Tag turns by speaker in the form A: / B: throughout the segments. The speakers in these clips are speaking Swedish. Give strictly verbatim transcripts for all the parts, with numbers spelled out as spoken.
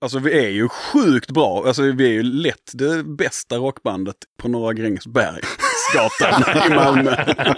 A: Alltså vi är ju sjukt bra. Alltså vi är ju lätt det bästa rockbandet på Norra Grängesbergsgatan i Malmö.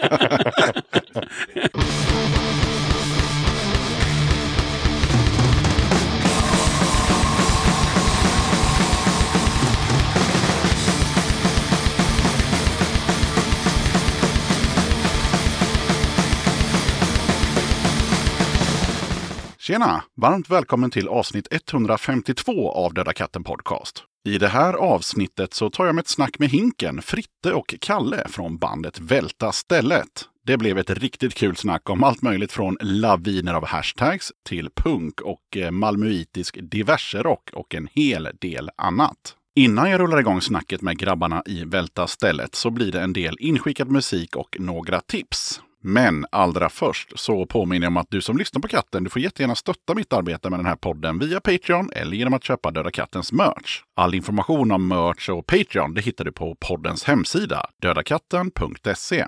B: Tjena! Varmt välkommen till avsnitt etthundrafemtiotvå av Döda katten podcast. I det här avsnittet så tar jag med ett snack med Hinken, Fritte och Kalle från bandet Välta stället. Det blev ett riktigt kul snack om allt möjligt från laviner av hashtags till punk och malmöitisk diverserock och en hel del annat. Innan jag rullar igång snacket med grabbarna i Välta stället så blir det en del inskickad musik och några tips. Men allra först så påminner jag om att du som lyssnar på katten, du får jättegärna stötta mitt arbete med den här podden via Patreon eller genom att köpa Döda kattens merch. All information om merch och Patreon det hittar du på poddens hemsida, dödakatten punkt se.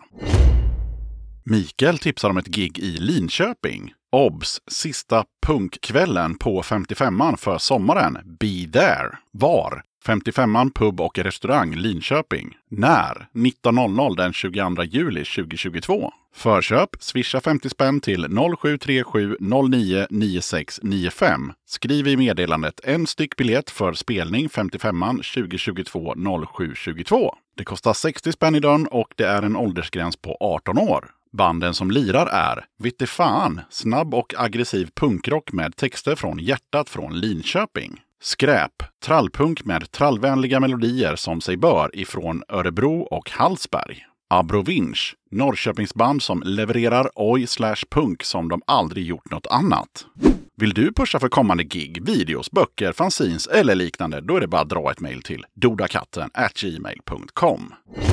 B: Mikael tipsar om ett gig i Linköping. Obs! Sista punkkvällen på femtiofemman för sommaren. Be there. Var? femtiofemman pub och restaurang Linköping. När? nitton noll noll den tjugoandra juli tjugohundratjugotvå. Förköp, swisha femtio spänn till noll sju tre sju noll nio nio sex nio fem. Skriv i meddelandet en styck biljett för spelning femtiofemman tjugohundratjugotvå noll sju tjugotvå. Det kostar sextio spänn i dörren och det är en åldersgräns på arton år. Banden som lirar är Vitte fan, snabb och aggressiv punkrock med texter från hjärtat från Linköping. Skräp, trallpunk med trallvänliga melodier som sig bör ifrån Örebro och Hallsberg. Abrovinch, Norrköpingsband som levererar oj slash punk som de aldrig gjort något annat. Vill du pusha för kommande gig, videos, böcker, fanzines eller liknande, då är det bara att dra ett mejl till dodakatten at gmail punkt com.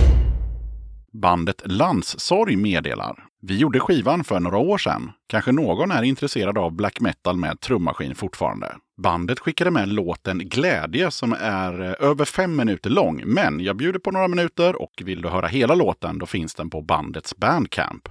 B: Bandet Landssorg meddelar. Vi gjorde skivan för några år sedan. Kanske någon är intresserad av black metal med trummaskin fortfarande. Bandet skickade med låten Glädje som är över fem minuter lång. Men jag bjuder på några minuter och vill du höra hela låten då finns den på bandets Bandcamp.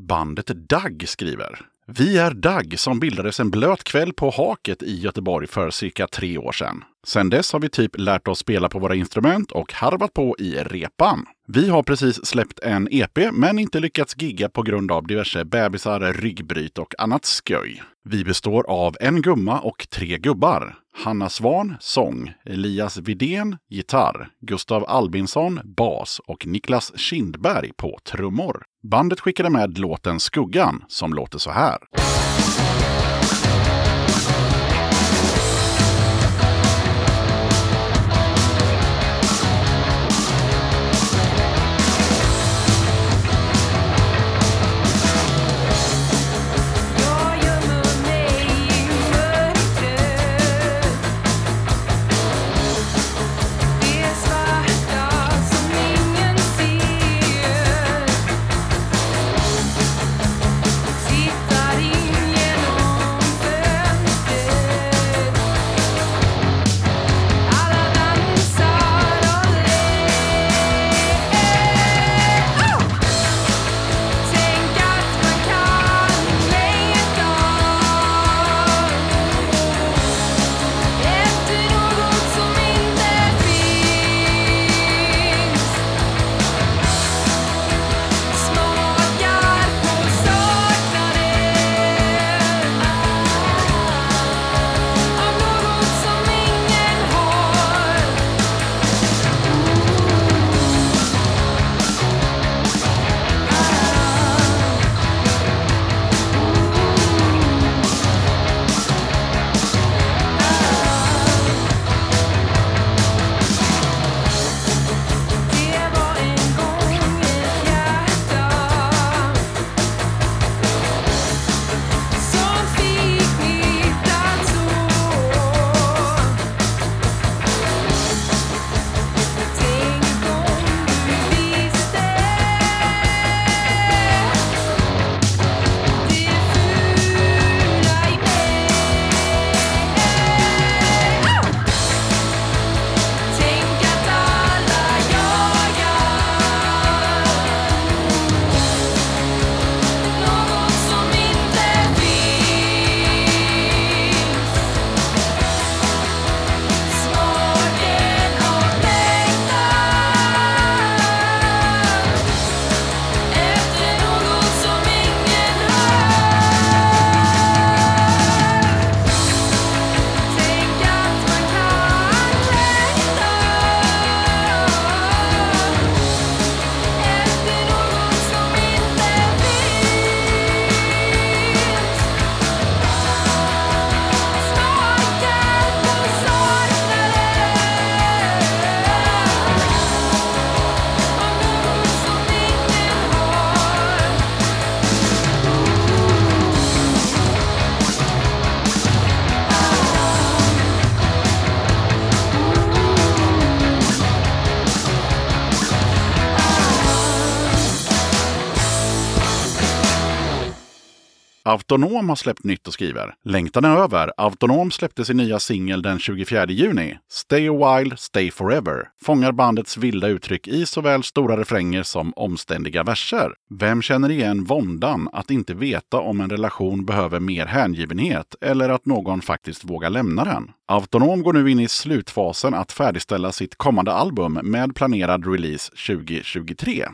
B: Bandet Dag skriver: Vi är Dag som bildades en blöt kväll på Haket i Göteborg för cirka tre år sedan. Sen dess har vi typ lärt oss spela på våra instrument och harvat på i repan. Vi har precis släppt en E P men inte lyckats gigga på grund av diverse bebisar, ryggbryt och annat sköj. Vi består av en gumma och tre gubbar. Hanna Svan, sång, Elias Vidén, gitarr, Gustav Albinsson, bas och Niklas Kindberg på trummor. Bandet skickade med låten Skuggan som låter så här. Autonom har släppt nytt och skriver: Längtan är över. Autonom släppte sin nya singel den tjugofjärde juni. Stay a while, stay forever. Fångar bandets vilda uttryck i såväl stora refränger som omständiga verser. Vem känner igen våndan att inte veta om en relation behöver mer hängivenhet eller att någon faktiskt vågar lämna den? Autonom går nu in i slutfasen att färdigställa sitt kommande album med planerad release tjugohundratjugotre.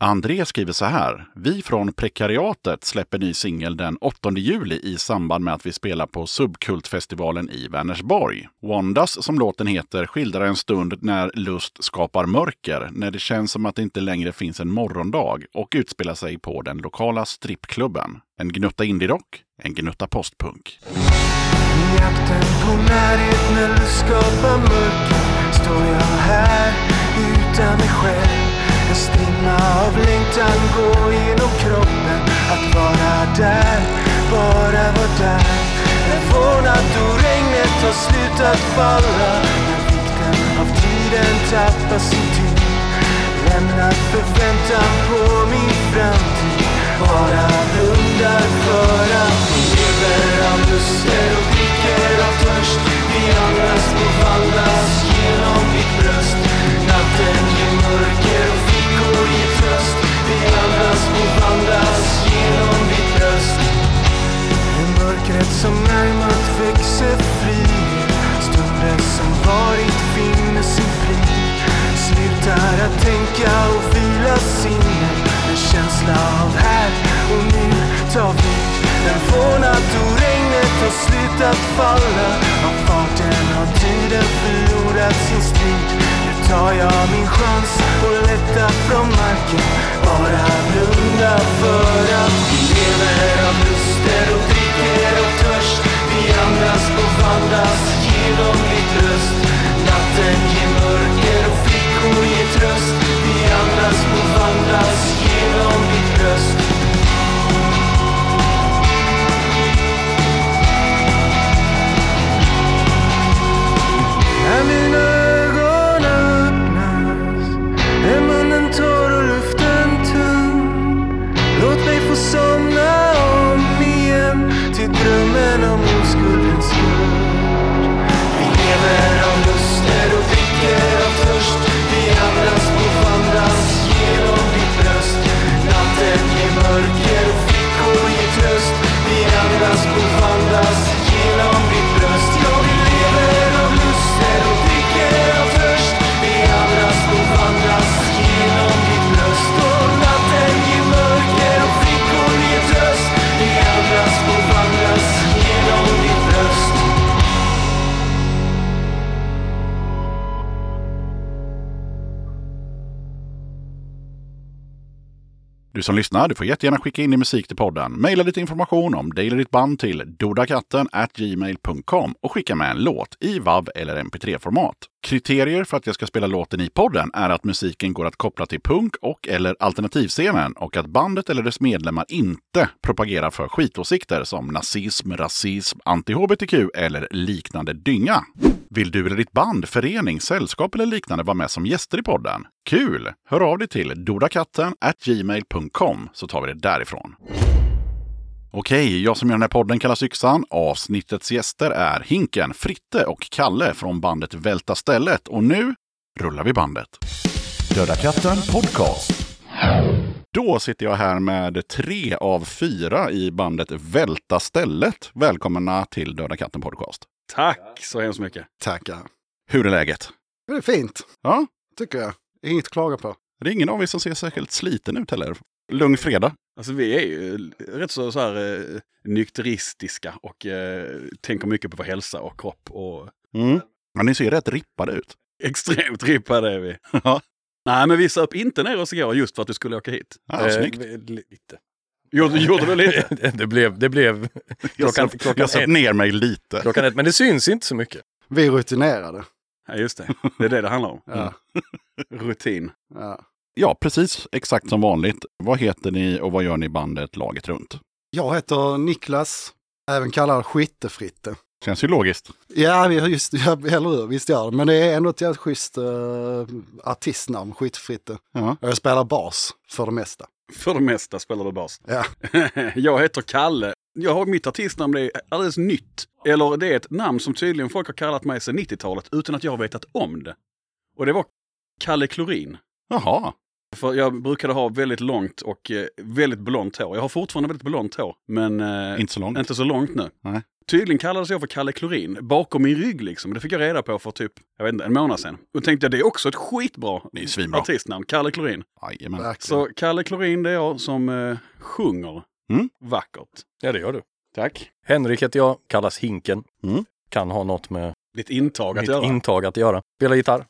B: André skriver så här. Vi från Prekariatet släpper ny singel den åttonde juli i samband med att vi spelar på Subkultfestivalen i Vänersborg. Wondas, som låten heter, skildrar en stund när lust skapar mörker, när det känns som att det inte längre finns en morgondag och utspelar sig på den lokala strippklubben. En gnutta indie-rock, en gnutta postpunk.
C: Jakten på närhet när du skapar mörker, står jag här utan mig själv. En strimma av längtan går genom kroppen. Att vara där, bara vara där. När vårnatt och regnet har slutat falla, när vikten av tiden tappar sin tyngd, lämnar förväntan på min framtid. Bara blundar för att vi lever av luster och dricker av törst. Vi andas och vandras genom ditt bröst. Natten ger mörker och fickor ger tröst. Vi andas och vandras genom ditt bröst. Det mörkret som närmat växer fri, stunden som varit finner sin frid. Slutar att tänka och vila sinnet, en känsla av här och nu tar vid. Den vårnatt och regnet har slutat falla, av farten har tiden förlorat sin strid. Nu tar jag min chans och lättar från marken, bara blunda för att vi lever av luster och dricker av törst. Vi andas och vandas genom ditt röst. Natten ger mörker och fickor ger tröst. Vi andas och vandas genom ditt bröst. När mina ögon öppnas är munnen torr och luften tunn. Låt mig få somna om igen till drömmen om oskuldens skuld. Vi lever av luster och dricker av törst. Vi andas och vandas genom ditt bröst. Natten ger mörker och fickor ger tröst. Vi andas och vandas genom ditt bröst. Ja, vi lever av luster och dricker av törst. Vi andas och vandas genom ditt bröst. Och natten ger mörker och fickor ger tröst. Vi andas och vandas genom ditt bröst.
B: Du som lyssnar, du får jättegärna skicka in din musik till podden. Maila lite information om dig eller ditt band till dodakatten at gmail punkt com och skicka med en låt i W A V eller M P tre-format. Kriterier för att jag ska spela låten i podden är att musiken går att koppla till punk och eller alternativscenen och att bandet eller dess medlemmar inte propagerar för skitåsikter som nazism, rasism, anti-H B T Q eller liknande dynga. Vill du eller ditt band, förening, sällskap eller liknande vara med som gäster i podden? Kul! Hör av dig till dodakatten at gmail punkt com så tar vi det därifrån. Okej, jag som gör den här podden kallas Yxan. Avsnittets gäster är Hinken, Fritte och Kalle från bandet Välta Stället. Och nu rullar vi bandet. Döda katten podcast. Då sitter jag här med tre av fyra i bandet Välta Stället. Välkomna till Döda katten podcast.
A: Tack så hemskt mycket.
D: Tackar.
B: Hur är läget?
D: Det är fint,
B: Ja,
D: tycker jag. Inget att klaga på.
B: det är ingen av er som ser särskilt sliten ut heller. Lugn fredag.
A: Alltså vi är ju rätt så, så här eh, nykteristiska och eh, tänker mycket på vår hälsa och kropp och
B: Mm. Men ni ser rätt rippade ut.
A: extremt rippade är vi.
B: Ja.
A: Nej, men vi söp inte ner oss igår just för att du skulle åka hit.
B: Ja, snyggt.
E: Eh, lite.
A: Gjorde, gjorde du lite?
E: det blev, det blev
B: Jag
E: klockan,
B: söp,
E: klockan,
B: jag söp
E: ett,
B: ner mig lite.
E: klockan ett, men det syns inte så mycket.
D: Vi är rutinerade.
A: Ja, just det. Det är det det handlar om.
D: Ja.
A: Rutin.
D: Ja.
B: Ja, precis exakt som vanligt. Vad heter ni och vad gör ni i bandet Laget Runt?
D: Jag heter Niklas, även kallad Skittefritte.
B: Känns ju logiskt.
D: Ja, vi har just, ja, eller hur, visst gör det. Men det är ändå ett jävligt schysst uh, artistnamn, Skittefritte.
B: Ja.
D: Jag spelar bas för det mesta.
A: För det mesta spelar du bas.
D: Ja.
A: Jag heter Kalle. Jag har mitt artistnamn, det är alldeles nytt. Eller det är ett namn som tydligen folk har kallat mig sedan nittiotalet utan att jag har vetat om det. Och det var Kalle Klorin.
B: Jaha.
A: För jag brukade ha väldigt långt och eh, väldigt blont hår. Jag har fortfarande väldigt blont hår, men eh,
B: Inte så långt.
A: inte så långt nu.
B: Nej.
A: Tydligen kallades jag för Kalle Klorin. Bakom min rygg liksom. Det fick jag reda på för typ, jag vet inte, en månad sedan. Och tänkte jag, det är också ett skitbra
B: Det är svinbra.
A: artistnamn. Kalle Klorin.
B: Jajamän.
D: Verkligen.
A: Så Kalle Klorin, det är jag som eh, sjunger
B: Mm.
A: vackert.
E: Ja, det gör du.
A: Tack.
E: Henrik heter jag, kallas Hinken.
B: Mm.
E: Kan ha något med
A: Ditt intag att
E: mitt
A: göra.
E: intag att göra. Spelar gitarr.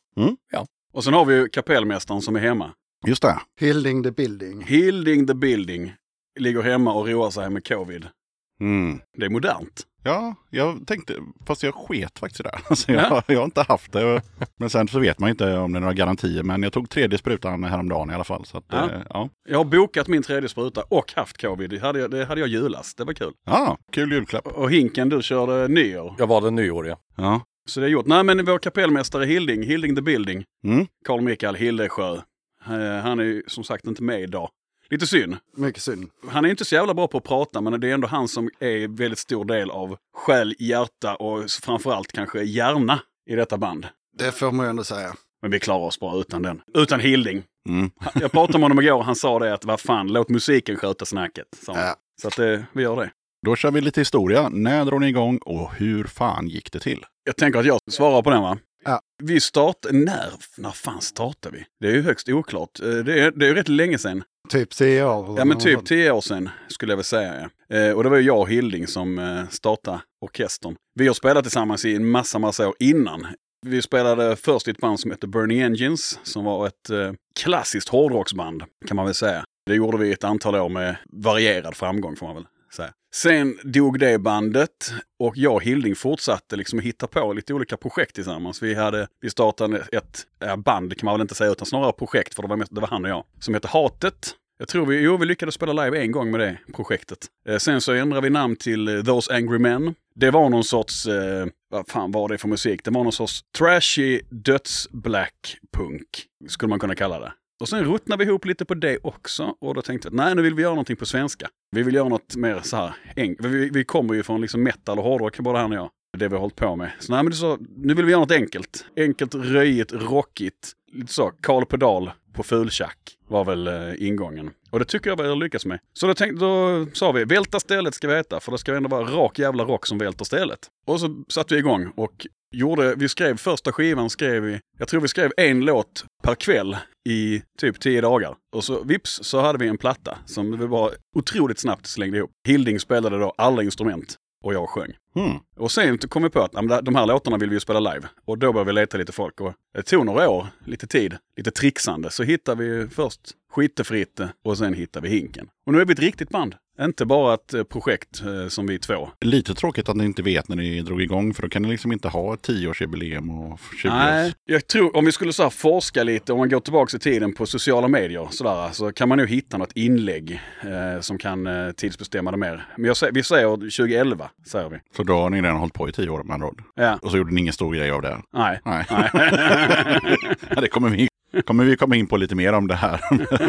A: Och sen har vi ju kapellmästaren som är hemma.
B: Just det.
D: Hilding the building.
A: Hilding the building. Ligger hemma och roar sig med covid.
B: Mm.
A: Det är modernt.
B: Ja, jag tänkte, fast jag sket faktiskt där. Alltså jag,
A: Ja.
B: jag har inte haft det. Men sen så vet man inte om det är några garantier. Men jag tog tredje sprutan häromdagen i alla fall. Så att,
A: Ja.
B: ja. Ja.
A: Jag har bokat min tredje spruta och haft covid. Det hade jag, det hade jag julas. Det var kul.
B: Ja, kul julklapp.
A: Och Hinken, du körde nyår.
E: Jag var det nyår, ja.
B: Ja.
A: Så det är gjort. Nej, men vår kapellmästare Hilding, Hilding the building.
B: Mm.
A: Carl Mikael Hildesjö. Eh, Han är ju som sagt inte med idag. Lite synd.
D: Mycket synd.
A: Han är inte så jävla bra på att prata, men det är ändå han som är en väldigt stor del av själ, hjärta och framförallt kanske hjärna i detta band.
D: Det får man ju ändå säga.
A: Men vi klarar oss bra utan den. Utan Hilding.
B: Mm.
A: Jag pratade med honom igår och han sa det att vad fan, låt musiken sköta snacket. sa han.
D: Ja.
A: Så att eh, vi gör det.
B: Då kör vi lite historia. När drog ni igång och hur fan gick det till?
A: Jag tänker att jag svarar på den, va?
D: Ja.
A: Vi startade, när, när fan startade vi? Det är ju högst oklart. Eh, Det är, det är ju rätt länge sedan.
D: Typ tio år.
A: Ja, men typ tio år sedan skulle jag väl säga. Ja. Eh, och det var ju jag och Hilding som eh, startade orkestern. Vi har spelat tillsammans i en massa, massa år innan. Vi spelade först i ett band som hette Burning Engines, som var ett eh, klassiskt hårdrocksband, kan man väl säga. Det gjorde vi ett antal år med varierad framgång, får man väl säga. Sen dog det bandet och jag och Hilding fortsatte liksom att hitta på lite olika projekt tillsammans. Vi, hade, vi startade ett äh, band, kan man väl inte säga, utan snarare projekt, för det var, mest, det var han och jag, som heter Hatet. Jag tror vi, jo, vi lyckades spela live en gång med det projektet. Eh, sen så ändrade vi namn till eh, Those Angry Men. Det var någon sorts, eh, vad fan var det för musik? Det var någon sorts trashy dödsblack punk, skulle man kunna kalla det. Och sen ruttnade vi ihop lite på det också. Och då tänkte jag, nej, nu vill vi göra någonting på svenska. Vi vill göra något mer så här enkelt. Vi, vi kommer ju från liksom metal och hårdrock, både han och jag. Det vi har hållit på med. Så nej, men det så, nu vill vi göra något enkelt. Enkelt, röjigt, rockigt. Lite så, Karl Pedal på fultjack var väl eh, ingången. Och det tycker jag vi har lyckats med. Så då, tänkte, då sa vi, välta stället ska vi heta. För det ska ändå vara rak jävla rock som välter stället. Och så satte vi igång och gjorde, vi skrev första skivan, skrev vi, jag tror vi skrev en låt per kväll i typ tio dagar. Och så vips så hade vi en platta som vi bara otroligt snabbt slängde ihop. Hilding spelade då alla instrument och jag sjöng.
B: Mm.
A: Och sen kom vi på att ja, de här låtarna vill vi ju spela live. Och då började vi leta lite folk. Och det tog några år, lite tid, lite trixande. Så hittade vi först Skittefritte och sen hittade vi Hinken. Och nu är vi ett riktigt band. Inte bara ett eh, projekt eh, som vi två.
B: Lite tråkigt att ni inte vet när ni drog igång, för då kan ni liksom inte ha ett tioårsjubileum och tjugo
A: Nej,
B: års.
A: jag tror om vi skulle så här forska lite, om man går tillbaka i tiden på sociala medier sådär, så kan man nog hitta något inlägg eh, som kan eh, tidsbestämma det mer. Men jag, vi säger tjugoelva, säger vi.
B: Så då har ni redan hållit på i tio år med andra ord.
A: Ja,
B: Och så gjorde ni ingen stor grej av det.
A: nej.
B: Nej.
A: nej.
B: Ja, det kommer vi, kommer vi komma in på lite mer om det här.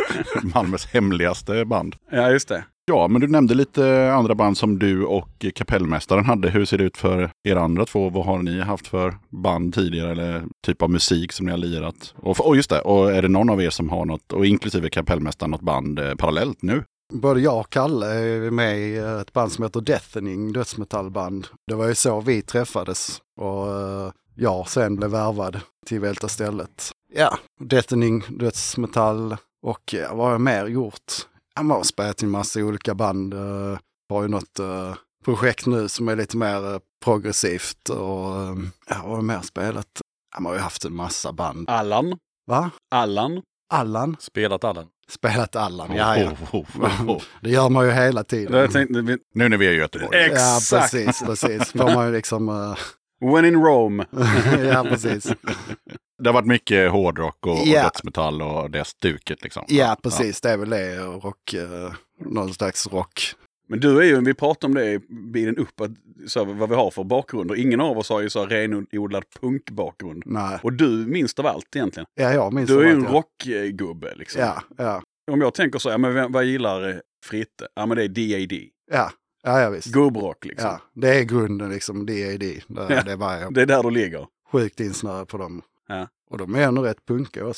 B: Malmös hemligaste band.
A: Ja, just det.
B: Ja, men du nämnde lite andra band som du och kapellmästaren hade. Hur ser det ut för er andra två? Vad har ni haft för band tidigare eller typ av musik som ni har lirat? Och, och just det, och är det någon av er som har något, och inklusive kapellmästaren, något band eh, parallellt nu?
D: Både jag och Kalle är med i ett band som heter Deafening, dödsmetallband. Det var ju så vi träffades och uh, jag sen blev värvad till Välta stället. Ja, Deafening, dödsmetall och uh, vad har jag mer gjort? Jag har spelat i en massa olika band. Uh, har ju något uh, projekt nu som är lite mer uh, progressivt och uh, jag har mer spelat. Jag har ju haft en massa band.
A: Allan.
D: Va?
A: Allan.
D: Allan?
E: Spelat Allan.
D: Spelat Allan, ja ja.
B: Oh, oh, oh, oh.
D: Det gör man ju hela tiden.
A: Jag tänkte, vi,
B: Nu när vi är i Göteborg.
D: Ja,
A: exakt.
D: precis, precis. Får man ju liksom... Uh...
A: When in Rome.
D: ja, precis.
B: Det har varit mycket hårdrock och,
D: Ja.
B: och dödsmetall och det stuket liksom.
D: Ja, precis. Det är väl det. Rock, uh, någon slags rock.
A: Men du är ju, vi pratade om det i bilen upp, att, så, vad vi har för bakgrund. Och ingen av oss har ju så renodlad punkbakgrund.
D: Nej.
A: Och du minst av allt egentligen.
D: Ja, jag minns
A: Du är ju en
D: det.
A: rockgubbe liksom.
D: Ja, ja.
A: Om jag tänker så, ja, men vem- vad gillar Fritte? Ja, men det är D A D.
D: Ja, ja, ja visst.
A: Gubbrock liksom.
D: Ja, det är grunden liksom, D A D. Det,
A: Ja.
D: det var jag
A: Det är där du ligger.
D: sjukt insnöad på dem.
A: Ja.
D: Och de är ändå rätt punka också.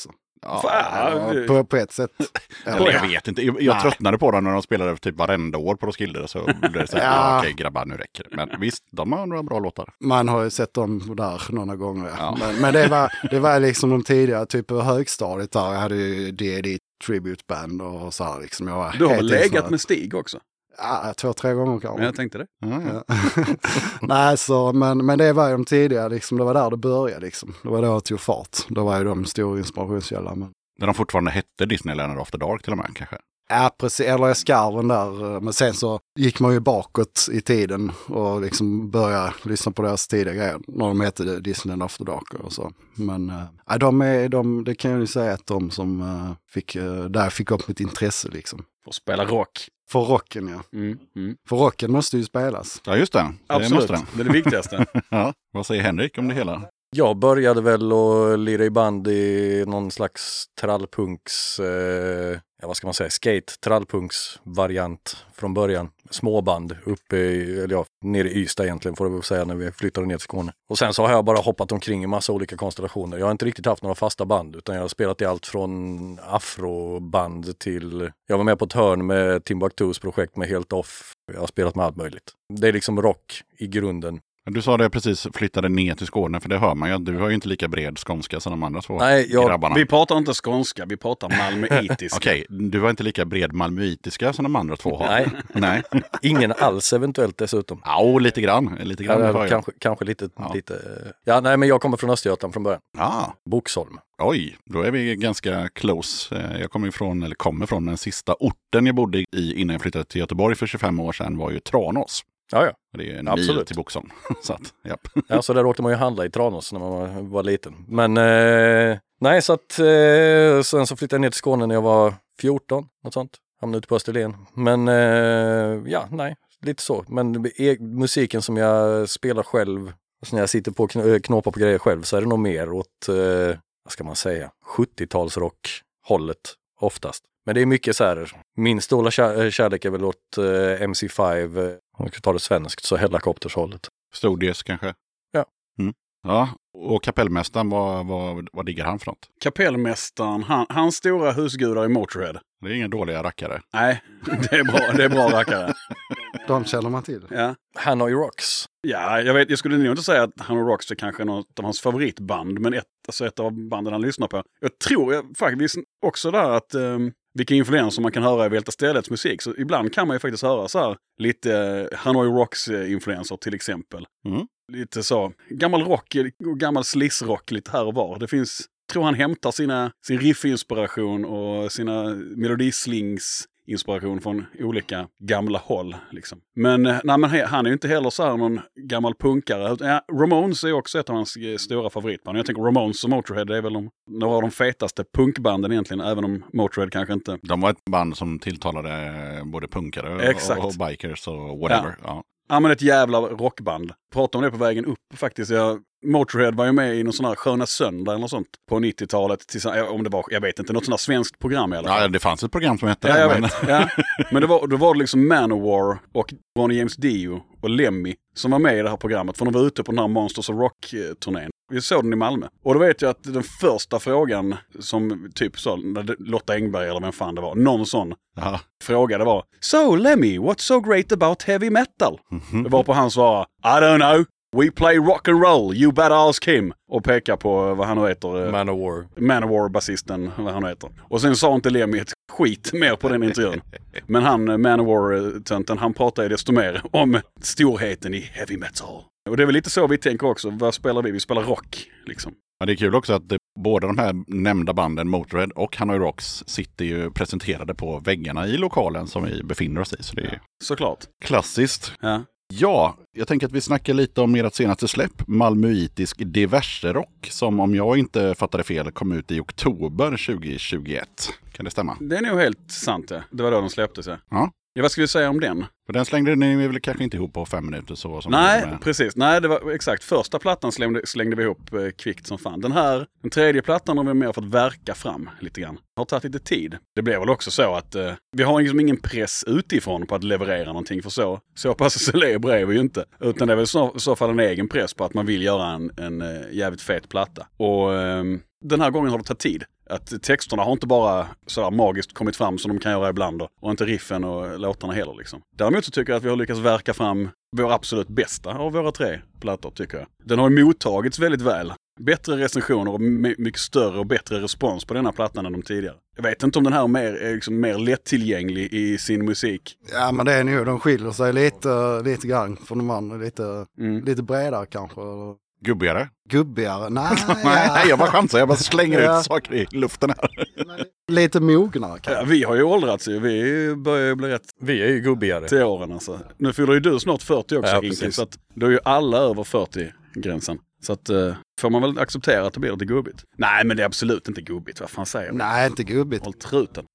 A: Ja, det-
D: På, på ett sätt.
B: Eller jag vet inte. Jag, jag tröttnade på dem när de spelade typ varenda år på Roskilde. Så blev det så här,
D: Ja.
B: ja. okej grabbar, nu räcker det. Men visst, de har några bra låtar.
D: Man har ju sett dem där några gånger. Ja.
B: Ja.
D: Men, men det, var, det var liksom de tidigare, typ på högstadiet där. Jag hade ju D D Tribute Band och så här liksom. Jag var
A: Du har
D: helt
A: väl legat
D: införstådd.
A: med Stig också?
D: Ja, två, tre gånger
A: Men
D: kanske.
A: jag tänkte det.
B: Ja, ja.
D: Ja. Nej, så, men, men det var ju de tidigare, liksom, det var där det började. Liksom. Det var då det tog fart. Då var ju de stor inspirationskälla. Men...
B: När de fortfarande hette Disneyland After Dark till och med kanske.
D: Ja, precis. Eller i skarven där. Men sen så gick man ju bakåt i tiden och liksom började lyssna på deras tidiga grejer. När de hette Disneyland After Dark och så. Men äh, de är, de, det kan jag ju säga att de som äh, fick, äh, där fick upp mitt intresse liksom.
A: För att spela rock.
D: För rocken, ja.
A: Mm, mm.
D: För rocken måste ju spelas.
B: Ja, just det. Det
A: Absolut,
B: måste
A: det
B: den.
A: är det viktigaste.
B: Ja. Vad säger Henrik om det hela?
E: Jag började väl att lira i band i någon slags trallpunks, eh, ja vad ska man säga, skate, trallpunks variant från början. Småband uppe i, eller ja, nere i Ystad egentligen får jag väl säga när vi flyttade ner till Skåne. Och sen så har jag bara hoppat omkring i massa olika konstellationer. Jag har inte riktigt haft några fasta band utan jag har spelat i allt från afroband till, jag var med på ett hörn med Timbuktus projekt med Helt Off. Jag har spelat med allt möjligt. Det är liksom rock i grunden.
B: Du sa det precis, flyttade ner till Skåne, för det hör man ju. Du har ju inte lika bred skånska som de andra två
E: Nej, jag-
B: grabbarna.
A: Vi pratar inte skånska, vi pratar malmöitiska.
B: Okej, du har inte lika bred malmöitiska som de andra två har.
E: Nej.
B: Nej.
E: Ingen alls eventuellt dessutom.
B: Ja, lite grann. Lite grann
E: Ja,
B: hör jag.
E: kanske, kanske lite,
B: Ja.
E: lite... Ja, nej, men jag kommer från Östergötland från början.
B: Ja,
E: Boxholm.
B: oj, då är vi ganska close. Eh, Jag kommer ifrån, eller kommer från den sista orten jag bodde i innan jag flyttade till Göteborg för tjugofem år sedan var ju Tranås.
E: Ja, ja.
B: Och det är en
E: Absolut.
B: mil till Boxholm. Så att, japp.
E: Ja, så där åkte man ju handla i Tranås när man var, var liten. Men eh, nej, så att eh, sen så flyttade jag ner till Skåne när jag var fjorton, något sånt. Hamnade ute på Österlen. Men eh, ja, nej, lite så. Men e- musiken som jag spelar själv, alltså när jag sitter på kn- knåpar på grejer själv, så är det nog mer åt, eh, vad ska man säga, sjuttiotalsrock-hållet oftast. Men det är mycket så här, min stora kär- kärlek är väl åt eh, M C fem, eh, om jag ska ta det svenskt, så Hellacopters-hållet.
B: Stordis kanske?
E: Ja.
B: Mm. Ja, och kapellmästaren, vad, vad, vad diggar han för något?
A: Kapellmästaren, han, hans stora husgudar i Motörhead.
B: Det är inga dåliga rackare.
A: Nej, det är bra, det är bra rackare.
D: De känner man till.
A: Ja.
E: Hanoi Rocks.
A: Ja, jag vet, jag skulle nog inte säga att Hanoi Rocks är kanske något av hans favoritband, men ett, alltså ett av banden han lyssnar på. Jag tror jag, faktiskt också där att um, vilka influenser man kan höra i Välta Ställets musik. Så ibland kan man ju faktiskt höra så här lite uh, Hanoi Rocks-influenser till exempel.
B: Mm. Lite
A: Så gammal rock och gammal slissrock lite här och var. Det finns, tror han hämtar sina, sin riffinspiration och sina melodislings inspiration från olika gamla håll. Liksom. Men, nej, men han är ju inte heller så här någon gammal punkare. Ja, Ramones är också ett av hans stora favoritband. Jag tänker Ramones och Motörhead är väl de, några av de fetaste punkbanden egentligen, även om Motörhead kanske inte...
B: De var ett band som tilltalade både punkare
A: Exakt.
B: och, och bikers och whatever. Ja. Ja.
A: Ja, men ett jävla rockband. Pratade om det på vägen upp faktiskt. Jag, Motörhead var ju med i någon sån här Sköna Söndag eller något sånt på nittiotalet. Tills, om det var, jag vet inte, något sånt här svenskt program i alla fall.
B: Ja, det fanns ett program som hette
A: Ja, jag
B: men...
A: vet. Ja. Men det var, då var det liksom Manowar och Ronny James Dio och Lemmy som var med i det här programmet. För de var ute på den här Monsters of Rock-turnén. Vi såg den i Malmö. Och då vet jag att den första frågan som typ så, Lotta Engberg eller vem fan det var, någon sån
B: Ja.
A: frågade var: So Lemmy, what's so great about heavy metal? Det var på hans svar: I don't know. We play rock and roll, you better ask him. Och pekar på vad han nu heter.
E: Manowar.
A: Manowar-basisten, vad han heter. Och sen sa inte Lemmy ett skit mer på den intervjun. Men han, Manowar-tönten, han pratar ju desto mer om storheten i heavy metal. Och det är väl lite så vi tänker också. Vad spelar vi? Vi spelar rock, liksom.
B: Ja, det är kul också att det, båda de här nämnda banden, Motörhead och Hanoi Rocks, sitter ju presenterade på väggarna i lokalen som vi befinner oss i. Så det är
A: Såklart.
B: klassiskt.
A: Ja.
B: Ja, jag tänker att vi snackar lite om ert senaste släpp, Malmöitisk diverse rock, som om jag inte fattade fel kom ut i oktober tjugohundratjugoett. Kan det stämma?
A: Det är nog helt sant, ja. Det var då de släpptes, ja.
B: Ja.
A: Ja, vad ska vi säga om den?
B: För den slängde ni väl kanske inte ihop på fem minuter så som
A: Nej,
B: med.
A: precis. Nej, det var exakt. Första plattan slängde, slängde vi ihop eh, kvickt som fan. Den här, den tredje plattan har vi mer fått verka fram lite grann. Har tagit lite tid. Det blev väl också så att eh, vi har liksom ingen press utifrån på att leverera någonting, för så. Så pass celeber är vi ju inte. Utan det är väl så, så fall en egen press på att man vill göra en, en eh, jävligt fet platta. Och... Eh, den här gången har det tagit tid. Att texterna har inte bara sådär magiskt kommit fram som de kan göra ibland då, och inte riffen och låtarna heller liksom. Däremot så tycker jag att vi har lyckats verka fram vår absolut bästa av våra tre plattor, tycker jag. Den har ju mottagits väldigt väl. Bättre recensioner och my- mycket större och bättre respons på denna plattan än de tidigare. Jag vet inte om den här är mer, är liksom mer lättillgänglig i sin musik.
D: Ja, men det är nog, de skiljer sig lite, lite grann från de andra. Lite,
A: Mm.
D: lite bredare kanske.
B: Gubbigare?
D: Gubbigare? Nej,
B: Nej,
D: ja.
B: jag bara chansar. Jag bara slänger
D: Ja.
B: ut saker i luften här.
D: Lite mognare kanske.
A: Ja, vi har ju åldrats ju. Vi börjar ju bli rätt
E: Vi är ju gubbigare.
A: till åren alltså. Nu fyller ju du snart fyrtio också,
E: Ja,
A: Hinken,
E: precis.
A: så att då är ju alla över fyrtio-gränsen. Så att uh, får man väl acceptera att det blir lite gubbigt. Nej, men det är absolut inte gubbigt. Vad fan säger jag?
D: Nej, inte gubbigt.
A: Håll truten.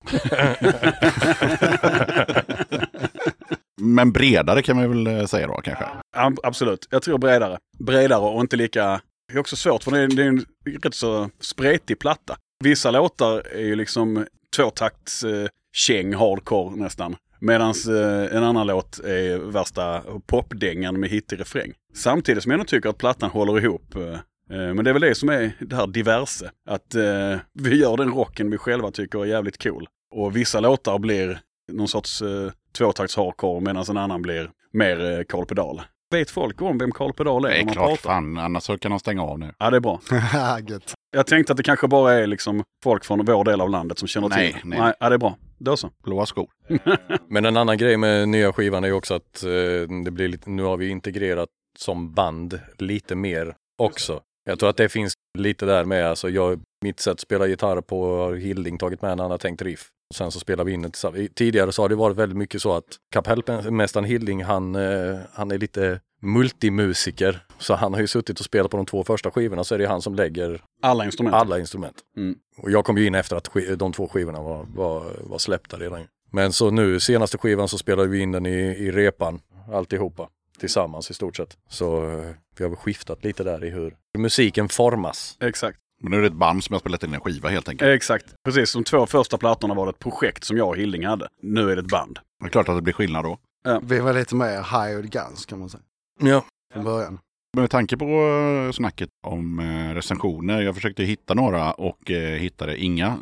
B: Men bredare kan man väl säga då kanske.
A: Ja, absolut. Jag tror bredare. Bredare och inte lika... Det är också svårt för det är, det är en rätt så spretig platta. Vissa låtar är ju liksom tvåtakts eh, käng hardcore nästan. Medan eh, en annan låt är värsta popdängan med hit i refräng. Samtidigt som jag nog tycker att plattan håller ihop. Eh, men det är väl det som är det här diverse. Att eh, vi gör den rocken vi själva tycker är jävligt cool. Och vissa låtar blir någon sorts eh, tvåtakts hardcore medan en annan blir mer eh, Carl Pedal. Vet folk om vem Carl Pedal är?
B: Det är
A: när man
B: klart
A: pratar?
B: fan, annars så kan de stänga av nu.
A: Ja, det är bra.
D: Gött.
A: Jag tänkte att det kanske bara är liksom folk från vår del av landet som känner
B: Nej,
A: till.
B: nej.
A: nej. Ja, det är bra. Då så.
B: Blåa skor.
E: Men en annan grej med nya skivan är ju också att eh, det blir lite, nu har vi integrerat som band lite mer också. Jag tror att det finns lite där med, alltså jag, mitt sätt att spela gitarr på har Hilding tagit med en annan tänkt riff. Och sen så spelar vi in det tillsammans. Tidigare så har det varit väldigt mycket så att kapellmästaren Hilding, han, eh, han är lite multimusiker. Så han har ju suttit och spelat på de två första skivorna, så är det han som lägger
A: Alla instrument.
E: alla instrument.
A: Mm.
E: Och jag kom ju in efter att sk- de två skivorna var, var, var släppta redan. Men så nu, senaste skivan, så spelade vi in den i, i repan, alltihopa, tillsammans i stort sett. Så eh, vi har väl skiftat lite där i hur musiken formas.
A: Exakt.
B: Men nu är det ett band som har spelat in en skiva helt enkelt.
A: Exakt. Precis, de två första plattorna var det ett projekt som jag och Hilding hade. Nu är det ett band.
B: Det är klart att det blir skillnad då.
D: Vi var lite mer high och guns kan man säga.
E: Ja.
D: Från början.
B: Men med tanke på eh, snacket om eh, recensioner, jag försökte hitta några och eh, hittade inga.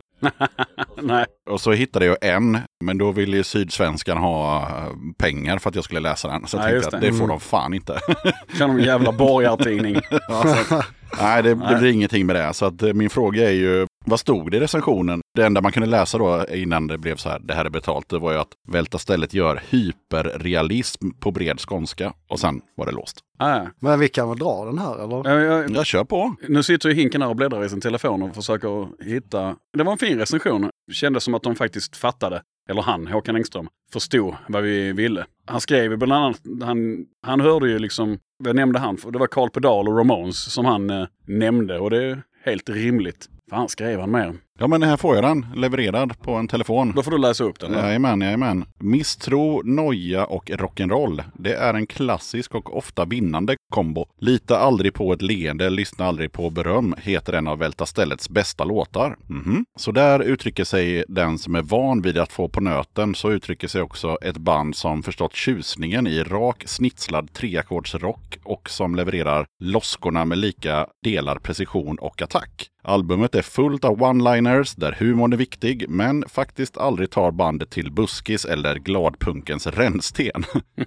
A: Nej.
B: Och så hittade jag en, men då ville ju Sydsvenskan ha eh, pengar för att jag skulle läsa den. Så jag
A: Ja, just
B: tänkte att
A: det.
B: det får
A: Mm.
B: de fan inte.
A: Kan de jävla borgartidning.
B: Ja, så att, nej, det, det
A: Nej.
B: blir ingenting med det. Så att, eh, min fråga är ju, vad stod det i recensionen? Det enda man kunde läsa då innan det blev så här, det här är betalt, det var ju att Välta stället gör hyperrealism på bred skånska. Och sen var det låst.
A: Ah,
D: Men vi kan väl dra den här eller?
A: jag, jag,
B: Jag kör på.
A: nu sitter ju Hinken här och bläddrar i sin telefon och försöker hitta... Det var en fin recension. Kändes som att de faktiskt fattade, eller han, Håkan Engström, förstod vad vi ville. Han skrev ju bland annat, han, han hörde ju liksom, vad nämnde han? Det var Carl Pedal och Ramones som han eh, nämnde, och det är helt rimligt. Fan, skrev han mer?
B: Ja, men här får jag den levererad på en telefon.
A: Då får du läsa upp den. Då.
B: Jajamän, jajamän. Misstro, noja och rock'n'roll. Det är en klassisk och ofta vinnande kombo. Lita aldrig på ett leende, lyssna aldrig på beröm, heter en av Välta ställets bästa låtar. Mhm. Så där uttrycker sig den som är van vid att få på nöten, så uttrycker sig också ett band som förstått tjusningen i rak, snitslad treackordsrock och som levererar loskorna med lika delar precision och attack. Albumet är fullt av one-liners där humorn är viktig, men faktiskt aldrig tar bandet till buskis eller gladpunkens rännsten.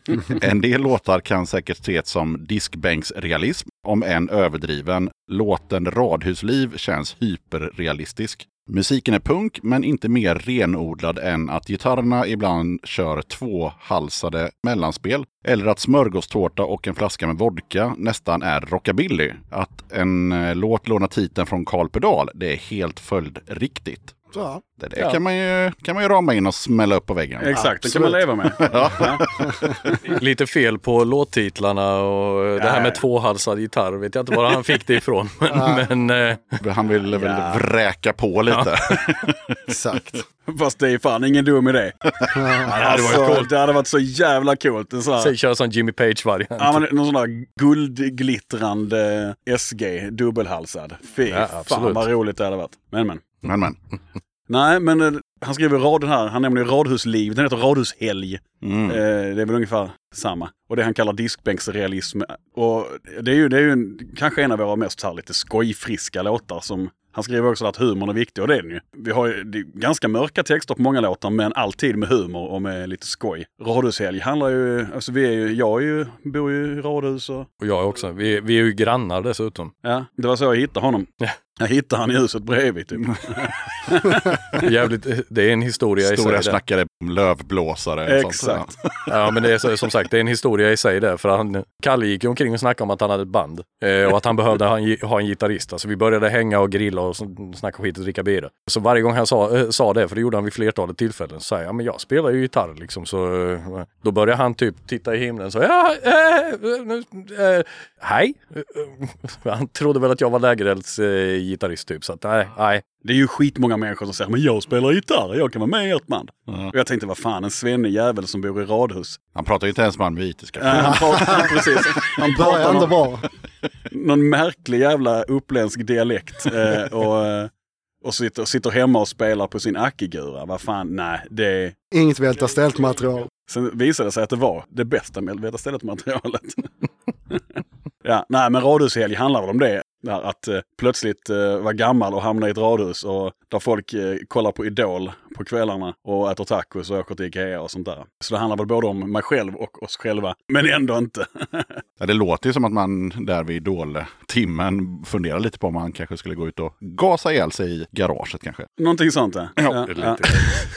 B: En del låtar kan säkert ses som diskbänksrealism, om en överdriven. Låten Radhusliv känns hyperrealistisk. Musiken är punk, men inte mer renodlad än att gitarrerna ibland kör tvåhalsade mellanspel, eller att smörgåstårta och en flaska med vodka nästan är rockabilly. Att en eh, låt lånar titeln från Carl Pedal, det är helt följdriktigt.
D: Så, ja.
B: Det där
A: Ja.
B: kan, man ju, kan man ju rama in och smälla upp på väggen.
A: Exakt, det kan man leva med. Ja.
E: Lite fel på låttitlarna och det här med tvåhalsad gitarr, vet jag inte var han fick det ifrån. Men, men eh,
B: Han ville väl
A: Ja.
B: vräka på lite.
D: Exakt.
A: Fast det är fan ingen dum idé. Alltså, det hade varit så jävla coolt. En sån här,
E: säg köra som Jimmy Page-variant.
A: ja, men någon sån där guldglittrande S G, dubbelhalsad. Fy
E: Ja,
A: fan
E: absolut.
A: vad roligt det hade varit. Men men.
B: Men men.
A: Nej, men eh, han skriver raden här. Han nämner ju radhusliv. Den heter radhushelg.
B: Mm.
A: Eh, det är väl ungefär samma. Och det han kallar diskbänksrealism. Och det är ju, det är ju en, kanske en av våra mest så här, lite skojfriska låtar som Han skriver också att humorn är viktig och det är den ju. Vi har ju det är ganska mörka texter på många låtar men alltid med humor och med lite skoj. Radhushelg handlar ju, alltså vi är ju, jag är ju, bor ju i radhus och...
E: Och jag också. Vi, vi är ju grannar dessutom.
A: Ja, det var så jag hittade honom.
E: Ja.
A: Jag hittade han i huset bredvid typ.
E: Jävligt, det är en historia i sig.
B: Stora
E: där.
B: snackare, lövblåsare. Och
A: Exakt.
B: sånt.
E: Ja, men det är så, som sagt, det är en historia i sig där. För han, Kalle gick ju omkring och snackade om att han hade ett band. Eh, och att han behövde ha en, ha en gitarrist. Alltså vi började hänga och grilla och snacka skit och dricka bira. Så varje gång han sa, äh, sa det, för det gjorde han vid flertalet tillfällen, så sa jag, ja men jag spelar ju gitarr liksom. Så äh, då började han typ titta i himlen och så, ja, äh, äh, hej. Han trodde väl att jag var lägerelds äh, gitarrist typ. Så att nej, nej.
A: Det är ju skitmånga människor som säger men jag spelar gitarr, jag kan vara med i ert band.
B: Ja.
A: Och jag tänkte, vad fan, en svennig jävel som bor i radhus.
B: Han pratar ju inte ens man vitiska.
A: Äh, han pratar, precis. Han
D: Börjar
A: pratar
D: ändå
A: någon,
D: bra.
A: någon märklig jävla uppländsk dialekt. Eh, och eh, och sitter, sitter hemma och spelar på sin ackigura. Vad fan, nej, det är...
D: Inget välta ställt material.
A: Sen visade det sig att det var det bästa med Veta stället materialet. Ja, nej, men radhushelg handlar väl om det. Där, att eh, plötsligt eh, vara gammal och hamna i ett radhus och där folk eh, kollar på Idol på kvällarna och äter tacos och åker till Ikea och sånt där. Så det handlar väl både om mig själv och oss själva, men ändå inte.
B: Ja, det låter ju som att man där vid Idol-timmen funderar lite på om man kanske skulle gå ut och gasa ihjäl sig i garaget kanske.
A: Någonting sånt, ja.
B: Ja,
A: ja,
E: Det är
A: ja.
E: lite...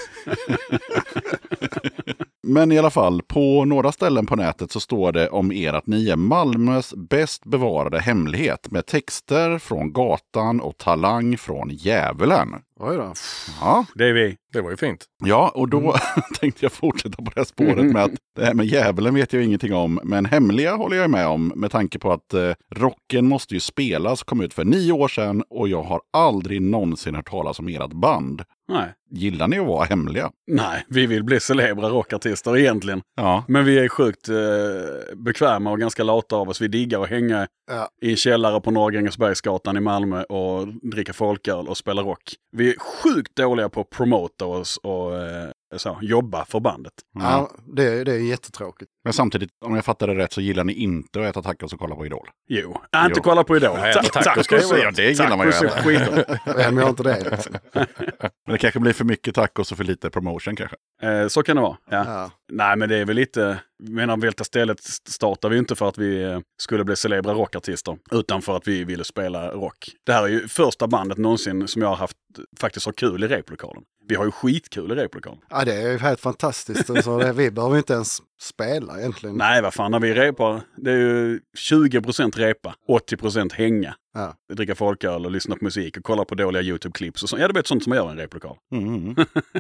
B: Men i alla fall, på några ställen på nätet så står det om er att ni är Malmös bäst bevarade hemlighet med texter från gatan och talang från djävulen.
D: Oj då.
B: Ja,
A: Det är vi.
E: Det var ju fint.
B: ja och då tänkte jag fortsätta på det här spåret med att det här med djävulen vet jag ingenting om, men hemliga håller jag med om med tanke på att eh, rocken måste ju spelas, kom ut för nio år sedan och jag har aldrig någonsin hört talas om ert band.
A: Nej.
B: Gillar ni att vara hemliga?
A: Nej, vi vill bli celebra rockartister egentligen.
B: Ja.
A: Men vi är sjukt eh, bekväma och ganska lata av oss. Vi diggar att hänga
D: Ja.
A: i en källare på Norra Grängesbergsgatan i Malmö och dricka folköl och spela rock. Vi är sjukt dåliga på att promota oss och eh, så, jobba för bandet.
D: Ja, det, det är jättetråkigt.
B: Men samtidigt, om jag fattar det rätt så gillar ni inte att äta tacos och kolla på Idol.
A: Jo, äh, inte
B: Jo.
A: kolla på Idol.
E: Nej,
A: Ta-
E: tacos ska ju vara-
B: ja, det gillar man ju
A: tacos är
B: äta.
A: skit.
D: Vem gör inte det? Liksom?
B: Men det kanske blir för mycket tacos och för lite promotion kanske.
A: Eh, så kan det vara. Ja.
D: Ja.
A: Nej, men det är väl lite... Men Välta stället startar vi inte för att vi eh, skulle bli celebra rockartister, utan för att vi ville spela rock. Det här är ju första bandet någonsin som jag har haft faktiskt har kul i replokalen. Vi har ju skitkul i replokalen.
D: Ja, det är ju helt fantastiskt. Så det, vi behöver inte ens spela egentligen.
A: Nej, vad fan, när vi repar, det är ju tjugo procent repa, åttio procent hänga.
D: Ja.
A: Dricka folköl och lyssna på musik och kolla på dåliga YouTube-klipps och så. Ja, det är sånt som man gör i en replokal.
B: Mm, mm.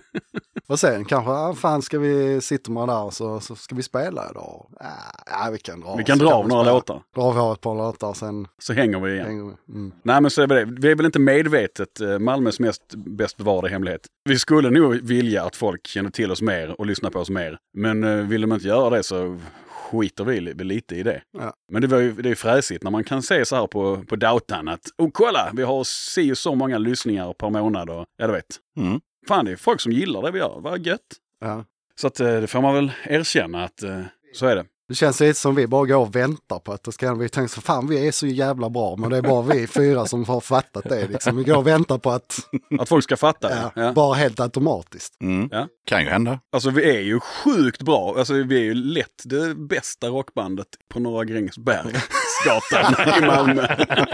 D: Och sen kanske, ah, fan ska vi sitta med där och så, så ska vi spela idag? Ah, ja, vi kan dra.
A: Vi kan
D: Så
A: dra av
D: vi
A: några
D: spela.
A: låtar,
D: Dra av ett par låtar sen
A: så hänger vi igen.
D: hänger vi. Mm.
A: Nej, men så är det. Vi är väl inte medvetet eh, Malmös mest bäst bevarade hemlighet. Vi skulle nog vilja att folk känner till oss mer och lyssnar på oss mer. Men eh, vill de inte göra det så skiter vi li- lite i det.
D: Ja.
A: Men det, var ju, det är ju fräsigt när man kan se så här på, på datan att oh, kolla, vi har si och så många lyssningar per månad och ja, du vet.
B: Mm.
A: Fan, det är folk som gillar det vi gör. Vad gött.
D: Ja.
A: Så att, eh, det får man väl erkänna att eh, så är det.
D: Det känns lite som vi bara går och väntar på att det ska vi tänker så fan vi är så jävla bra men det är bara vi fyra som har fattat det liksom. Vi går och väntar på att
A: Att folk ska fatta
D: ja,
A: det. Ja.
D: bara helt automatiskt.
B: Mm.
A: Ja.
B: Kan ju hända.
A: Alltså vi är ju sjukt bra. Alltså vi är ju lätt det bästa rockbandet på Norra Grängesbergsgatan i Malmö.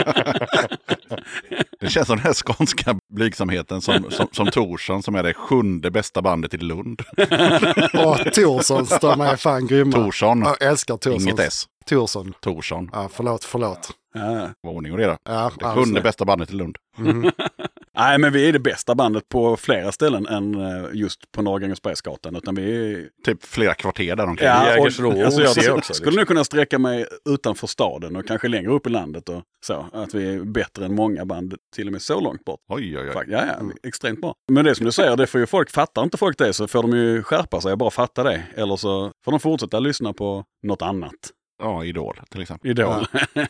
B: Det känns som den här skånska blygsamheten som, som, som Torsson som är det sjunde bästa bandet i Lund.
D: Och Torssons, de är fan grymma.
B: Torsson,
D: Jag älskar Torssons.
B: inget S.
D: Torsson.
B: Torsson,
D: Ja, förlåt, förlåt.
A: Ja.
B: var ordning och reda.
D: Ja,
B: Det
D: alltså.
B: sjunde bästa bandet i Lund.
D: Mm.
A: Nej, men vi är det bästa bandet på flera ställen än eh, just på Norra Grängesbergsgatan. Utan vi är...
B: Typ flera kvarter där omkring.
A: Ja,
E: Jägersro och
A: alltså jag
E: O C
A: skulle
E: också,
A: skulle
E: liksom.
A: nu kunna sträcka mig utanför staden och kanske längre upp i landet och så. Att vi är bättre än många band, till och med så långt bort.
B: Oj, oj, oj.
A: Ja, ja, extremt bra. Men det som du säger, det får ju folk, fattar inte folk det så får de ju skärpa sig och bara fatta det. Eller så får de fortsätta lyssna på något annat.
B: Ja, Idol till exempel.
A: Idol. Ja.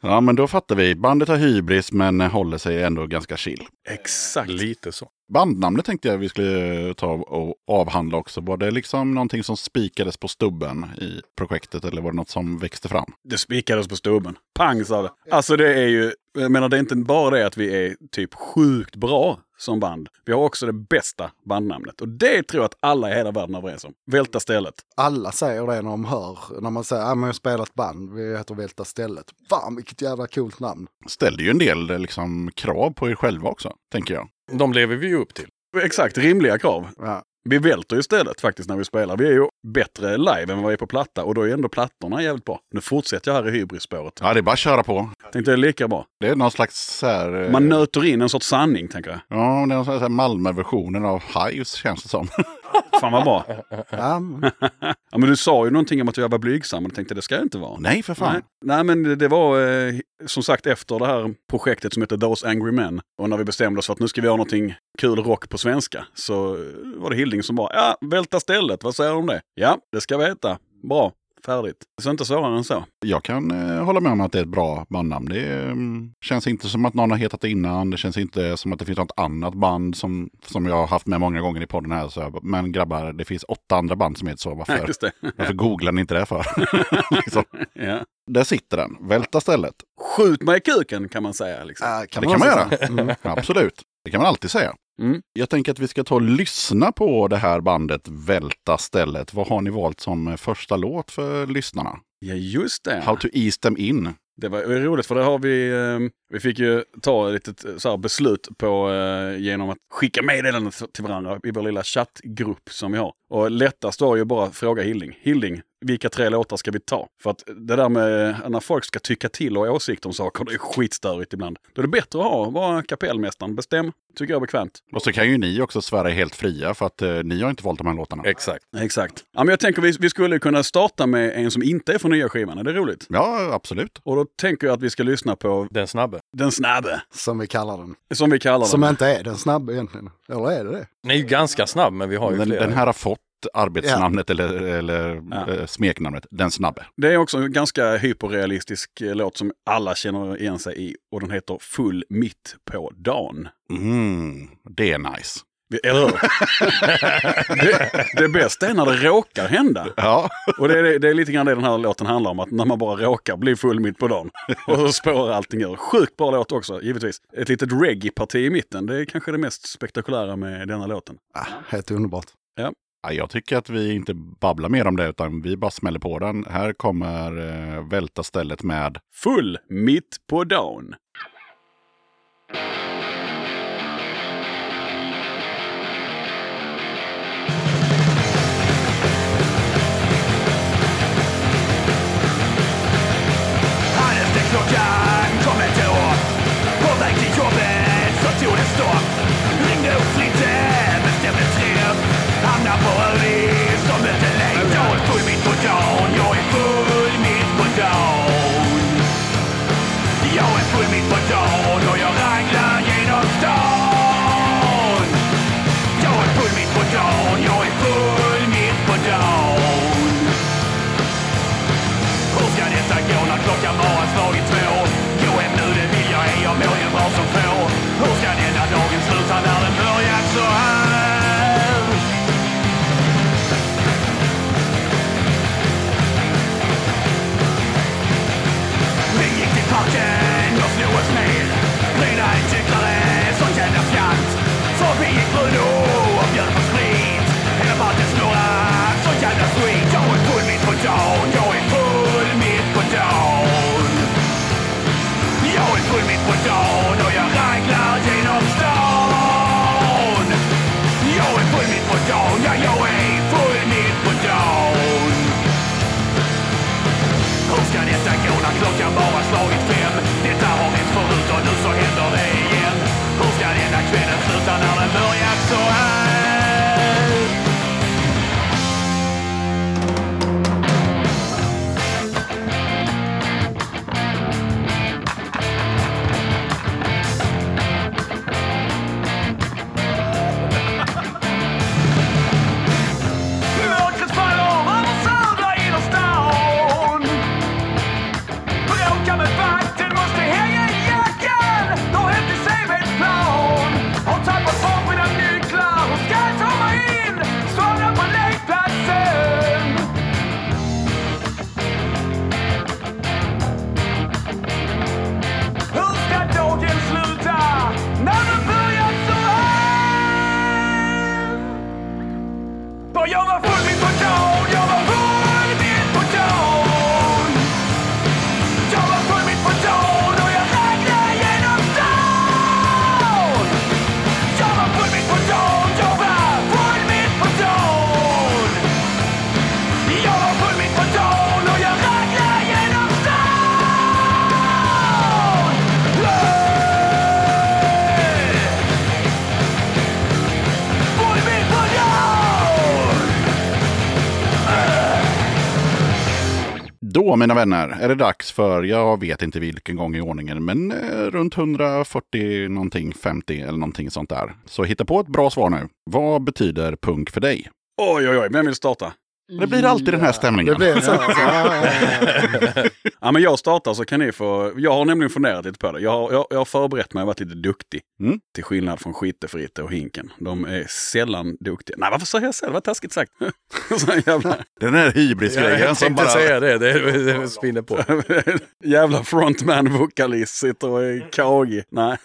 B: Ja, men då fattar vi. Bandet har hybris men håller sig ändå ganska chill.
A: Exakt.
E: Lite så.
B: Bandnamnet tänkte jag vi skulle ta och avhandla också. Var det liksom någonting som spikades på stubben i projektet eller var det något som växte fram?
A: Det spikades på stubben. Pang sa det. Alltså det är ju, jag menar det är inte bara det att vi är typ sjukt bra som band. Vi har också det bästa bandnamnet. Och det tror jag att alla i hela världen är överens om. Välta stället.
D: Alla säger det när de hör, när man säger att ah, jag har spelat band, vi heter Välta stället. Fan vilket jävla coolt namn.
B: Ställde ju en del liksom, krav på er själva också, tänker jag.
E: De lever vi ju upp till.
A: Exakt, rimliga krav.
D: Ja.
A: Vi välter ju stället faktiskt när vi spelar. Vi är ju bättre live än vad vi är på platta. Och då är ändå plattorna jävligt bra. Nu fortsätter jag här i hybrisspåret.
B: Ja, det är bara att köra på.
A: Tänkte det är lika bra.
B: Det är någon slags så här...
A: Man nöter in en sorts sanning, tänker jag.
B: Ja, det är någon sån här Malmö-versionen av Hives, känns det som.
A: Fan vad bra.
D: Ja.
A: Ja, men du sa ju någonting om att jag var blygsam och jag tänkte det ska jag inte vara.
B: Nej, för fan.
A: Nej, Nej men det, det var eh, som sagt efter det här projektet som heter Those Angry Men. Och när vi bestämde oss för att nu ska vi ha någonting kul rock på svenska. Så var det Hilding som bara, ja, välta stället, vad säger du om det? Ja, det ska vi veta. Bra. Färdigt. Så inte svårare än så.
B: Jag kan eh, hålla med om att det är ett bra bandnamn. Det eh, känns inte som att någon har hetat det innan. Det känns inte som att det finns något annat band som, som jag har haft med många gånger i podden här. Så jag, men grabbar, det finns åtta andra band som heter så. Varför,
A: Just det.
B: varför googlar ni inte det för? liksom.
A: Ja.
B: Där sitter den. Välta stället.
A: Skjut mig i kuken kan man säga. Liksom.
D: Ja, kan
B: det
D: man
B: kan man
D: också
B: göra.
D: säga. Mm.
B: Absolut. Det kan man alltid säga.
A: Mm.
B: Jag tänker att vi ska ta och lyssna på det här bandet Välta stället. Vad har ni valt som första låt för lyssnarna?
A: Ja, just det.
B: How to ease them in.
A: Det var roligt för det har vi, eh, vi fick ju ta ett litet så här beslut på eh, genom att skicka meddelanden till varandra i vår lilla chattgrupp som vi har. Och lättast var ju bara fråga Hilding. Hilding, vilka tre låtar ska vi ta? För att det där med när folk ska tycka till och ha åsikter om saker, det är skitstörigt ibland. Då är det bättre att ha, vara kapellmästaren. Bestäm, tycker jag är bekvämt.
B: Och så kan ju ni också svära helt fria för att eh, ni har inte valt de här låtarna.
E: Exakt.
A: Exakt. Ja, men jag tänker vi, vi skulle kunna starta med en som inte är från nya skivan. Är det roligt?
B: Ja, absolut.
A: Och då tänker jag att vi ska lyssna på
E: Den snabbe.
A: Den snabbe,
D: Som vi kallar den.
A: som vi kallar
D: Som
A: den.
D: inte är den snabba egentligen. Eller är det det?
E: Den är ju ganska snabb men vi har ju
B: Den,
E: flera.
B: den här har fått arbetsnamnet eller, eller
A: Ja.
B: eh, smeknamnet. Den snabbe.
A: Det är också en ganska hyperrealistisk eh, låt som alla känner igen sig i. Och den heter Full mitt på dagen.
B: Mm, det är nice.
A: Vi- Eller hur? det, det bästa är när det råkar hända.
B: Ja,
A: Och det är, det är lite grann det den här låten handlar om. Att när man bara råkar bli full mitt på dagen. Och så spårar allting ur. Sjukt bra låt också, givetvis. Ett litet reggae-parti i mitten. Det är kanske det mest spektakulära med denna låten.
D: Ah, helt underbart.
B: ja, jag tycker att vi inte babblar mer om det utan vi bara smäller på den. Här kommer eh, Välta stället med
A: Full mitt på dagen.
C: Hade stängt klockan, kom ett år. På väg till jobbet så tog det stopp. Ringde upp lite, bestämde träff. Hamnar på Övis som inte längre. Jag är full mitt på dagen, jag är full mitt på dagen. Jag är full mitt på dagen och jag raglar genom stan. Jag är full mitt på dagen, jag är full mitt på dagen. Hur ska detta gå när klockan bara slagit två? Gå hem nu, det vill jag ej, jag mår ju bra som få. Hur ska denna dagen sluta när den börjat så här? Vi gick till parken och slog oss ner. Rida en cyklare som jävla fjant. Förbi gick Bruno och bjöd på sprit. Hela parken snurrar så jävla sweet. Jag är full mitt på dagen, jag är full mitt på dagen. Jag är full mitt på dagen och jag raglar genom stan. Jag är full mitt på dagen, ja jag är full mitt på dagen. Hur ska detta gå när klockan bara slagit fem? Detta har hänt förut och nu så händer det igen. Hur ska denna kvällen sluta när den börjat så här? Mörkret faller över södra innerstan. Bråkar med vagn
B: Då, mina vänner, är det dags för, jag vet inte vilken gång i ordningen, men eh, runt hundrafyrtio någonting, femtio eller någonting sånt där. Så hitta på ett bra svar nu. Vad betyder punk för dig?
A: Oj, oj, oj, vem vill starta?
B: Det blir alltid den här stämningen.
D: Det blir så. Ja,
A: Ja, men jag startar så kan ni få... Jag har nämligen funderat lite på det. Jag har, jag, jag har förberett mig och varit lite duktig.
B: Mm.
A: Till skillnad från Skittefritte och Hinken. De är sällan duktiga. Nej, varför säger jag själv? Vad taskigt sagt. Så jävla...
B: Den här hybrisgrejen
E: Jag
B: som
E: tänkte
B: bara...
E: säga det, det, det spinner på.
A: jävla frontman-vokalist sitter och är kagig. Nej.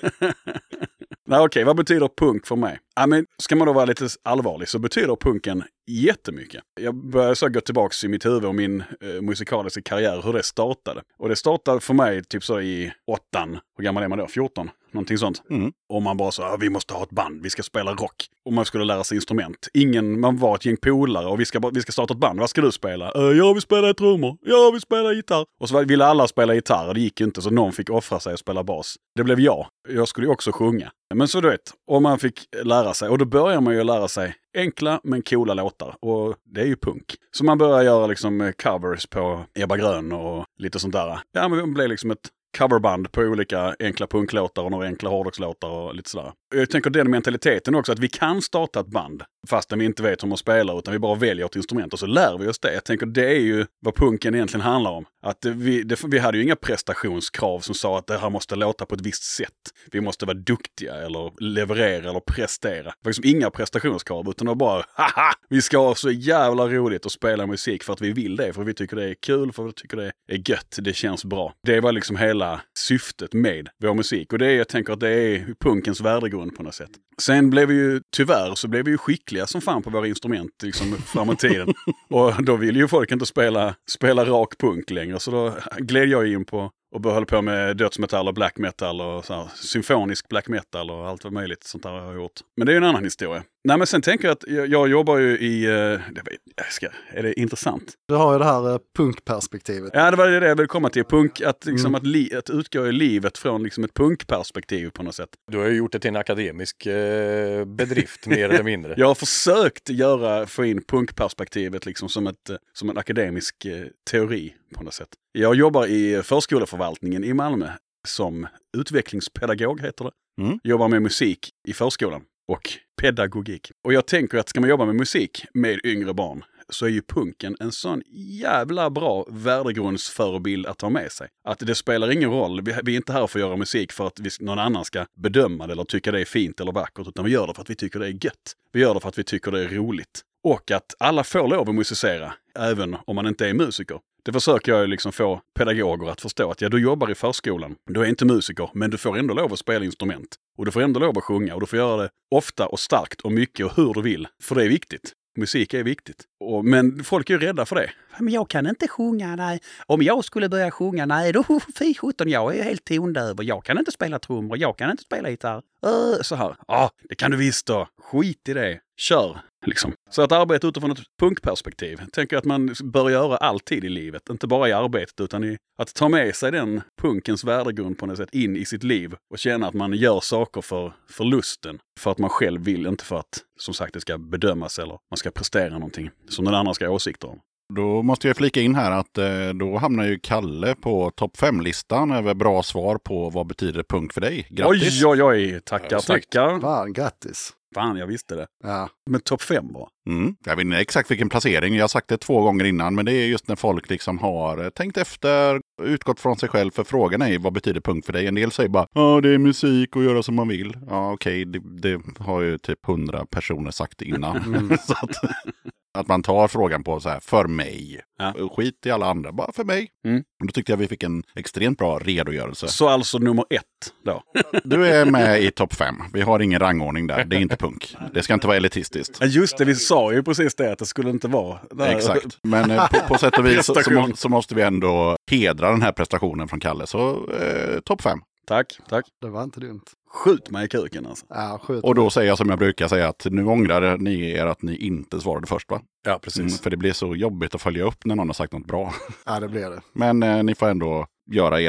A: Nej, okej. Vad betyder punk för mig? Ja, men ska man då vara lite allvarlig så betyder punken jättemycket. Jag börjar så gå tillbaka i mitt huvud och min eh, musikaliska karriär, hur det startade. Och det startade för mig typ så i åttan. Hur gammal är man då? fjorton? Någonting sånt.
B: Mm.
A: Och man bara så, ah, vi måste ha ett band, vi ska spela rock. Och man skulle lära sig instrument. Ingen, man var ett gäng polare och vi ska, vi ska starta ett band. Vad ska du spela? Uh, jag vill spela trummor. Jag vill spela gitarr. Och så ville alla spela gitarr och det gick inte så någon fick offra sig och spela bas. Det blev jag. Jag skulle ju också sjunga. Men så du vet, om man fick lära sig. Och då börjar man ju lära sig enkla men coola låtar. Och det är ju punk. Så man börjar göra liksom covers på Ebba Grön och lite sånt där. Ja, men det blev liksom ett coverband på olika enkla punklåtar och några enkla hårdrockslåtar och lite sådär. Jag tänker den mentaliteten också, att vi kan starta ett band fastän vi inte vet hur man spelar utan vi bara väljer ett instrument och så lär vi oss det. Jag tänker det är ju vad punken egentligen handlar om. Att vi, det, vi hade ju inga prestationskrav som sa att det här måste låta på ett visst sätt. Vi måste vara duktiga eller leverera eller prestera. Det var liksom inga prestationskrav utan det var bara haha! Vi ska ha så jävla roligt att spela musik för att vi vill det. För vi tycker det är kul, för vi tycker det är gött, det känns bra. Det var liksom hela syftet med vår musik. Och det är, jag tänker att det är punkens värdegrund på något sätt. Sen blev vi ju, tyvärr så blev vi ju skickliga som fan på våra instrument liksom framåt tiden. Och då ville ju folk inte spela, spela rak punk längre. Så då gled jag in på och höll på med dödsmetall och black metal och så här, symfonisk black metal och allt vad möjligt sånt där har jag gjort. Men det är ju en annan historia. Nej, men sen tänker jag att jag, jag jobbar ju i... Uh, jag ska, är det intressant?
D: Du har ju det här uh, punkperspektivet.
A: Ja, det var det jag ville komma till. Punk, att, liksom,
D: Mm.
A: att, li, att utgå i livet från liksom, ett punkperspektiv på något sätt.
E: Du har ju gjort det till en akademisk eh, bedrift mer eller mindre.
A: Jag har försökt göra, få in punkperspektivet liksom, som, ett, som en akademisk eh, teori på något sätt. Jag jobbar i förskoleförvaltningen i Malmö som utvecklingspedagog heter det.
B: Mm.
A: Jobbar med musik i förskolan och pedagogik. Och jag tänker att ska man jobba med musik med yngre barn så är ju punken en sån jävla bra värdegrundsförebild att ta med sig. Att det spelar ingen roll, vi, vi är inte här för att göra musik för att vi, någon annan ska bedöma det eller tycka det är fint eller vackert, utan vi gör det för att vi tycker det är gött. Vi gör det för att vi tycker det är roligt. Och att alla får lov att musicera, även om man inte är musiker. Det försöker jag liksom få pedagoger att förstå att ja, du jobbar i förskolan, du är inte musiker, men du får ändå lov att spela instrument. Och du får ändå lov att sjunga och du får göra det ofta och starkt och mycket och hur du vill. För det är viktigt. Musik är viktigt. Och, men folk är ju rädda för det. Men jag kan inte sjunga, nej. Om jag skulle börja sjunga, nej, då fy sjutton, jag är helt tondöv och jag kan inte spela trummor, jag kan inte spela gitarr. Uh, så här, ja, ah, det kan du visst då. Skit i det. Kör, liksom. Så att arbeta utifrån ett punkperspektiv. Tänker att man bör göra alltid i livet. Inte bara i arbetet utan i att ta med sig den punkens värdegrund på något sätt in i sitt liv. Och känna att man gör saker för, för lusten. För att man själv vill, inte för att som sagt det ska bedömas eller man ska prestera någonting som den andra ska ha åsikter om.
B: Då måste jag flika in här att eh, då hamnar ju Kalle på topp fem-listan över bra svar på vad betyder punk för dig. Grattis!
A: Oj, oj, oj. Tackar,
E: Ja, snyggt.
A: tackar.
D: Fan, grattis.
A: Fan, jag visste det.
D: Ja.
A: Men topp fem var.
B: Mm. Jag vet inte exakt vilken placering, jag har sagt det två gånger innan, men det är just när folk liksom har tänkt efter, utgått från sig själv, för frågan är vad betyder punk för dig? En del säger bara, ja det är musik och göra som man vill. Ja okej, okay, det, det har ju typ hundra personer sagt innan.
D: Mm.
B: Så att, att man tar frågan på så här, för mig.
A: Ja.
B: Skit i alla andra, bara för mig.
A: Mm.
B: Då tyckte jag vi fick en extremt bra redogörelse.
A: Så alltså nummer ett då.
B: Du är med i topp fem. Vi har ingen rangordning där. Det är inte punk. Det ska inte vara elitistiskt.
A: Ja, just det, vi sa ju precis det att det skulle inte vara. Där.
B: Exakt. Men eh, på, på sätt och vis så, så,
A: Prestation.
B: må, så måste vi ändå hedra den här prestationen från Kalle. Så eh, topp fem.
A: Tack, tack.
D: Det var inte dumt.
A: Skjut mig i kuken alltså.
D: Ja, skjut.
B: Och då säger jag som jag brukar säga att nu ångrar ni er att ni inte svarade först, va?
E: Ja, precis.
B: Mm, för det blir så jobbigt att följa upp när någon har sagt något bra.
D: Ja, det blir det.
B: Men eh, ni får ändå göra ert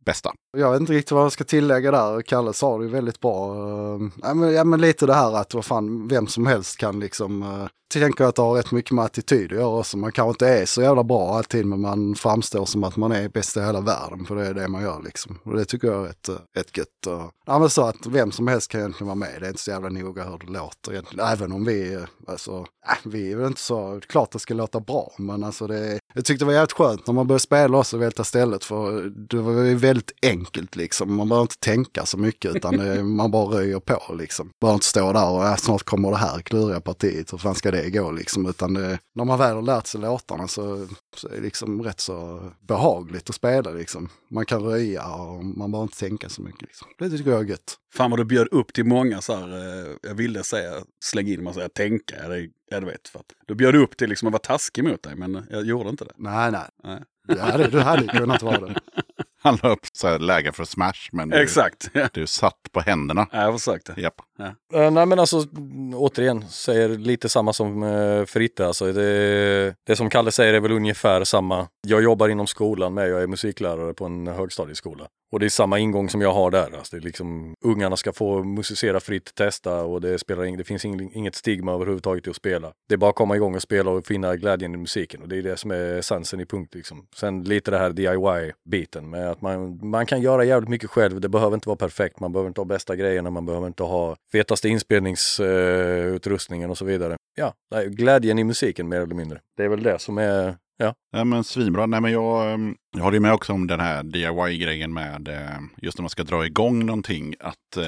B: bästa.
D: Jag vet inte riktigt vad jag ska tillägga där. Kalle sa det ju väldigt bra. Uh, ja, men, ja, men lite det här att vad fan, vem som helst kan liksom... Uh, tänker att det har rätt mycket med attityd att göra också. Man kanske inte är så jävla bra alltid, men man framstår som att man är bäst i hela världen, för det är det man gör liksom. Och det tycker jag är ett, ett gött. Uh, ja, men så att vem som helst kan egentligen vara med. Det är inte så jävla noga hur det låter egentligen. Även om vi, alltså, äh, vi är väl inte så... Klart det ska låta bra, men alltså det... Jag tyckte det var jävligt skönt när man började spela också Välta stället, för det var ju väldigt enkelt liksom. Man behöver inte tänka så mycket, utan det, man bara röjer på liksom. Bara inte stå där och äh, snart kommer det här kluriga partiet, hur fan ska det gå liksom. Utan det, när man väl har lärt sig låtarna så, så är det liksom rätt så behagligt att spela liksom. Man kan röja och man behöver inte tänka så mycket liksom. Det tycker jag är gött.
A: Fan vad du bjöd upp till många så här, eh, jag ville säga, släng in man säger tänka, eller jag vet för att du bjöd upp till liksom att vara taskig mot dig, men jag gjorde inte det.
D: Nej, nej.
A: nej.
D: Du hade, du hade kunnat vara det.
B: Han la upp så här läge för smash, men du,
A: Exakt.
B: du satt på händerna.
A: Ja, jag försökte.
B: Japp.
A: Ja.
E: Uh, nej men alltså, återigen, säger lite samma som uh, Fritte. Alltså, det, det som Kalle säger är väl ungefär samma. Jag jobbar inom skolan med, jag är musiklärare på en högstadieskola. Och det är samma ingång som jag har där. Alltså, det är liksom, ungarna ska få musicera fritt, testa, och det, spelar ing, det finns ing, inget stigma överhuvudtaget i att spela. Det är bara att komma igång och spela och finna glädjen i musiken. Och det är det som är essensen i punkt. Liksom. Sen lite det här D I Y-biten med att man, man kan göra jävligt mycket själv. Det behöver inte vara perfekt, man behöver inte ha bästa grejerna, man behöver inte ha fetaste inspelningsutrustningen uh, och så vidare. Ja, glädjen i musiken mer eller mindre. Det är väl det som är... Ja.
B: Ja, men svinbra. Nej, men jag, jag håller med också om den här D I Y-grejen med just när man ska dra igång någonting. Att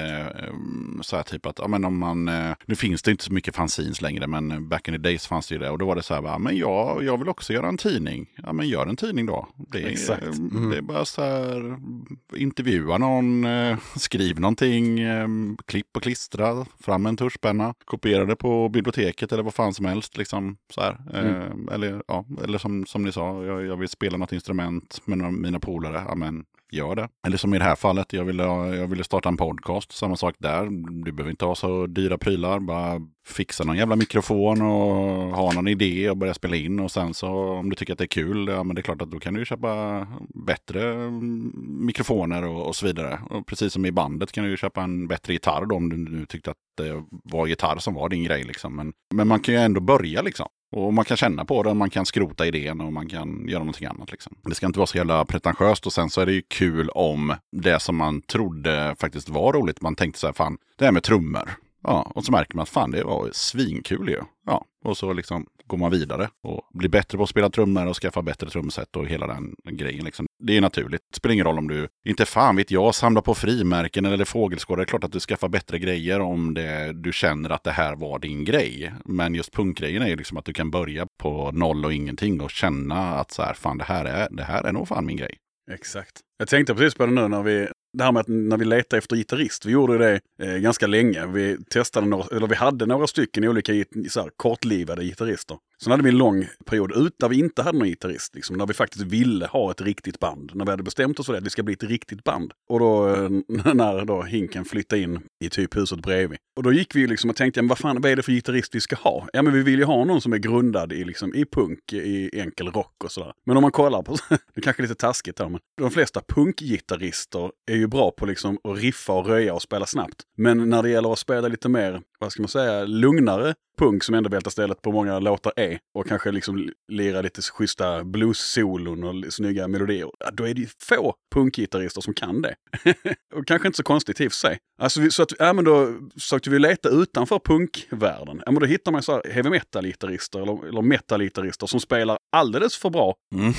B: så här typ att, ja men om man, nu finns det inte så mycket fanzines längre, men back in the days fanns det ju det. Och då var det så här, ja men jag, jag vill också göra en tidning. Ja men gör en tidning då. Det är,
A: Exakt.
B: Mm. Det är bara så här, intervjua någon, skriv någonting, klipp och klistra, fram en tuschpenna, kopiera det på biblioteket eller vad fan som helst liksom så här. Mm. Eller, ja, eller som som ni sa, jag, jag vill spela något instrument med några, mina polare, ja men gör det. Eller som i det här fallet, jag ville, jag ville starta en podcast, samma sak där. Du behöver inte ha så dyra prylar, bara fixa någon jävla mikrofon och ha någon idé och börja spela in, och sen så om du tycker att det är kul, ja men det är klart att då kan du köpa bättre mikrofoner och, och så vidare. Och precis som i bandet kan du köpa en bättre gitarr då, om du nu tyckte att det var gitarr som var din grej liksom. Men, men man kan ju ändå börja liksom. Och man kan känna på det, man kan skrota idén och man kan göra någonting annat liksom. Det ska inte vara så jävla pretentiöst, och sen så är det ju kul om det som man trodde faktiskt var roligt. Man tänkte så här, fan, det här med trummor. Ja, och så märker man att fan, det var svinkul ju. Ja, och så liksom går man vidare och blir bättre på att spela trummor och skaffa bättre trumset och hela den grejen liksom. Det är naturligt. Det spelar ingen roll om du, inte fan vet jag, samlar på frimärken eller fågelskådare. Det är klart att du skaffar bättre grejer om det, du känner att det här var din grej. Men just punkgrejen är ju liksom att du kan börja på noll och ingenting och känna att så här, fan det här är, det här är nog fan min grej.
A: Exakt. Jag tänkte precis på det nu när vi, det här med att när vi letar efter gitarrist. Vi gjorde det eh, ganska länge. Vi testade några, eller vi hade några stycken olika så här, kortlivade gitarrister. Sen hade vi en lång period ut där vi inte hade någon gitarrist. Liksom, när vi faktiskt ville ha ett riktigt band. När vi hade bestämt oss för det, att det ska bli ett riktigt band. Och då eh, när då Hinken flyttade in i typ huset bredvid. Och då gick vi liksom och tänkte, men vad fan, vad är det för gitarrist vi ska ha? Ja, men vi vill ju ha någon som är grundad i, liksom, i punk, i enkel rock och sådär. Men om man kollar på, det är kanske lite taskigt här, men de flesta punkgitarrister är ju bra på liksom att riffa och röja och spela snabbt. Men när det gäller att spela lite mer, vad ska man säga, lugnare punk, som ändå Välta stället på många låtar är, och kanske liksom lira lite schyssta blues-solon och snygga melodier, ja, då är det ju få punkgitarrister som kan det. Och kanske inte så konstigt i sig. Alltså, så att, ja, men då sökte vi leta utanför punkvärlden. Ja, men då hittar man så här heavy metal-gitarrister eller, eller metal-gitarrister som spelar alldeles för bra. Mm.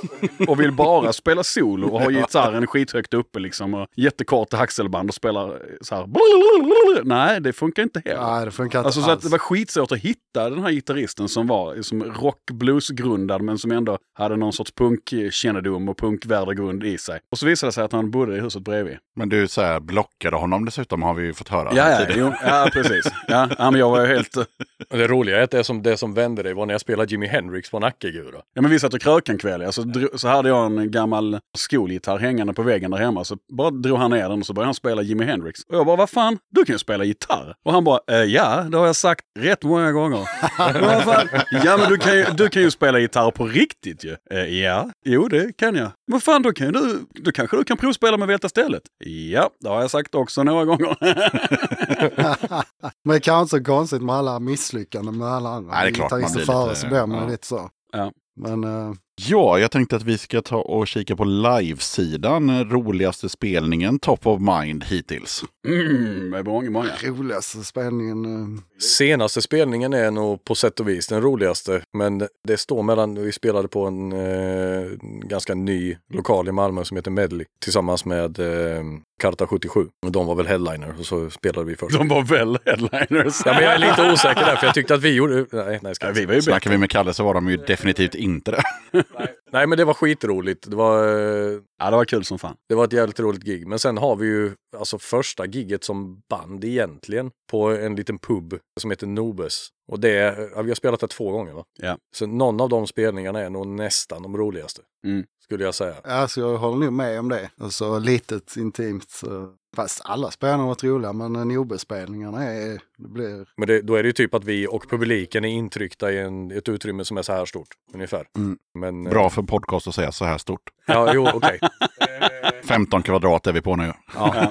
A: Och vill bara spela solo och ha gitarren skithögt uppe liksom, och jättekorta axelband och spelar så här. Nej, det funkar inte heller.
D: Nej, det funkar inte
A: alltså, så
D: alls.
A: att det var skitsvårt att hitta den här gitarristen som var som rock-blues-grundad, men som ändå hade någon sorts punkkännedom och punkvärdegrund i sig. Och så visade det sig att han bodde i huset bredvid.
B: Men du så här, blockade honom dessutom, har vi ju fått höra.
A: Ja, ja, jo, ja precis. Ja, ja, men jag var ju helt...
E: Det roliga är att det som, det som vände dig var när jag spelade Jimi Hendrix på Nackegura.
A: Ja, men vi satt och krökade en kväll. Alltså, så hade jag en gammal skolgitarr hängande på väggen där hemma. Så bara drog han ner den och så började han spela Jimi Hendrix. Och jag bara, vad fan? Du kan ju spela gitarr. Och han bara, bara, eh, ja, det har jag sagt rätt många gånger. Men vad fan? Ja, men du kan, ju, du kan ju spela gitarr på riktigt ju. Eh, ja, jo det kan jag. Men fan, då, kan du, då kanske du kan provspela med Välta stället. Ja, det har jag sagt också några gånger.
D: Men det kan inte så konstigt med alla misslyckanden med alla andra.
B: Nej, det är klart, man blir
D: före,
B: lite-
D: så blir man
B: ja.
D: lite så.
A: Ja.
D: Men uh,
B: Ja, jag tänkte att vi ska ta och kika på livesidan. Roligaste spelningen, top of mind hittills.
A: Mm, det är många, många.
D: roligaste spelningen... Uh,
E: Senaste spelningen är nog på sätt och vis den roligaste. Men det står mellan, vi spelade på en eh, ganska ny lokal i Malmö som heter Medley. Tillsammans med eh, Karta sjuttiosju. Och de var väl headliner och så spelade vi först.
A: De var väl headliners.
E: Ja, men jag är lite osäker där för jag tyckte att vi gjorde... Nej, nej, ska
A: Ja,
E: jag
A: vi
E: säga.
A: var ju
B: Snackar
A: bättre.
B: vi med Kalle så var de ju definitivt inte det.
E: Nej, men det var skitroligt. Det var, eh,
A: Ja, det var kul som fan.
E: det var ett jävligt roligt gig. Men sen har vi ju alltså första gigget som band egentligen på en liten pub som heter Nobes. Och det, ja, vi har spelat det två gånger va?
A: Ja.
E: Så någon av de spelningarna är nog nästan de roligaste.
A: Mm.
E: Skulle jag säga.
D: alltså jag håller nog med om det. Alltså litet, intimt. Så, fast alla spelarna har varit roliga, men Nobespelningarna är... Det blir...
E: Men det, då är det ju typ att vi och publiken är intryckta i en, ett utrymme som är så här stort. Ungefär.
D: Mm.
E: Men, eh,
B: Bra för podcast att säga så här stort.
E: Ja, jo, okej.
B: femton kvadrat är vi på nu.
A: Ja.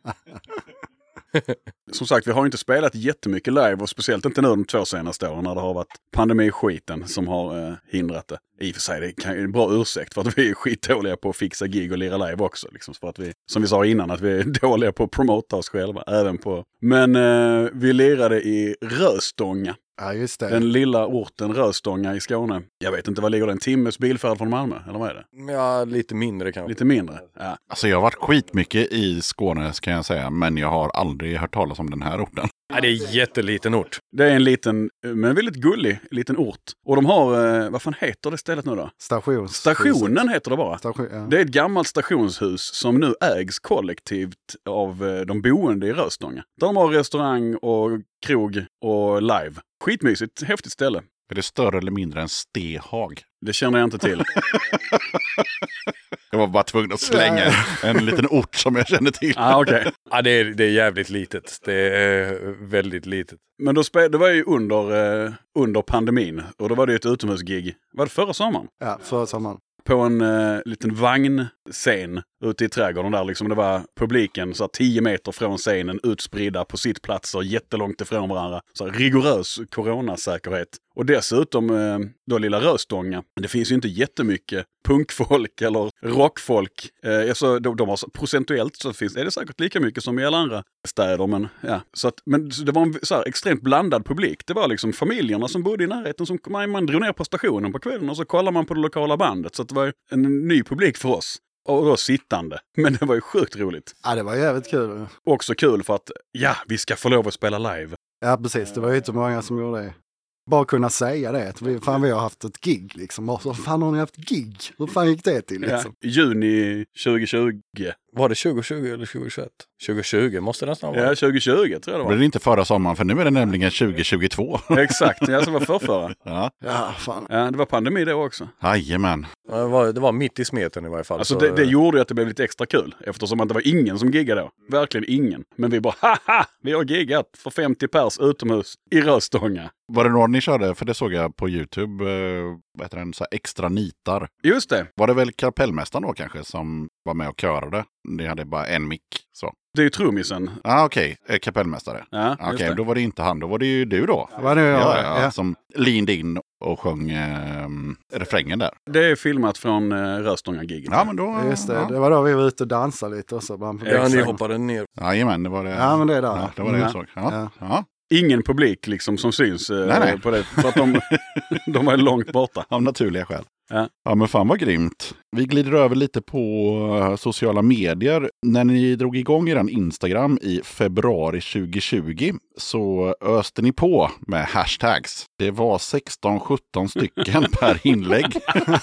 A: Som sagt, vi har inte spelat jättemycket live och speciellt inte nu de två senaste åren när det har varit pandemiskiten som har eh, hindrat det. I och för sig, det kan ju en bra ursäkt för att vi är skitdåliga på att fixa gig och lira live också. Liksom, för att vi, som vi sa innan, att vi är dåliga på att promota oss själva. Även på. Men eh, vi lirade i Röstånga.
D: Ja, just det.
A: Den lilla orten Röstånga i Skåne. Jag vet inte, vad ligger det? En timmes bilfärd från Malmö? Eller vad är det?
E: Ja, lite mindre kanske.
A: Lite mindre? Ja.
B: Alltså jag har varit skitmycket i Skåne kan jag säga. Men jag har aldrig hört talas om den här orten.
E: Ja, det är en jätteliten ort.
A: Det är en liten, men väldigt gullig liten ort. Och de har, eh, vad fan heter det stället nu då?
D: Stations.
A: Stationen heter det bara.
D: Station, ja.
A: Det är ett gammalt stationshus som nu ägs kollektivt av eh, de boende i Röstånga. Där de har restaurang och krog och live. Skitmysigt, häftigt ställe.
B: Är det större eller mindre än Stehag?
A: Det känner jag inte till.
B: Jag var bara tvungen att slänga en liten ort som jag känner till.
A: ah, okej.
E: Ja, det är, det är jävligt litet. Det är väldigt litet.
A: Men då spe- det var ju under, eh, under pandemin. Och då var det ju ett utomhusgig. Var det förra sommaren?
D: Ja, förra sommaren.
A: På en eh, liten vagnscen ute i trädgården där liksom det var publiken så här, tio meter från scenen utspridda på sittplatser jättelångt ifrån varandra. Så här, rigorös coronasäkerhet. Och dessutom eh, då lilla Röstånga. Det finns ju inte jättemycket punkfolk eller rockfolk. Eh, alltså, de, de har, procentuellt så finns är det säkert lika mycket som i alla andra städer. Men, ja. så att, men det var en så här, extremt blandad publik. Det var liksom familjerna som bodde i närheten som man, man drog ner på stationen på kvällen och så kollar man på det lokala bandet. Så att det var en ny publik för oss. Och då sittande. Men det var ju sjukt roligt.
D: Ja, det var jävligt kul.
A: Också kul för att, ja, vi ska få lov att spela live.
D: Ja, precis. Det var ju inte många som gjorde det. Bara kunna säga det. Att vi, fan, vi har haft ett gig liksom. Och så, fan har ni haft gig? Hur fan gick det till liksom?
A: Ja, juni tjugohundratjugo.
E: Var det tjugohundratjugo eller tjugohundratjugoett? tjugohundratjugo måste det nästan vara.
A: Ja, tjugohundratjugo tror jag det
B: Det
A: var.
B: blir det inte förra sommaren för nu är det nämligen tjugohundratjugotvå.
A: Exakt, ja, som var förrförra.
B: Ja,
D: Ja, fan.
A: Ja, det var pandemi då också.
B: jajamän.
E: Ja, det, var, det var mitt i smeten i varje fall.
A: Alltså
E: så,
A: det, det gjorde ju att det blev lite extra kul. Eftersom att det var ingen som giggade då. Verkligen ingen. Men vi bara, haha! Vi har giggat för femtio pers utomhus i Röstånga.
B: Var det någon ni körde? För det såg jag på YouTube. Eh, vad heter den? Så här extra nitar.
A: Just det.
B: Var det väl kapellmästaren då kanske som var med och körade? Ni hade bara en mick. Så.
A: Det är ju trummisen.
B: Ah, okej. Okay. Kapellmästare.
A: Ja,
B: Okej,
A: just det.
B: då var det inte han. Då var det ju du då.
D: Var det jag?
B: Ja, ja,
D: Ja.
B: som leaned in och sjöng eh, refrängen där.
A: Det är filmat från eh, Röstånga-giget.
B: Ja, men då...
D: Just det,
B: Ja.
D: det var då vi var ute och dansade lite också. Bara på
E: Ja, ni
D: växeln.
E: hoppade ner.
B: Jajamän, det var det.
D: Ja, men det är där.
B: Ja, det var det
A: Ja.
B: jag såg. Ja.
D: Ja.
B: Ja.
A: Ingen publik liksom som syns eh,
B: Nej, nej.
A: på det. För att de, de var långt borta.
B: Av naturliga skäl.
A: Ja.
B: Ja, men fan vad grymt. Vi glider över lite på uh, sociala medier. När ni drog igång er Instagram i februari tjugohundratjugo så öste ni på med hashtags. Det var sexton sjutton stycken per inlägg.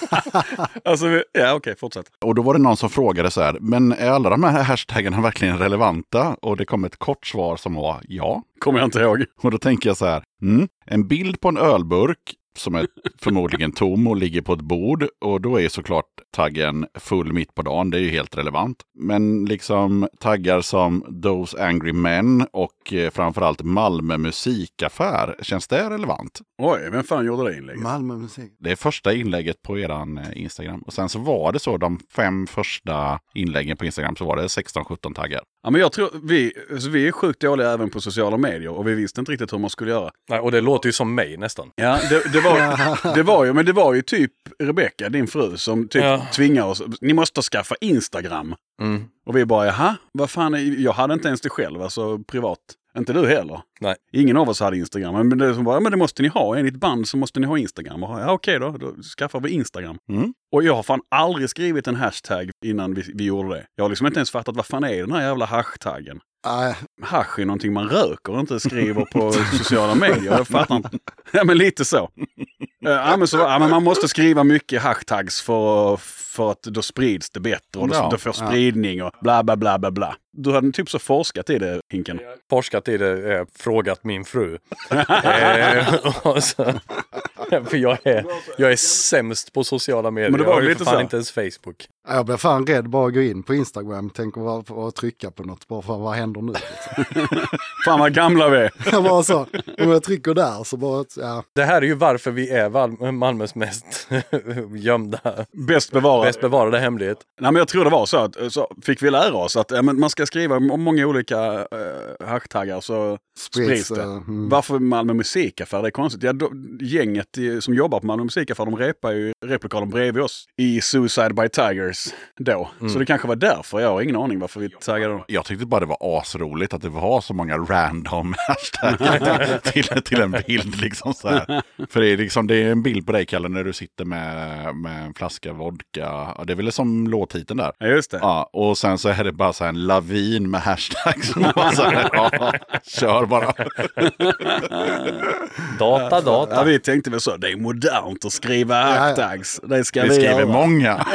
A: Alltså, vi, ja okej, fortsätt.
B: Och då var det någon som frågade så här, men är alla de här hashtaggen verkligen relevanta? Och det kom ett kort svar som var ja.
A: Kommer jag inte ihåg.
B: Och då tänker jag så här, mm, en bild på en ölburk som är förmodligen tom och ligger på ett bord. Och då är såklart taggen full mitt på dagen. Det är ju helt relevant. Men liksom taggar som Those Angry Men och eh, framförallt Malmö musikaffär. Känns det relevant?
A: Oj, vem fan gjorde det inlägget?
D: Malmö musik.
B: Det är första inlägget på eran eh, Instagram. Och sen så var det så, de fem första inläggen på Instagram så var det sexton sjutton taggar.
A: Ja, men jag tror vi, alltså vi är sjukt dåliga även på sociala medier och vi visste inte riktigt hur man skulle göra.
E: Nej, och det låter ju som mig nästan.
A: Ja, det, det, var, det var ju, men det var ju typ Rebecca, din fru, som typ
E: Ja.
A: tvingar oss, ni måste skaffa Instagram.
E: Mm.
A: Och vi bara, jaha, vad fan är, jag hade inte ens det själv, alltså privat. Inte du heller.
E: Nej.
A: Ingen av oss hade Instagram. Men det som bara, men det måste ni ha. Enligt band så måste ni ha Instagram. Och, ja, okej då, då skaffar vi Instagram.
B: Mm.
A: Och jag har fan aldrig skrivit en hashtag innan vi, vi gjorde det. Jag har liksom inte ens fattat, vad fan är den här jävla hashtaggen?
D: Nej,
A: Hasch är någonting man röker och inte skriver på sociala medier. Jag fattar inte. Ja, men lite så. Ja, men så ja, men man måste skriva mycket hashtags för, för att då sprids det bättre och då,
B: Ja,
A: då får spridning och bla bla bla bla bla. Du hade typ så forskat i det, Hinken.
E: Forskat i det, eh, frågat min fru. eh, och så, för jag är, jag är sämst på sociala medier.
A: Men det var
E: jag har ju
A: lite
E: för fan
A: så.
E: inte ens Facebook.
D: jag blev fan rädd bara att gå in på Instagram. Tänk att och trycka på något. Bara för vad händer nu? Liksom.
A: Fan vad gamla vi är.
D: Jag bara så, om jag trycker där så bara, ja.
E: Det här är ju varför vi är Val- Malmös mest gömda,
A: Bäst bevarat.
E: bäst bevarade hemlighet.
A: Nej, men jag tror det var så att så fick vi lära oss att ja, men man ska skriva om många olika äh, hashtaggar så sprids det.
D: uh, mm.
A: Varför Malmö musikaffär? Det är konstigt. Ja, då, gänget i, som jobbar på Malmö musikaffär, de repar ju replokalen bredvid oss i Suicide by Tigers då. Mm. Så det kanske var därför. Jag har ingen aning varför vi taggade dem.
B: Jag tyckte bara det var asroligt att det var så många random hashtags till, till en bild liksom så här. För det är liksom, det är en bild på dig, Kalle, när du sitter med, med en flaska vodka. Ja, det är väl som låttiteln där.
A: Ja, just det.
B: Ja, och sen så är det bara så här en lavin med hashtags. Så här, ja, kör bara.
E: Data, data.
A: Ja, vi tänkte väl så, det är modernt att skriva hashtags. Det ska
B: Vi
A: vi
B: skriver
A: göra.
B: många.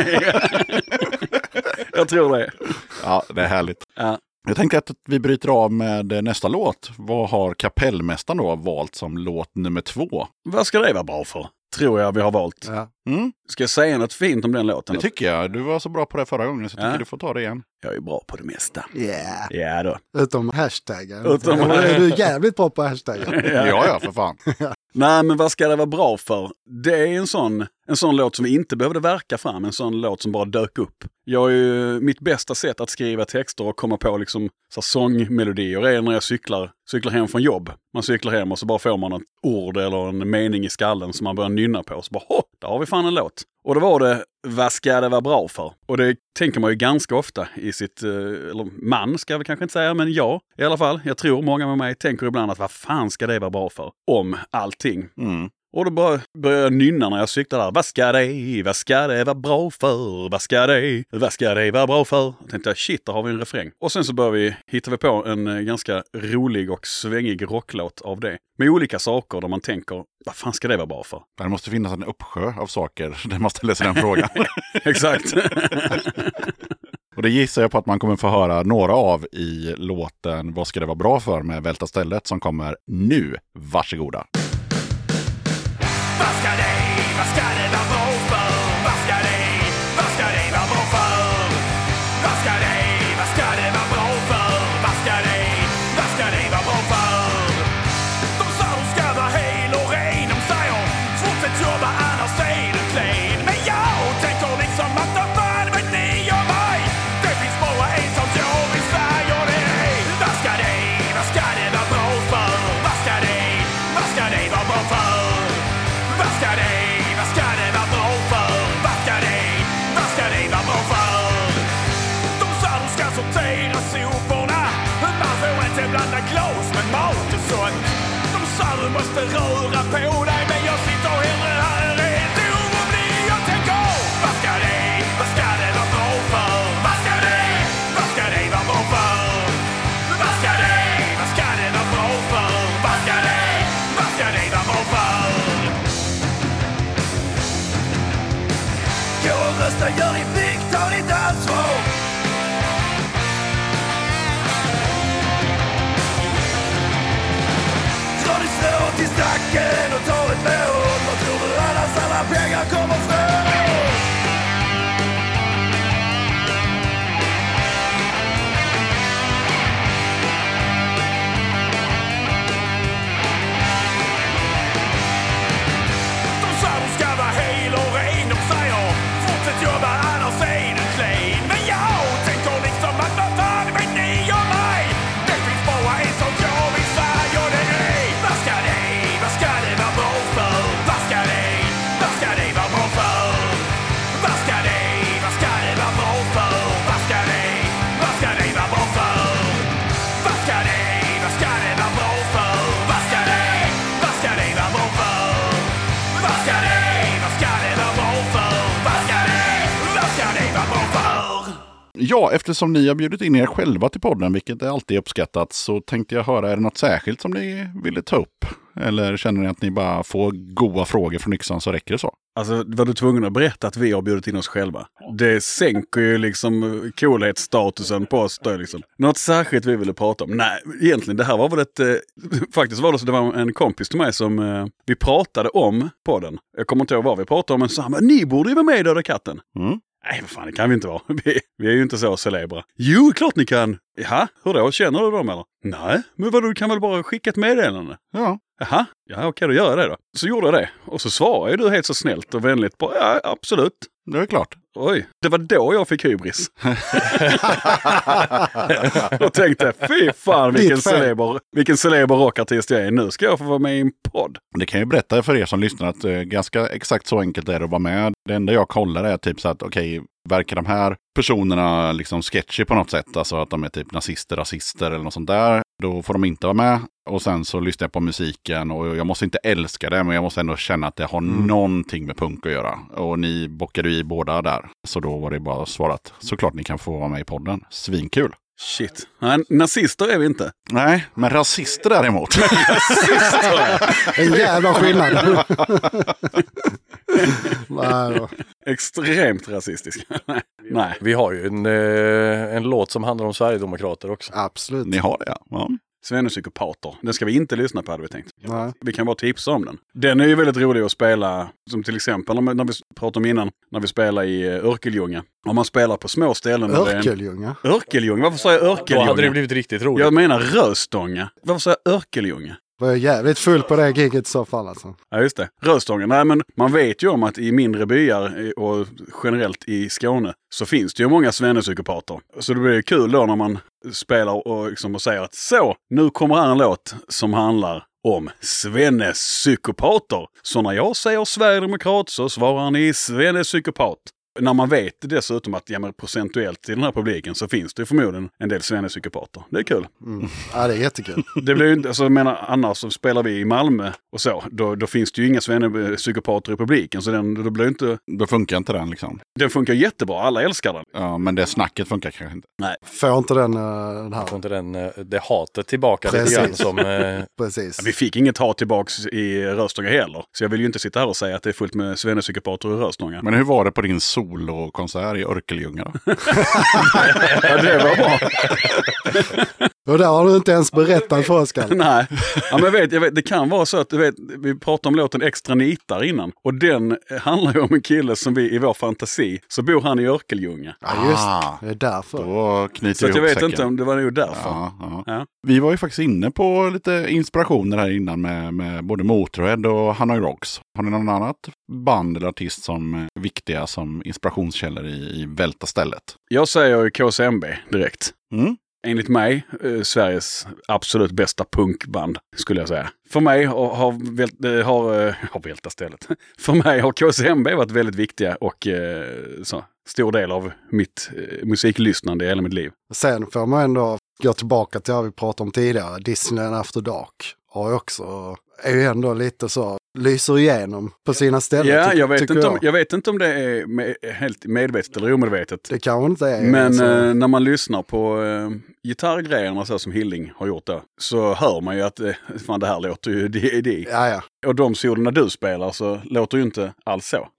A: Jag tror det.
B: Ja, det är härligt.
A: Ja.
B: Jag tänkte att vi bryter av med nästa låt. Vad har kapellmästaren då valt som låt nummer två?
A: Vad ska det vara bra för? Tror jag vi har valt.
D: Ja.
B: Mm,
A: Ska jag säga något fint om den låten?
B: det tycker jag. Du var så bra på det förra gången så jag tycker
A: Ja.
B: du får ta det igen.
A: Jag är bra på det mesta.
D: Yeah.
A: Ja då.
D: Utom hashtaggen.
A: Utom-
D: Du är jävligt bra på hashtaggen.
B: Ja, ja, för fan.
A: Nej, men vad ska det vara bra för? Det är en sån, en sån låt som vi inte behövde verka fram. En sån låt som bara dök upp. Jag är ju, mitt bästa sätt att skriva texter och komma på liksom så sångmelodier är när jag cyklar, cyklar hem från jobb. Man cyklar hem och så bara får man ett ord eller en mening i skallen som man börjar nynna på. Så bara, hå, där har vi fan en låt. Och då var det, vad ska det vara bra för? Och det tänker man ju ganska ofta i sitt, eller man ska jag väl kanske inte säga, men jag i alla fall. Jag tror många med mig tänker ibland att vad fan ska det vara bra för? Om allting.
B: Mm.
A: Och då bara började jag nynna när jag cyklade där. Vad ska det, vad ska det vara bra för? Vad ska det, vad ska det vara bra för? Jag tänkte jag, shit, där har vi en refräng. Och sen så började vi, hittade vi på en eh, ganska rolig och svängig rocklåt av det. Med olika saker där man tänker, vad fan ska det vara bra för?
B: Det måste finnas en uppsjö av saker. Det måste läsa den frågan.
A: Exakt.
B: Och det gissar jag på att man kommer få höra några av i låten Vad ska det vara bra för med Välta stället som kommer nu. Varsågoda.
C: Vad ska det, vad ska det vara bra för? Vad ska det, vad ska det vara bra för? Vad ska det, vad ska det vara bra för? Vad ska det, vad ska det vara bra för? De sa du ska vara hel och ren. De säger fortsätt jobba annars är du klen. Men jag tänker liksom att vad fan vet ni om mig? Det finns bara en sak jag vill säga och det är vad ska det, vad ska det vara bra för? Vad ska det, vad ska det vara bra för? Vad ska det, vad ska det vara bra för? Vad ska det, vad ska det vara bra för? De sa du ska sortera soporna. Man får inte blanda glas med mat och sånt. De sa du måste röra på dig. Men jag sitter hellre här helt orolig. Jag tänker, vad ska det, vad ska det vara bra för? Vad ska det, vad ska det vara bra för? Vad ska det, vad ska det vara bra för? Vad ska det, vad ska det vara bra för? Gå och rösta, gör din plikt, ta ditt ansvar. Dra ditt strå till stacken och ta ett mål. Vad tror kommer från. De sa du ska vara hel och ren. De säger fortsätt jobba annars är du clean. Men jag tänker liksom att vad fan vet ni om mig? Det finns bara en sak jag vill säga och det är vad ska det, vad ska det vara bra för? Vad ska det, vad ska det vara bra för? Vad ska det, vad ska det vara bra för? Vad ska det, vad ska det vara bra för? Vad ska det, vad ska det vara bra för? Vad ska det, vad ska det vara bra för? Vad ska det, vad ska det vara bra för? Vad ska det, vad ska det vara bra för?
B: Ja, eftersom ni har bjudit in er själva till podden, vilket är alltid uppskattat, så tänkte jag höra, är det något särskilt som ni ville ta upp? Eller känner ni att ni bara får goda frågor från yxan så räcker det så?
A: Alltså var du tvungen att berätta att vi har bjudit in oss själva? Det sänker ju liksom coolhetsstatusen på oss då liksom. Något särskilt vi ville prata om? Nej, egentligen det här var väl ett... Eh, faktiskt var det så det var en kompis till mig som eh, vi pratade om på den. Jag kommer inte ihåg vad vi pratade om, men sa men ni borde ju vara med i Döda katten.
B: Mm.
A: Nej, vad fan, det kan vi inte vara. Vi, vi är ju inte så celebra. Jo, klart ni kan. Jaha, hur då? Känner du dem eller? Nej, men vad du kan väl bara skicka ett meddelande?
B: Ja.
A: Jaha, ja okej, då gör jag det då. Så gjorde jag det. Och så svarade du helt så snällt och vänligt på, ja absolut.
B: Det är klart.
A: Oj, det var då jag fick hybris. Och tänkte, fy fan vilken celeber, vilken celeber rockartist jag är. Nu ska jag få vara med i en podd.
B: Det kan ju berätta för er som lyssnar att eh, ganska exakt så enkelt är det att vara med. Det enda jag kollar är typ så att okej, okay, verkar de här personerna liksom sketchy på något sätt? Alltså att de är typ nazister, rasister eller något sånt där. Då får de inte vara med. Och sen så lyssnar jag på musiken och jag måste inte älska det, men jag måste ändå känna att det har mm. någonting med punk att göra. Och ni bockade i båda där. Så då var det bara svarat. Såklart ni kan få vara med i podden. Svinkul.
A: Shit. Nej, nazister är vi inte.
B: Nej, men rasister däremot.
A: Rasister!
D: En jävla skillnad.
A: Extremt rasistisk. Nej.
E: Vi har ju en, eh, en låt som handlar om Sverigedemokrater också.
D: Absolut.
B: Ni har det, ja. ja.
A: Svennepsykopater. Den ska vi inte lyssna på, hade vi tänkt.
D: Nej.
A: Vi kan bara tipsa om den. Den är ju väldigt rolig att spela, som till exempel när vi pratade om innan, när vi spelar i Örkeljunga. Om man spelar på små ställen.
D: Örkeljunga?
A: En... Örkeljunga? Varför säger jag Örkeljunga?
E: Då hade det blivit riktigt roligt.
A: Jag menar Röstånga. Varför säger jag Örkeljunga?
D: Var jag jävligt full på det giget i så fall alltså.
A: Ja just det. Röstånga. Nej men man vet ju om att i mindre byar och generellt i Skåne så finns det ju många svennepsykopater. Så det blir ju kul då när man spelar och, liksom, och säger att så, nu kommer här en låt som handlar om svennepsykopater. Så när jag säger Sverigedemokrat så svarar ni svennepsykopat. När man vet dessutom att ja, men procentuellt i den här publiken så finns det förmodligen en del svennepsykopater. Det är kul.
D: Mm. Ja, det är jättekul.
A: Det blir ju inte, alltså jag menar, annars så spelar vi i Malmö och så, då, då finns det ju inga svennepsykopater i publiken, så den, då blir inte...
B: Då funkar inte den liksom.
A: Den funkar jättebra, alla älskar den.
B: Ja, men det snacket funkar kanske inte.
A: Nej.
D: Får inte den, den här...
E: Får inte den, det hatet tillbaka lite grann som... Eh...
D: Precis.
A: Ja, vi fick inget hat tillbaks i Röstånga heller, så jag vill ju inte sitta här och säga att det är fullt med svennepsykopater i Röstånga.
B: Men hur var det på din solo konsert i Örkeljunga då?
A: Ja, det var bra.
D: Och där har du inte ens berättat för oss, Kalle.
A: Nej, ja, men jag vet, jag vet, det kan vara så att du vet, vi pratade om låten Extra nitar innan. Och den handlar ju om en kille som vi i vår fantasi, så bor han i Örkeljunga.
D: Ja, just
B: Ah,
D: det. Det är därför.
B: Då knyter
A: Så
B: vi
A: jag
B: ihop
A: vet
B: säcken.
A: inte om det var nog därför.
B: Ja, ja.
A: Ja.
B: Vi var ju faktiskt inne på lite inspirationer här innan med, med både Motörhead och Hanoi Rocks. Har ni någon annat band eller artist som är viktiga som inspirationskällor i, i Välta stället?
A: Jag säger K C M B direkt.
B: Mm.
A: Enligt mig, eh, Sveriges absolut bästa punkband, skulle jag säga. För mig har, har, väl, har, eh, har Välta stället. För mig har K C M B varit väldigt viktiga och eh, så, stor del av mitt eh, musiklyssnande i hela mitt liv.
D: Sen får man ändå gå tillbaka till det vi pratade om tidigare. Disneyland After Dark har ju också, är ju ändå lite så, lyser igenom på sina ställen.
A: Ja,
D: ty-
A: jag vet,
D: tycker
A: inte om,
D: jag.
A: jag vet inte om det är med, helt medvetet eller omedvetet.
D: Det kanske inte är.
A: Men
D: alltså.
A: eh, när man lyssnar på eh, gitarrgrejerna så som Hilding har gjort där, så hör man ju att eh, fan, det här låter ju D D.
D: Ja, ja.
A: Och de solorna du spelar så låter ju inte alls så.
E: Nej,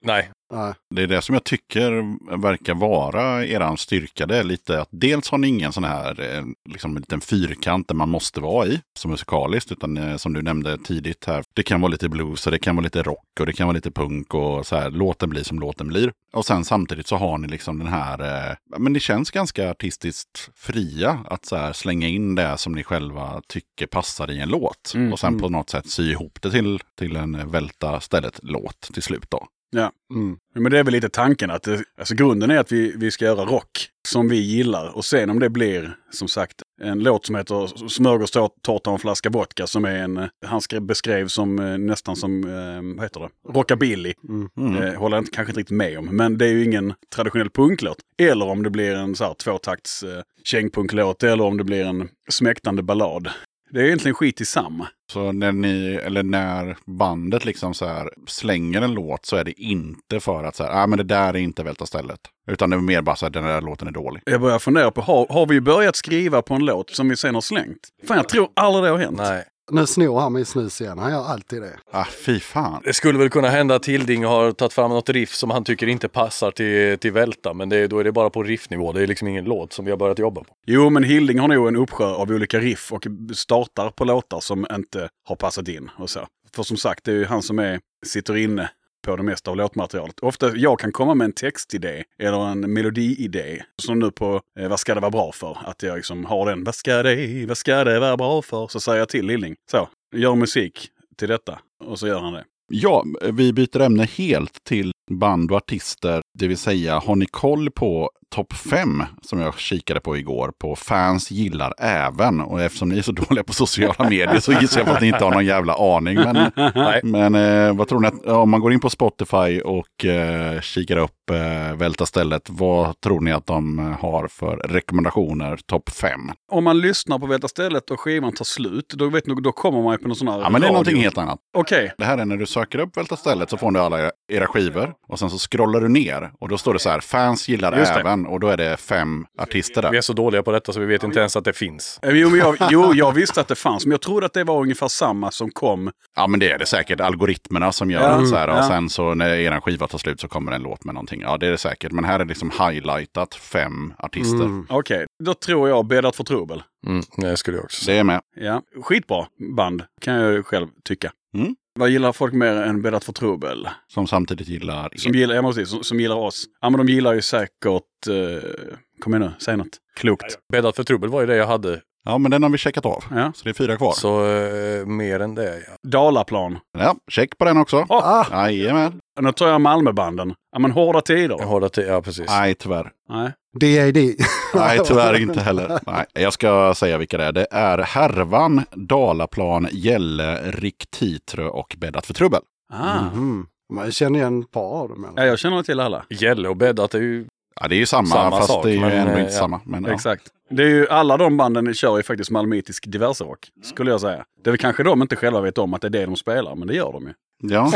D: Nej.
B: Det är det som jag tycker verkar vara eran styrka. Det är lite att dels har ni ingen sån här liksom en liten fyrkant där man måste vara i som musikaliskt, utan som du nämnde tidigt här, det kan vara lite blues och det kan vara lite rock och det kan vara lite punk och så här, låten blir som låten blir. Och sen samtidigt så har ni liksom den här, eh, men det känns ganska artistiskt fria att så här slänga in det som ni själva tycker passar i en låt.
A: Mm,
B: och sen
A: mm.
B: på något sätt sy ihop det till, till en Välta stället-låt till slut då.
A: Ja,
D: Mm.
A: men det är väl lite tanken att det, alltså grunden är att vi, vi ska göra rock som vi gillar. Och sen om det blir, som sagt, en låt som heter Smörgåstårta och en flaska vodka som är en, han skrev, beskrev som eh, nästan som, eh, vad heter det, rockabilly.
D: Mm.
B: Mm.
A: Eh, håller jag inte, kanske inte riktigt med om, men det är ju ingen traditionell punklåt. Eller om det blir en så här tvåtakts eh, kängpunklåt eller om det blir en smäktande ballad. Det är egentligen skit i samma.
B: Så när ni, eller när bandet liksom så här slänger en låt så är det inte för att så här, ah, men det där är inte Välta stället. Utan det är mer bara så att den där låten är dålig.
A: Jag börjar fundera på, har, har vi börjat skriva på en låt som vi sen har slängt? Fan, jag tror aldrig det har hänt.
E: Nej.
D: Nu snor han mig snus igen. Han gör alltid det.
B: Ah, fy fan.
E: Det skulle väl kunna hända att Hilding har tagit fram något riff som han tycker inte passar till, till Välta. Men det, då är det bara på riffnivå. Det är liksom ingen låt som vi har börjat jobba på.
A: Jo, men Hilding har nog en uppsjö av olika riff och startar på låtar som inte har passat in och så. För som sagt, det är ju han som är, sitter inne på det mesta av låtmaterialet. Ofta jag kan komma med en textidé eller en melodiidé. Som nu på eh, vad ska det vara bra för? Att jag liksom har den, vad ska det, vad ska det vara bra för? Så säger jag till Hilding. Så, gör musik till detta. Och så gör han det.
B: Ja, vi byter ämne helt till band och artister. Det vill säga, har ni koll på topp fem som jag kikade på igår på fans gillar även? Och eftersom ni är så dåliga på sociala medier så gissar jag på att ni inte har någon jävla aning. Men, men eh, vad tror ni att, om man går in på Spotify och eh, kikar upp eh, Välta stället, vad tror ni att de har för rekommendationer topp fem?
A: Om man lyssnar på Välta stället och skivan tar slut, då, vet nog, då kommer man ju på någon sån här
B: Ja, men det är
A: radio.
B: någonting helt annat.
A: Okej. Okay.
B: Det här är när du söker upp Välta stället så får du alla era, era skivor och sen så scrollar du ner och då står det så här, fans gillar även, och då är det fem artister där.
E: Vi är så dåliga på detta så vi vet inte ens att det finns.
A: Jo, men jag, jo, jag visste att det fanns, men jag trodde att det var ungefär samma som kom.
B: Ja, men det är det säkert. Algoritmerna som gör
A: Ja,
B: så här, och
A: ja.
B: sen så när er skiva tar slut så kommer en låt med någonting. Ja, det är det säkert. Men här är liksom highlightat fem artister.
D: Mm.
A: Okej, okay. Då tror jag Bäddat för trubbel.
E: Mm, det skulle jag också säga.
B: Det är med.
A: Ja, skitbra band kan jag själv tycka.
B: Mm.
A: Vad gillar folk mer än Bäddat för trubbel?
B: Som samtidigt gillar...
A: Som gillar, jag måste säga, som, som gillar oss. Ja, men de gillar ju säkert... Eh, kom igen nu, säg något. Klokt.
E: Bäddat för trubbel var ju det jag hade.
B: Ja, men den har vi checkat av.
A: Ja.
B: Så det är fyra kvar.
E: Så eh, mer än det, ja.
A: Dalaplan.
B: Ja, check på den också.
A: Oh.
D: Ah,
B: Jajamän.
A: Nu tar jag Malmöbanden. Ja, men Hårda tider.
E: Jag har det till, ja precis.
B: Nej, tyvärr.
A: Nej.
D: D A D.
B: Nej, tyvärr inte heller. Nej, jag ska säga vilka det är. Det är Härvan, Dalaplan, Gälle, Rick Titrö och Bäddat för trubbel.
A: Ah.
D: Mhm. Man känner igen ett par av dem.
A: Ja, jag känner till alla.
E: Gälle och bäddat är ju...
B: Ja, det är ju samma,
E: Samma
B: fast
E: sak,
B: det är ju
E: men,
B: ändå
E: eh,
B: inte
E: ja.
B: samma. Men, ja.
A: Exakt. Det är ju, alla de banden kör ju faktiskt malmitisk diverserock, skulle jag säga. Det är väl kanske de inte själva vet om att det är det de spelar, men det gör de ju.
B: Ja.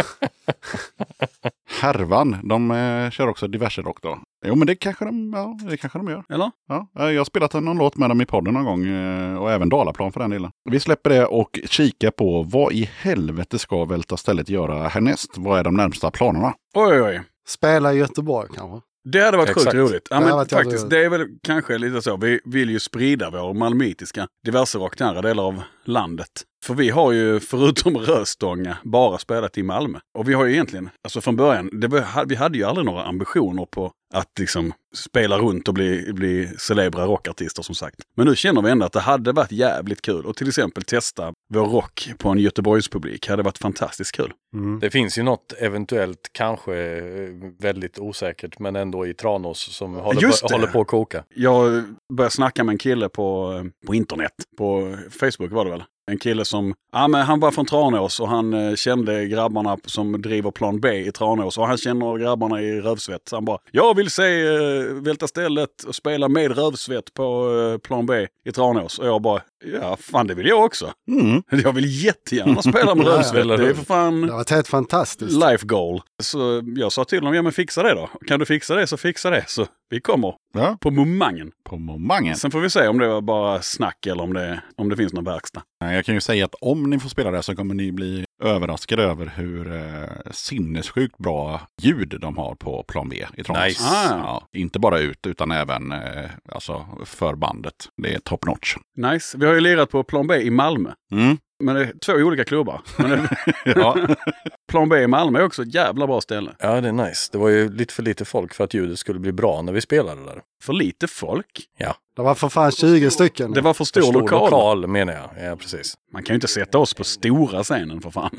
B: Härvan, de eh, kör också diverse rock då. Jo, men det kanske de, ja, det kanske de gör.
A: Eller?
B: Ja, eh, jag har spelat någon låt med dem i podden någon gång eh, och även Dalaplan för den delen. Vi släpper det och kikar på vad i helvete ska Välta stället göra härnäst? Vad är de närmsta planerna?
A: Oj, oj.
D: Spela i Göteborg kanske.
A: Det hade varit
E: Exakt.
A: sjukt roligt. Ja,
D: Det
A: men
D: hade varit
A: faktiskt,
D: jävligt
A: det är väl kanske lite så. Vi vill ju sprida vår malmitiska diverserock till andra delar av landet. För vi har ju, förutom Röstånga, bara spelat i Malmö. Och vi har ju egentligen, alltså från början, det, vi hade ju aldrig några ambitioner på att liksom spela runt och bli, bli celebra rockartister som sagt. Men nu känner vi ändå att det hade varit jävligt kul. Och till exempel testa vår rock på en Göteborgspublik hade varit fantastiskt kul.
D: Mm.
E: Det finns ju något eventuellt kanske eh, väldigt osäkert men ändå i Tranås som håller,
A: Just
E: på,
A: det.
E: håller på att koka.
A: Jag började snacka med en kille på, på internet, på Facebook var det väl. En kille som, ja men han var från Tranås och han eh, kände grabbarna som driver plan B i Tranås och han känner grabbarna i Rövsvett. Så han bara, jag vill se eh, Välta stället och spela med Rövsvett på eh, plan B i Tranås. Och jag bara, ja fan det vill jag också.
B: Mm.
A: Jag vill jättegärna spela med Rövsvett, det är för fan
D: Det var helt fantastiskt.
A: life goal. Så jag sa till honom, ja men fixa det då. Kan du fixa det så fixa det. Så vi kommer
B: Ja,
A: på momangen.
B: på momangen.
A: Sen får vi se om det var bara snack eller om det, om det finns någon verkstad.
B: Jag kan ju säga att om ni får spela det så kommer ni bli överraskad över hur eh, sinnessjukt bra ljud de har på plan B i Trondheim.
E: Nice.
A: Ah.
B: Ja, inte bara ut utan även eh, alltså för bandet. Det är top notch.
A: Nice. Vi har ju lirat på plan B i Malmö.
B: Mm.
A: Men det är två olika klubbar. Men det,
B: Ja.
A: plan B i Malmö är också ett jävla bra ställe.
E: Ja, det är nice. Det var ju lite för lite folk för att ljudet skulle bli bra när vi spelade där.
A: För lite folk.
E: Ja.
D: Det var för fan tjugo stycken.
A: Det var för stor,
E: För stor
A: lokal.
E: lokal menar jag. Ja, precis.
A: Man kan ju inte sätta oss på stora scenen för fan.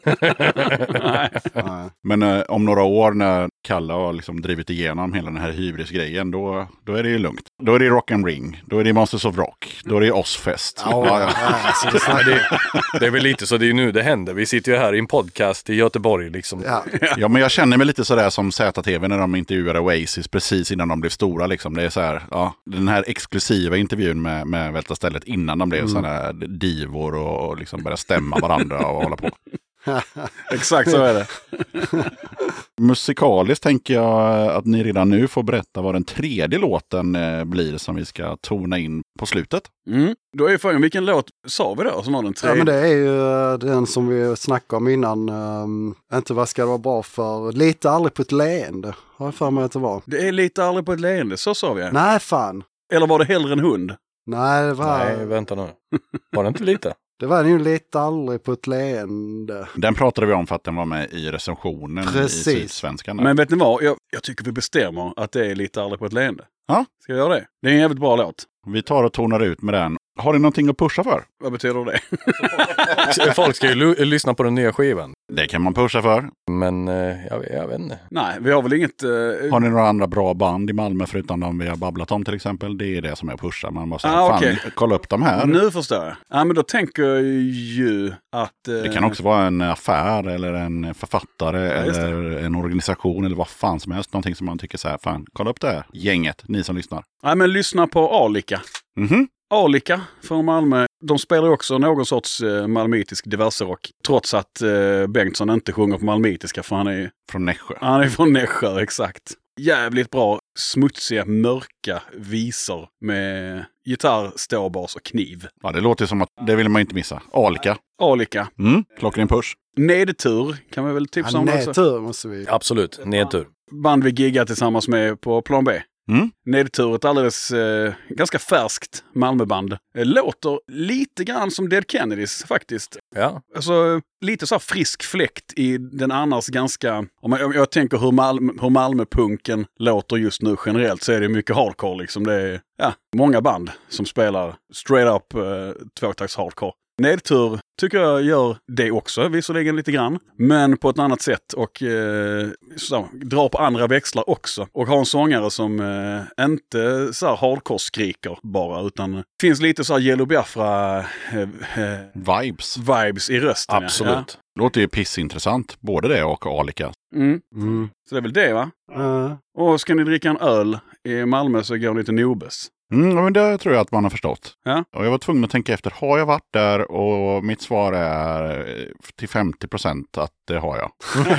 A: Nej.
D: Nej.
B: Men eh, om några år när Kalle har liksom drivit igenom hela den här hybris-grejen, då, då är det ju lugnt. Då är det Rock and Ring, då är det Monsters of Rock, då är det Ozfest.
D: Ja, ja. Alltså, det
E: Ja, det, det är väl lite så det är nu det händer. Vi sitter ju här i en podcast i Göteborg liksom.
D: ja.
B: Ja, men jag känner mig lite sådär som Z T V när de intervjuade Oasis precis innan de blev stora. Liksom. Det är så här, ja, den här exklusiva intervjun med, med Välta stället innan de blev mm. sådana divor och, och liksom började stämma varandra och hålla på.
A: Exakt så är det.
B: Musikaliskt tänker jag att ni redan nu får berätta vad den tredje låten eh, blir som vi ska tona in på slutet.
A: Mm. Då är ju frågan, vilken låt sa vi då som var den
D: Ja,
A: tredje?
D: men det är ju uh, den som vi snackade om innan. Um, inte vad ska det vara bra för. Lite aldrig på ett leende. Har jag för mig att det var.
A: Det är lite aldrig på ett leende, så sa vi.
D: Nej, fan.
A: Eller var det hellre en hund?
D: Nej, det var,
E: Nej, vänta nu. Var det inte lite?
D: det var ju lite aldrig på ett leende.
B: Den pratade vi om för att den var med i recensionen
D: Precis.
B: i Sydsvenskan.
A: Men vet ni vad? Jag, jag tycker vi bestämmer att det är lite aldrig på ett leende.
B: Ja.
A: Ska vi göra det? Det är en jävligt bra låt.
B: Vi tar och tonar ut med den. Har ni någonting att pusha för?
A: Vad betyder det?
E: Folk ska ju lu- lyssna på den nya skivan.
B: Det kan man pusha för.
E: Men eh, jag, jag vet inte.
A: Nej, vi har väl inget... Uh...
B: Har ni några andra bra band i Malmö förutom de vi har babblat om till exempel? Det är det som jag pushar. Man måste
A: Ah,
B: fan
A: okej.
B: kolla upp de här.
A: Nu förstår jag. Ja, men då tänker jag ju att... Uh...
B: Det kan också vara en affär eller en författare
A: just det.
B: eller en organisation eller vad fan som helst. Någonting som man tycker så här, fan, kolla upp det här gänget, ni som lyssnar.
A: Ja, men lyssna på Alika.
B: Mhm.
A: Alika från Malmö. De spelar också någon sorts uh, malmöitisk diverserock. Trots att uh, Bengtsson inte sjunger på malmöitiska, för han är ju...
B: Från Nässjö.
A: Han är från Nässjö, exakt. Jävligt bra, smutsiga, mörka visor med gitarr, ståbas och kniv.
B: Ja, det låter som att det vill man inte missa. Alika.
A: Alika.
B: Mm. Klockren push.
A: Nedtur kan man väl tipsa
D: Ja,
A: om också.
D: nedtur måste vi.
E: Absolut, nedtur.
A: Band vi giggar tillsammans med på plan B.
B: Mm.
A: Nedtur, ett alldeles eh, ganska färskt Malmöband. Eh, låter lite grann som Dead Kennedys faktiskt.
E: Ja,
A: Alltså lite så här frisk fläkt i den annars ganska... Om jag, om jag tänker hur, Malmö, hur Malmöpunken låter just nu generellt, så är det mycket hardcore liksom. Det är ja, många band som spelar straight up eh, tvåtakts hardcore. Nedtur tycker jag gör det också, visserligen lite grann, men på ett annat sätt och eh, så, drar på andra växlar också. Och har en sångare som eh, inte så här hardcore skriker bara, utan finns lite så här Yellow Biafra eh, eh,
B: Vibes.
A: vibes i rösten.
E: absolut.
B: Låter ju pissintressant. Både det och Alika.
A: Ja. Mm.
D: Mm.
A: Så det är väl det, va?
D: Uh,
A: Och ska ni dricka en öl i Malmö så går ni till Nobes.
B: Mm, men det tror jag att man har förstått.
A: Ja.
B: Och jag var tvungen att tänka efter, har jag varit där? Och mitt svar är till femtio procent att det har jag.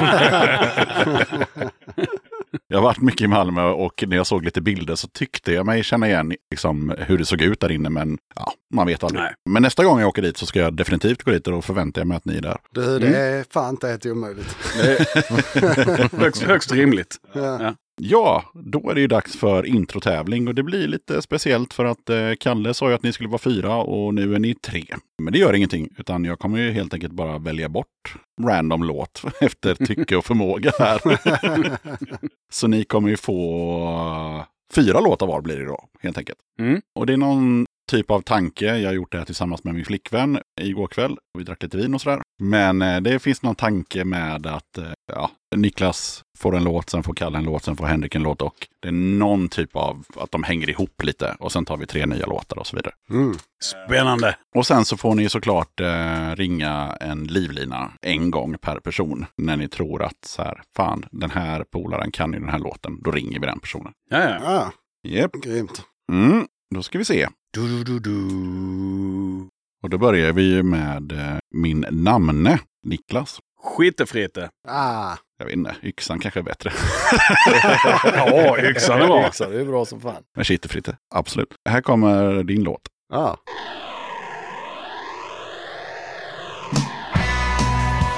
B: Jag har varit mycket i Malmö och när jag såg lite bilder så tyckte jag mig känna igen liksom, hur det såg ut där inne. Men ja, man vet aldrig.
A: Nej.
B: Men nästa gång jag åker dit så ska jag definitivt gå dit och då förväntar jag mig att ni är där.
D: du, det är fan inte helt omöjligt.
A: Det är högst, högst rimligt.
D: Ja.
A: Ja.
B: Ja, då är det ju dags för introtävling och det blir lite speciellt för att eh, Kalle sa ju att ni skulle vara fyra och nu är ni tre. Men det gör ingenting, utan jag kommer ju helt enkelt bara välja bort random låt efter tycke och förmåga här. Så ni kommer ju få fyra låtar var blir det då, helt enkelt.
A: Mm.
B: Och det är någon typ av tanke. Jag har gjort det här tillsammans med min flickvän igår kväll. Vi drack lite vin och sådär. Men eh, det finns någon tanke med att eh, ja, Niklas får en låt, sen får Kalle en låt, sen får Henrik en låt och det är någon typ av att de hänger ihop lite och sen tar vi tre nya låtar och så vidare.
D: Mm.
A: Spännande.
B: Och sen så får ni såklart eh, ringa en livlina en gång per person när ni tror att så här, fan, den här polaren kan ju den här låten. Då ringer vi den personen.
A: Ja, ja.
D: Ja,
B: Japp.
D: grymt.
B: Mm, då ska vi se.
A: Du, du, du, du.
B: Och då börjar vi ju med eh, min namne, Niklas.
A: Skitefrite.
D: Ah,
B: Jag vet inte, yxan kanske är bättre.
A: Ja, yxan är bra.
E: Yxan, det är bra som fan.
B: Men shitterfritte, absolut. Här kommer din låt.
D: ah.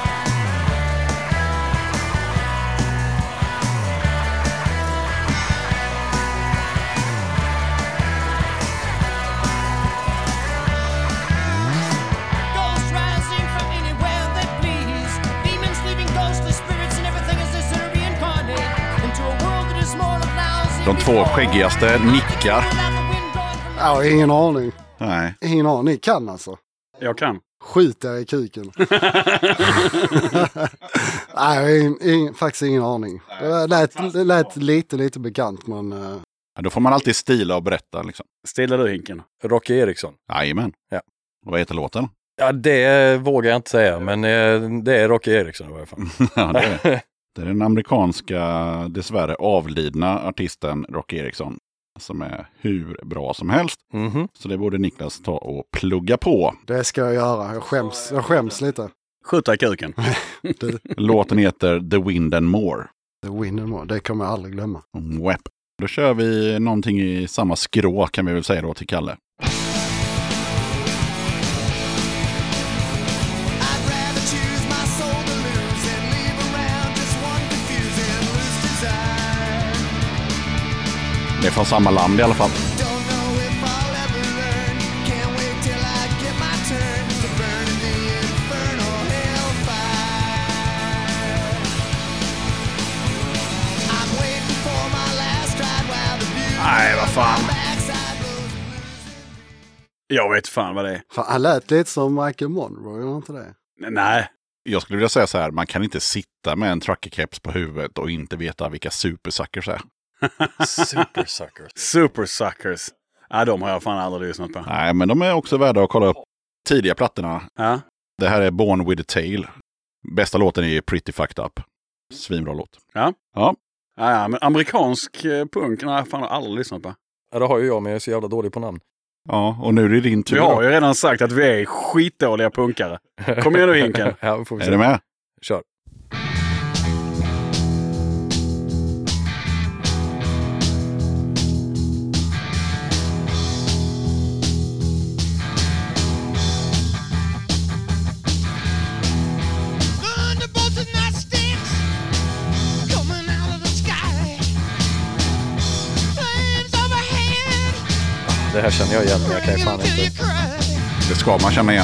B: De två skäggigaste nickar.
D: Ja, ingen aning.
B: Nej.
D: Ingen aning. Ni kan alltså.
A: Jag kan.
D: Skit där i kuken. Nej, ingen, ingen, faktiskt ingen aning. Det lät, det lät lite, lite bekant, men... Uh...
B: Ja, då får man alltid stila och berätta liksom.
A: Stilar du Hinken?
E: Rocky Eriksson.
B: Jajamän.
E: Ja.
B: Och vad heter låten?
E: Ja, det vågar jag inte säga, men eh, det är Rocky Eriksson i varje fall.
B: Ja, det är det. Det är den amerikanska, dessvärre avlidna artisten Rocky Eriksson. Som är hur bra som helst.
E: Mm-hmm.
B: Så det borde Niklas ta och plugga på.
D: Det ska jag göra. Jag skäms, jag skäms lite.
A: Skjuta i kuken.
B: Låten heter The Wind and More.
D: The Wind and More. Det kommer jag aldrig glömma.
B: Wep. Då kör vi någonting i samma skrå kan vi väl säga då till Kalle. Det är från samma land i alla fall.
A: Nej, vad fan. Jag vet fan vad det är.
D: Fan, han lät lite som Michael Monroe, gör inte det?
A: Nej.
B: Jag skulle vilja säga så här, man kan inte sitta med en trucker-keps på huvudet och inte veta vilka supersuckers är.
E: Supersuckers.
A: Supersuckers. Nej, de har jag fan aldrig lyssnat på.
B: Nej, men de är också värda att kolla upp tidiga plattorna.
A: Ja.
B: Det här är Born with a Tail. Bästa låten är Pretty Fucked Up. Svinbra låt.
A: Ja.
B: Ja.
A: Ja, ja, men amerikansk punk, nej, fan har jag aldrig lyssnat på.
E: Ja, det har ju jag, men jag är så jävla dålig på namn.
B: Ja, och nu är det din tur.
A: Vi har ju redan sagt att vi är skitdåliga punkare. Kom igen nu, Hinken.
E: Ja, får vi se.
B: Är du med?
E: Kör. Det här känner jag igen, men jag kan ju fan inte.
B: Det ska man känna igen.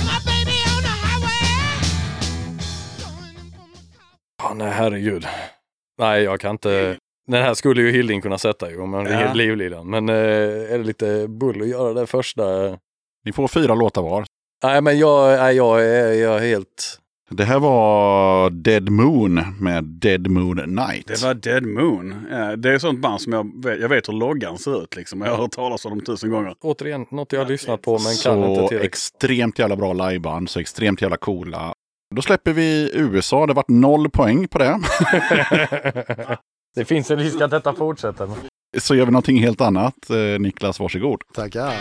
E: Ja, nej, herregud. Nej, jag kan inte. Den här skulle ju Hilding kunna sätta ju om man ringer
A: Ja.
E: livlinan. Men eh, är det lite bull att göra det första?
B: Ni får fyra låtar var.
E: Nej, men jag, nej, jag, är, jag är helt...
B: Det här var Dead Moon med Dead Moon Night.
A: Det var Dead Moon. Ja, det är ett sånt band som jag vet, jag vet hur loggan ser ut liksom. Jag har hört talas om dem tusen gånger.
E: Återigen, något jag har lyssnat på men kan
B: så
E: inte tillräckligt.
B: extremt jävla bra liveband, så extremt jävla coola. Då släpper vi U S A, det vart noll poäng på det.
E: Det finns en risk att detta fortsätter.
B: Så gör vi någonting helt annat. Eh, Niklas, varsågod.
D: Tackar.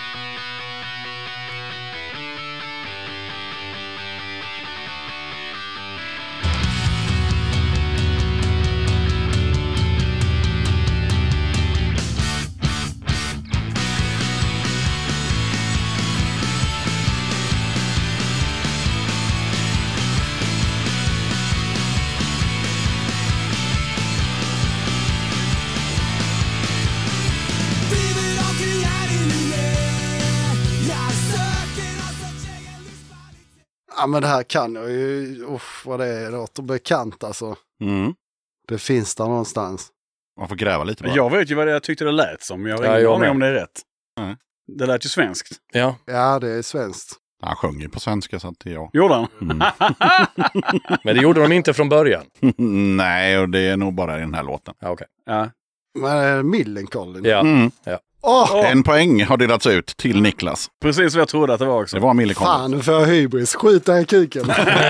D: Ja, men det här kan jag ju. Uff, vad det är. Det låter bekant alltså.
B: Mm.
D: Det finns där någonstans.
B: Man får gräva lite bara.
A: Jag vet ju vad det jag tyckte det lät som. Jag har
E: Ja,
A: ingen
E: jag
A: aning
E: med.
A: om det är rätt.
B: Nej.
A: Det lät ju svenskt.
E: Ja,
D: Ja, det är svenskt.
B: Han sjunger på svenska så att det är jag.
A: Gjorde han?
B: Mm.
E: men det gjorde de inte från början.
B: Nej, och det är nog bara i den här låten.
E: Ja, okej.
A: Ja.
D: Men äh, Millencolin.
E: Ja.
B: Mm.
D: Åh,
B: En poäng har delats ut till Niklas.
A: Precis vad jag trodde att det var också.
B: Det var Millencolin.
D: fan, nu får jag hybris. Skjut där i kuken.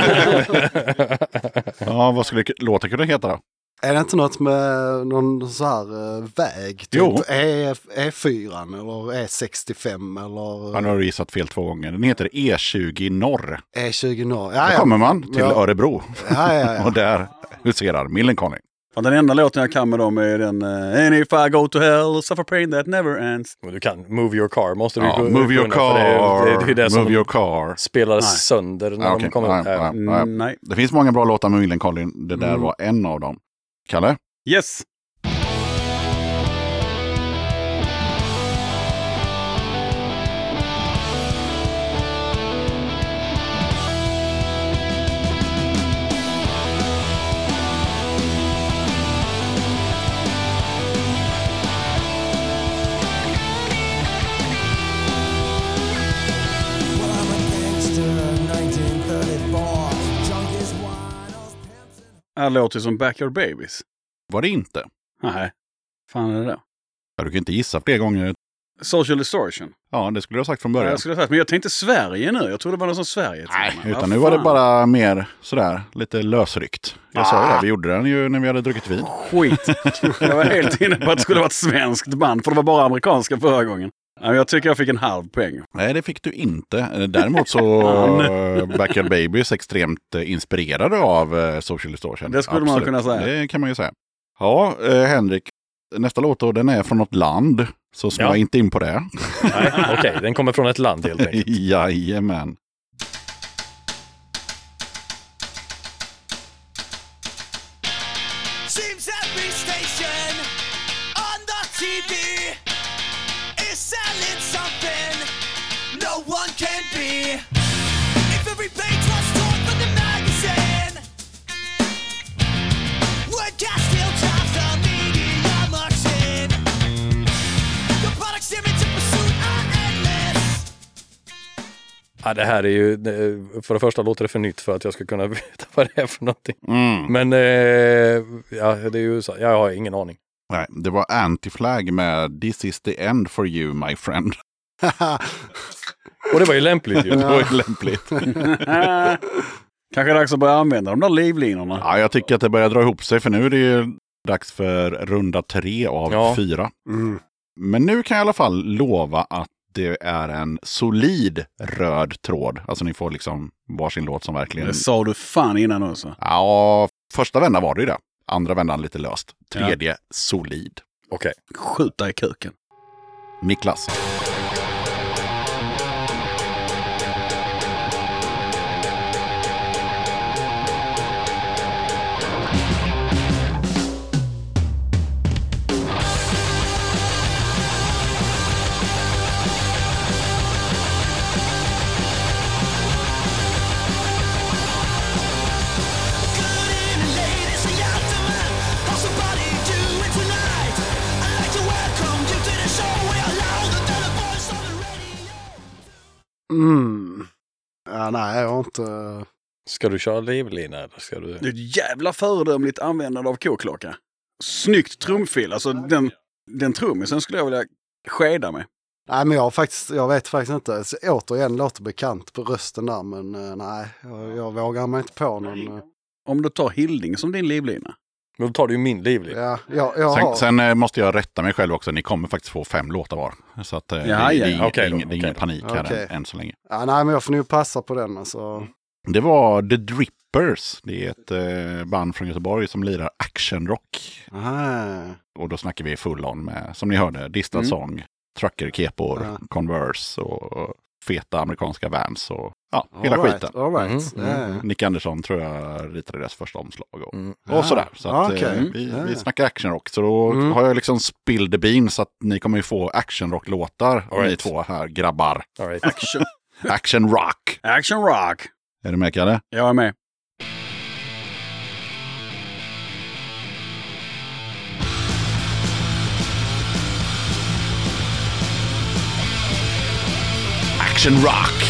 B: Ja, vad skulle låten kunna heta då?
D: Är det inte något med någon så här uh, väg? Typ
B: Jo.
D: E, E4 eller E sextiofem eller
B: Han har gissat fel två gånger. Den heter E tjugo norr.
D: E tjugo norr. Ja,
B: Då
D: ja.
B: kommer man till
D: Ja.
B: Örebro.
D: Ja, ja, ja.
B: Och där huserar Millencolin.
A: Fan, den enda låten jag kan med dem är den uh, And if I go to hell, suffer pain that never ends.
E: Och du kan Move Your Car, måste du
B: Ja,
E: kunna,
B: move your
E: för det är-
B: car.
E: Det är, det är det som
B: Move your car.
E: spelar
A: Nej.
E: sönder när
B: Ja,
E: de
B: okej.
E: kommer
B: Nej,
E: upp. Ja.
B: nej, nej.
A: Mm, nej.
B: Det finns många bra låtar med Millencolin. Det där
A: Mm.
B: var en av dem. Kalle?
A: Yes! här låter som Backyard Babies.
B: Var det inte?
A: Nej, fan är det då?
B: Ja, du kan inte gissa fler gånger.
A: Social Distortion.
B: Ja, det skulle du ha sagt från
A: Ja,
B: början.
A: jag skulle ha sagt, men jag tänkte Sverige nu. Jag trodde det var något som Sverige.
B: Nej,
A: Men
B: utan
A: vad
B: nu var det
A: fan?
B: bara mer sådär, lite lösryckt. Jag sa ju det, vi gjorde den ju när vi hade druckit vin.
A: Skit. Jag var helt inne på att det skulle vara ett svenskt band, för det var bara amerikanska förra gången. Ja, jag tycker jag fick en halv poäng.
B: Nej, det fick du inte. Däremot så Backyard Babies extremt eh, inspirerade av eh, Social Distortion.
A: Det skulle man kunna säga.
B: Det kan man ju säga. Ja, eh, Henrik, nästa låt då, den är från något land. Så snöa
E: Ja.
B: inte in på det.
E: Nej, okej, okay, den kommer från ett land helt enkelt.
B: Jajamän.
C: Seems every station on the T V is selling something no one can be. If every page was torn from the magazine, would cast still drives the media machine. The products image and pursuit are endless.
E: Ja, det här är ju, för det första låter det för nytt för att jag ska kunna veta vad det är för någonting.
B: Mm.
E: Men eh, ja, det är ju så, jag har ingen aning.
B: Nej, det var Anti-Flag med This is the end for you, my friend.
E: Och det var ju lämpligt ju.
B: Det var ju lämpligt.
A: Kanske dags att börja använda de där livlinorna.
B: Ja, jag tycker att det börjar dra ihop sig, för nu är det ju dags för runda tre av
E: Ja.
B: fyra.
D: Mm.
B: Men nu kan jag i alla fall lova att det är en solid röd tråd. Alltså ni får liksom varsin låt som verkligen...
A: Det sa du fan innan också.
B: Ja, första vändan var det ju det. Andra vändan lite löst. Tredje, solid.
E: Okej.
A: Skjuta i kuken.
B: Niklas.
C: Good evening, ladies and gentlemen. How's somebody doing tonight? I'd like to welcome you to the show. We are louder than the voice on the radio.
D: Mm. Ja, nej, jag har inte...
E: Ska du köra livlina eller ska du...
A: Det är ett jävla föredömligt användande av koklocka. Snyggt trumfil. Alltså den, den trummisen skulle jag vilja skeda med.
D: Nej, men jag har faktiskt, jag vet faktiskt inte. Så, återigen låter bekant på rösten där, men eh, nej, jag, jag vågar mig inte på någon. eh.
A: Om du tar Hilding som din livlina.
E: Men då tar du ju min livlina.
D: Ja, jag, jag har...
B: Sen, sen eh, måste jag rätta mig själv också. Ni kommer faktiskt få fem låtar var. Så att eh,
A: Ja,
B: det,
A: ja.
B: det, är ing-
E: Okej
B: det, är
E: då,
B: ing- det är ingen
E: okej då.
B: panik här
D: Okej.
B: än, än så länge.
D: Ja, nej, men jag får nog passa på den. Alltså.
B: Det var The Drippers. Det är ett eh, band från Göteborg som lirar actionrock.
D: Aha.
B: Och då snackar vi full on med, som ni hörde, distad
A: Mm.
B: sång, trucker, kepor,
D: Ja.
B: Converse och feta amerikanska Vans och ja, hela
D: All right,
B: skiten.
D: all right.
E: Mhm,
D: Ja, ja.
B: Nick Andersson tror jag ritade deras första omslag och,
E: Mm.
B: och sådär. Så att,
D: Ah, okej.
B: eh, vi,
D: Ja,
B: vi
D: ja.
B: snackar actionrock. Så då
D: Mm.
B: har jag liksom spilled the beans så att ni kommer ju få actionrock-låtar,
E: All right.
B: ni två här grabbar.
E: All right.
A: Action,
B: Action rock.
A: action rock.
B: Är du med, Kalle?
A: Jag är med.
B: Action rock.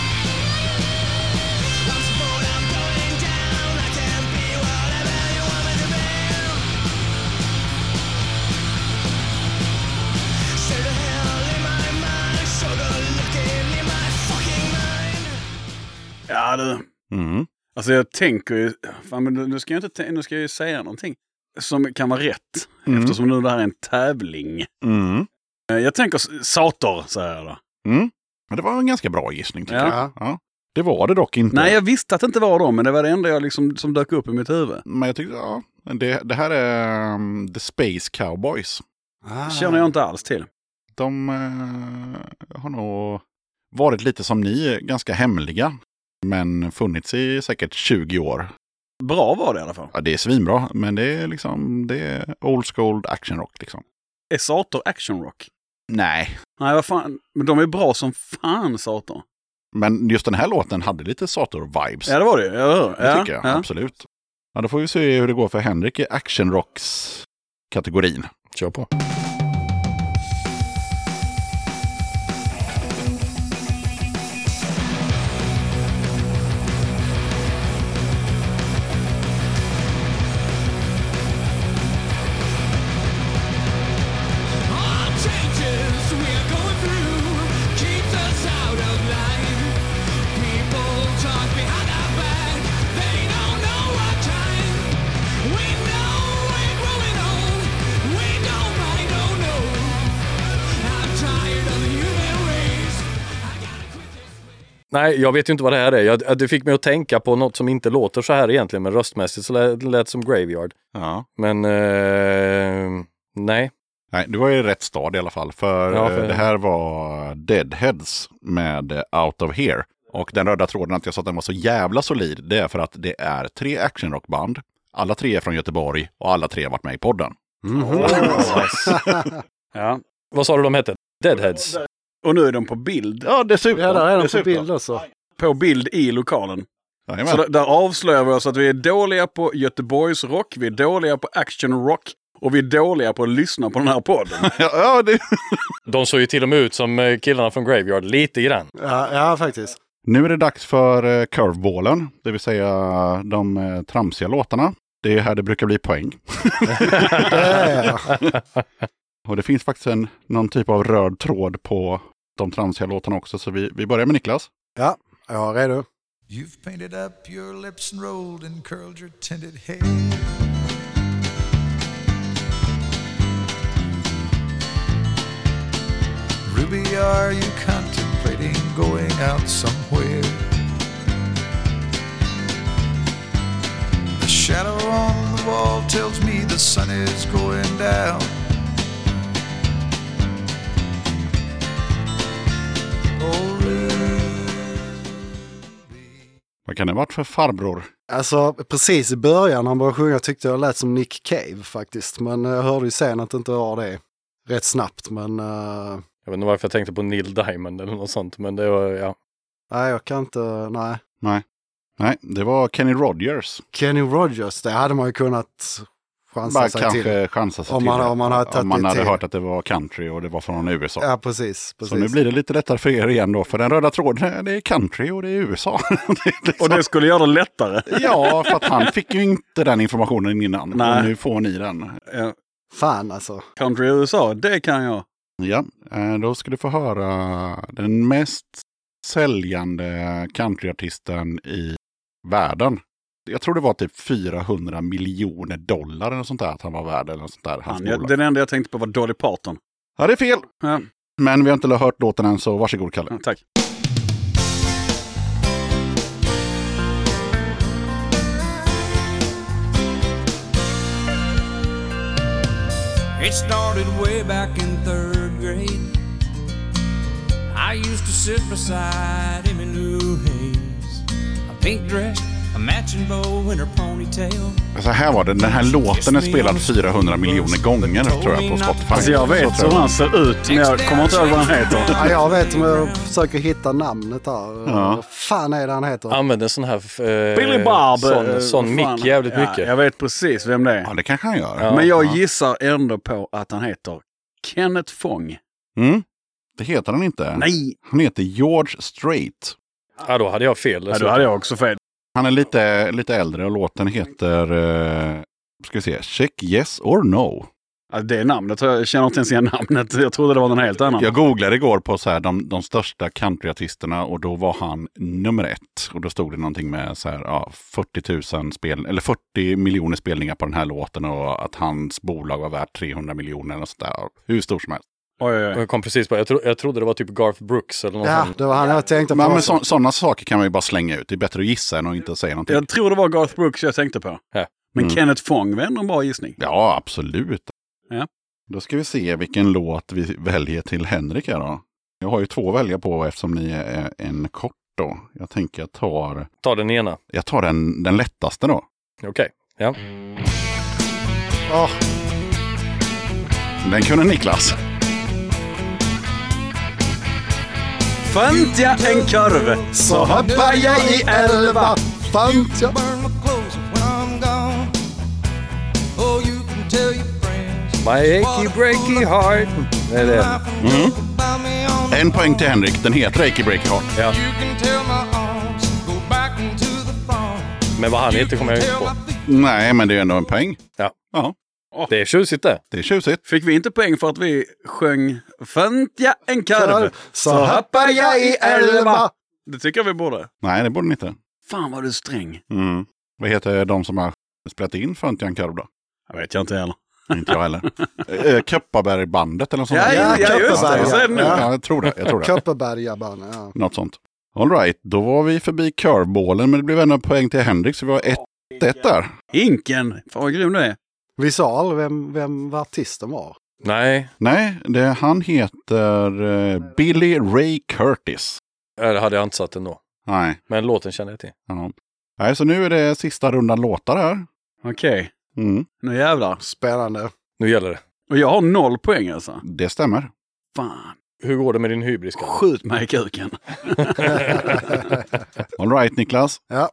A: Ja du.
B: Mm.
A: Alltså jag tänker ju, fan, men nu ska jag inte tä- nu ska jag ju säga någonting som kan vara rätt.
B: Mm.
A: Eftersom nu det här är en tävling.
B: Mm.
A: Eh, Jag tänker s- Sator, säger jag då.
B: Mm. Men det var en ganska bra gissning tycker
A: Ja.
B: jag. Ja. Det var det dock inte.
A: Nej, jag visste att det inte var dem, men det var det enda jag liksom, som dök upp i mitt huvud.
B: Men jag tyckte, ja, det, det här är um, The Space Cowboys.
D: Ah.
A: Känner jag inte alls till.
B: De eh, har nog varit lite som ni, ganska hemliga. Men funnits i säkert tjugo år.
A: Bra var det i alla fall.
B: Ja, det är svinbra, men det är liksom, det är old school action rock liksom.
A: Är Sator action rock?
B: Nej,
A: Nej, vad fan. Men de är bra som fan, Sator.
B: men just den här låten hade lite Sator-vibes.
A: Ja, det var det. Jag hör.
B: Det
A: Ja,
B: tycker jag,
A: ja.
B: absolut. Ja, då får vi se hur det går för Henrik i action rocks-kategorin.
E: Kör på. Nej, jag vet ju inte vad det här är. Jag, det fick mig att tänka på något som inte låter så här egentligen, men röstmässigt så lät det lät som Graveyard.
B: Ja.
E: Men eh, nej.
B: Nej, du var i rätt stad i alla fall. För,
E: Ja, för...
B: det här var Deadheads med Out of Here. Och den röda tråden att jag sa att den var så jävla solid, det är för att det är tre actionrockband. Alla tre är från Göteborg och alla tre har varit med i podden.
D: Mm.
E: Oh, nice.
A: Ja.
E: Vad sa du de hette? Deadheads?
A: Och nu är de på bild.
B: Ja, dessutom.
D: Ja, där är de
B: dessutom.
D: på bild också.
A: På bild i lokalen.
B: Jajamän.
A: Så där, där avslöjar vi oss att vi är dåliga på Göteborgs rock, vi är dåliga på action rock och vi är dåliga på att lyssna på den här podden.
B: Ja, ja, det...
E: De såg ju till och med ut som killarna från Graveyard, lite grann.
D: Ja, ja faktiskt.
B: Nu är det dags för uh, curveballen, det vill säga de uh, tramsiga låtarna. Det är här det brukar bli poäng.
D: Det
B: Och det finns faktiskt en, någon typ av röd tråd på de tramsiga låtarna också. Så vi, vi börjar med Niklas.
D: Ja, jag är redo.
F: You've painted up your lips and rolled and curled your tinted hair. Ruby, are you contemplating going out somewhere? The shadow on the wall tells me the sun is going down. Oh,
B: Vad kan det ha varit för farbror?
D: Alltså precis i början han började sjunga tyckte jag lät som Nick Cave faktiskt. Men jag hörde ju sen att det inte var det rätt snabbt. Men uh...
E: jag vet inte varför jag tänkte på Neil Diamond eller något sånt. Men det var, ja.
D: Nej, jag kan inte, nej.
B: Nej. Nej, det var Kenny Rogers.
D: Kenny Rogers, det hade man ju kunnat chansa
B: Bara
D: sig
B: kanske
D: till.
B: chansa sig
D: Om
B: till
D: man,
B: det.
D: om man hade,
B: om man hade
D: till.
B: hört att det var country och det var från U S A.
D: Ja, precis, precis.
B: Så nu blir det lite lättare för er igen då. För den röda tråden, det är country och det är U S A. det är liksom...
A: Och det skulle göra det lättare.
B: Ja, för att han fick ju inte den informationen innan.
A: Nej.
B: Och nu får ni den.
A: Ja.
D: Fan alltså.
A: Country i U S A, det kan jag.
B: Ja, då ska du få höra den mest säljande countryartisten i världen. Jag tror det var typ fyrahundra miljoner dollar eller sånt där att han var värd eller något sånt där. Hans
A: Han, jag, den enda jag tänkte på var Dolly Parton.
B: Ja, det är fel.
A: Ja.
B: Men vi har inte hört låten än, så varsågod Kalle.
A: Ja, tack.
G: It started way back in third grade. I used to sit beside Emmylou Hayes, a pink dress, a matching bow in her ponytail.
B: Så här var det, den här låten är spelad fyrahundra miljoner gånger tror jag på Spotify.
A: Alltså jag vet hur han ser ut, men jag kommer inte ihåg vad han heter.
D: Ja, jag vet om jag försöker hitta namnet här.
B: Ja.
D: Vad fan är det han heter?
E: Använder en sån här eh,
A: Billy Bob.
E: sån,
A: eh,
E: sån
A: fan.
E: mick jävligt
A: Ja,
E: mycket.
A: Jag vet precis vem det är.
B: Ja, det kanske han gör.
E: Ja.
A: Men jag
B: Ja.
A: gissar ändå på att han heter Kenneth Fong.
B: Mm. Det heter han inte.
A: Nej!
B: Han heter George Strait.
E: Ja, då hade jag fel.
A: Ja, då hade jag också fel.
B: Han är lite, lite äldre och låten heter, uh, ska vi se, Check Yes or No.
A: Ja, det är namnet, jag känner inte ens igen namnet. Jag trodde det var någon helt annan.
B: Jag googlade igår på så här, de, de största countryartisterna och då var han nummer ett. Och då stod det någonting med så här, ja, fyrtio tusen spel, eller fyrtio miljoner spelningar på den här låten och att hans bolag var värt trehundra miljoner och så där. Hur stor som helst.
A: Oj, oj, oj.
E: Jag kom precis på, jag, tro, jag trodde det var typ Garth Brooks eller något
D: Ja,
E: sånt.
D: det var han jag tänkte på.
B: Men, men
D: också.
B: sådana saker kan man ju bara slänga ut. Det är bättre att gissa än att inte säga någonting.
A: Jag tror det var Garth Brooks jag tänkte på.
E: Ja.
A: Men
B: Mm.
A: Kenneth Fong var ändå en bra gissning.
B: Ja, absolut.
A: Ja.
B: Då ska vi se vilken låt vi väljer till Henrik här då. Jag har ju två att välja på eftersom ni är en kort då. Jag tänker jag tar,
E: Ta den ena.
B: jag tar den, den lättaste då.
E: Okej, ja.
D: Åh,
B: Den kunde Niklas.
A: Fant jag en kurv så hoppar jag i elva.
D: fant jag.
G: Burn my clothes when I'm gone. Oh, you can tell your friends.
E: My achy breaky heart. Det är det.
B: Mm.
G: About me on the
B: En poäng till Henrik. Den heter Achy Breaky Heart.
E: Ja.
G: You can tell my arms go back into the farm.
E: Men vad han heter kommer jag inte på.
B: Nej, men det är ändå en poäng.
E: Ja.
B: Ja,
E: Det är tjusigt det.
B: det är tjusigt.
A: Fick vi inte poäng för att vi sjöng Fant jag en kurv
D: Så hoppar jag i elva.
A: Det tycker jag vi borde.
B: Nej, det borde ni inte.
A: Fan vad du är sträng.
B: Mm. Vad heter de som har spelat in Föntian Kurv då?
A: Jag vet jag inte heller.
B: Inte jag heller. eh, Kopparbergbandet eller något sånt.
A: Ja,
B: där.
A: ja, ja, just det.
D: Kopparberg.
A: Så är det nu.
B: Ja, jag tror det. Jag tror det.
D: Kopparbergabanan, ja.
B: Något sånt. All right, då var vi förbi curveballen, men det blev ändå poäng till Henrik, så vi har ett ett där.
A: Hinken! Fan vad grym du är.
D: Vi sa aldrig vem, vem artisten var.
E: Nej,
B: Nej, det, han heter eh, Billy Ray Curtis.
E: det hade jag inte satt ändå.
B: Nej.
E: Men låten känner jag till.
B: Ja. Nej, så nu är det sista rundan låtar här.
A: Okej,
B: Mm,
A: nu jävlar.
D: Spännande.
E: Nu gäller det.
A: Och jag har noll poäng alltså.
B: det stämmer.
A: Fan.
E: Hur går det med din hybris? Kalle?
A: Skjut mig i kuken.
B: All right, Niklas.
D: Ja.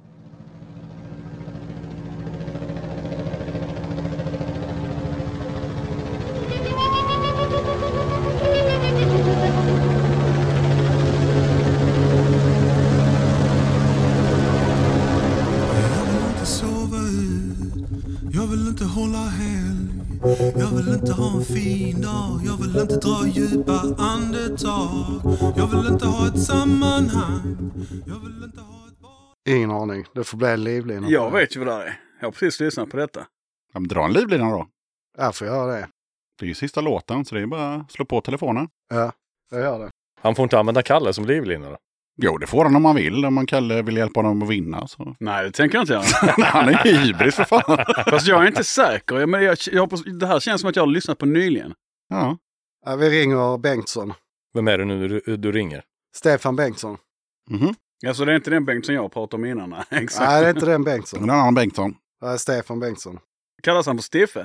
F: Sova ut. Jag vill inte hålla helg. Jag vill inte ha en fin dag. Jag vill inte dra djupa andetag. Jag vill inte ha ett sammanhang. Jag vill inte ha ett bar.
D: Ingen aning. Det får bli en livlina.
A: Jag vet ju vad det är. Jag har precis lyssnat på detta.
B: Ja, men dra en livlina då.
D: Jag får göra det.
B: Det är ju sista låten, så det är bara att slå på telefonen.
D: Ja, jag gör det.
E: Han får inte använda Kalle som livlina då?
B: Jo, det får han om man vill. Om man Kalle vill hjälpa honom att vinna. Så.
A: Nej, det tänker jag inte göra.
B: Han är hybris för fan.
A: Fast jag är inte säker. Jag, men jag, jag hoppas, det här känns som att jag har lyssnat på nyligen.
B: Ja.
D: Ja, vi ringer Bengtsson.
E: Vem är det nu du, du ringer?
D: Stefan Bengtsson.
B: Mhm.
A: Alltså det är inte den Bengt som jag pratade om innan. Nej, exakt.
D: Nej, det är inte den Bengtsson.
B: En annan Bengtsson.
D: Det är Stefan Bengtsson.
A: Kallas han för Stiffe?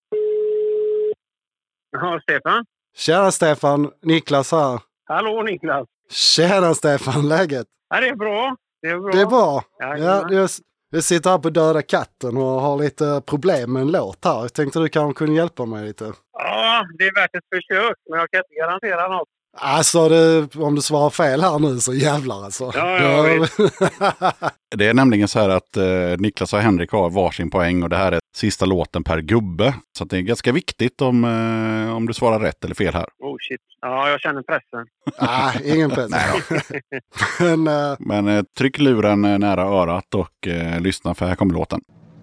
H: Ja, Stefan.
D: Tjena Stefan, Niklas här.
H: Hallå Niklas.
D: Tjena Stefan, läget?
H: Ja, det är bra. Det är bra.
D: Det är bra.
H: Ja,
D: Ja, jag, jag sitter här på Döda katten och har lite problem med en låt här. Jag tänkte du kanske kunde hjälpa mig lite.
H: Ja, det är värt ett försök, men jag kan inte garantera något.
D: Alltså, det, om du svarar fel här nu så jävlar alltså.
H: Ja, jag vet.
B: Det är nämligen så här att eh, Niklas och Henrik har varsin poäng och det här är sista låten per gubbe. Så att det är ganska viktigt om, eh, om du svarar rätt eller fel här.
H: Oh shit. Ja, jag känner pressen.
D: Nej, ingen press. Men, uh,
B: Men eh, tryck luren eh, nära örat och eh, lyssna, för här kommer låten.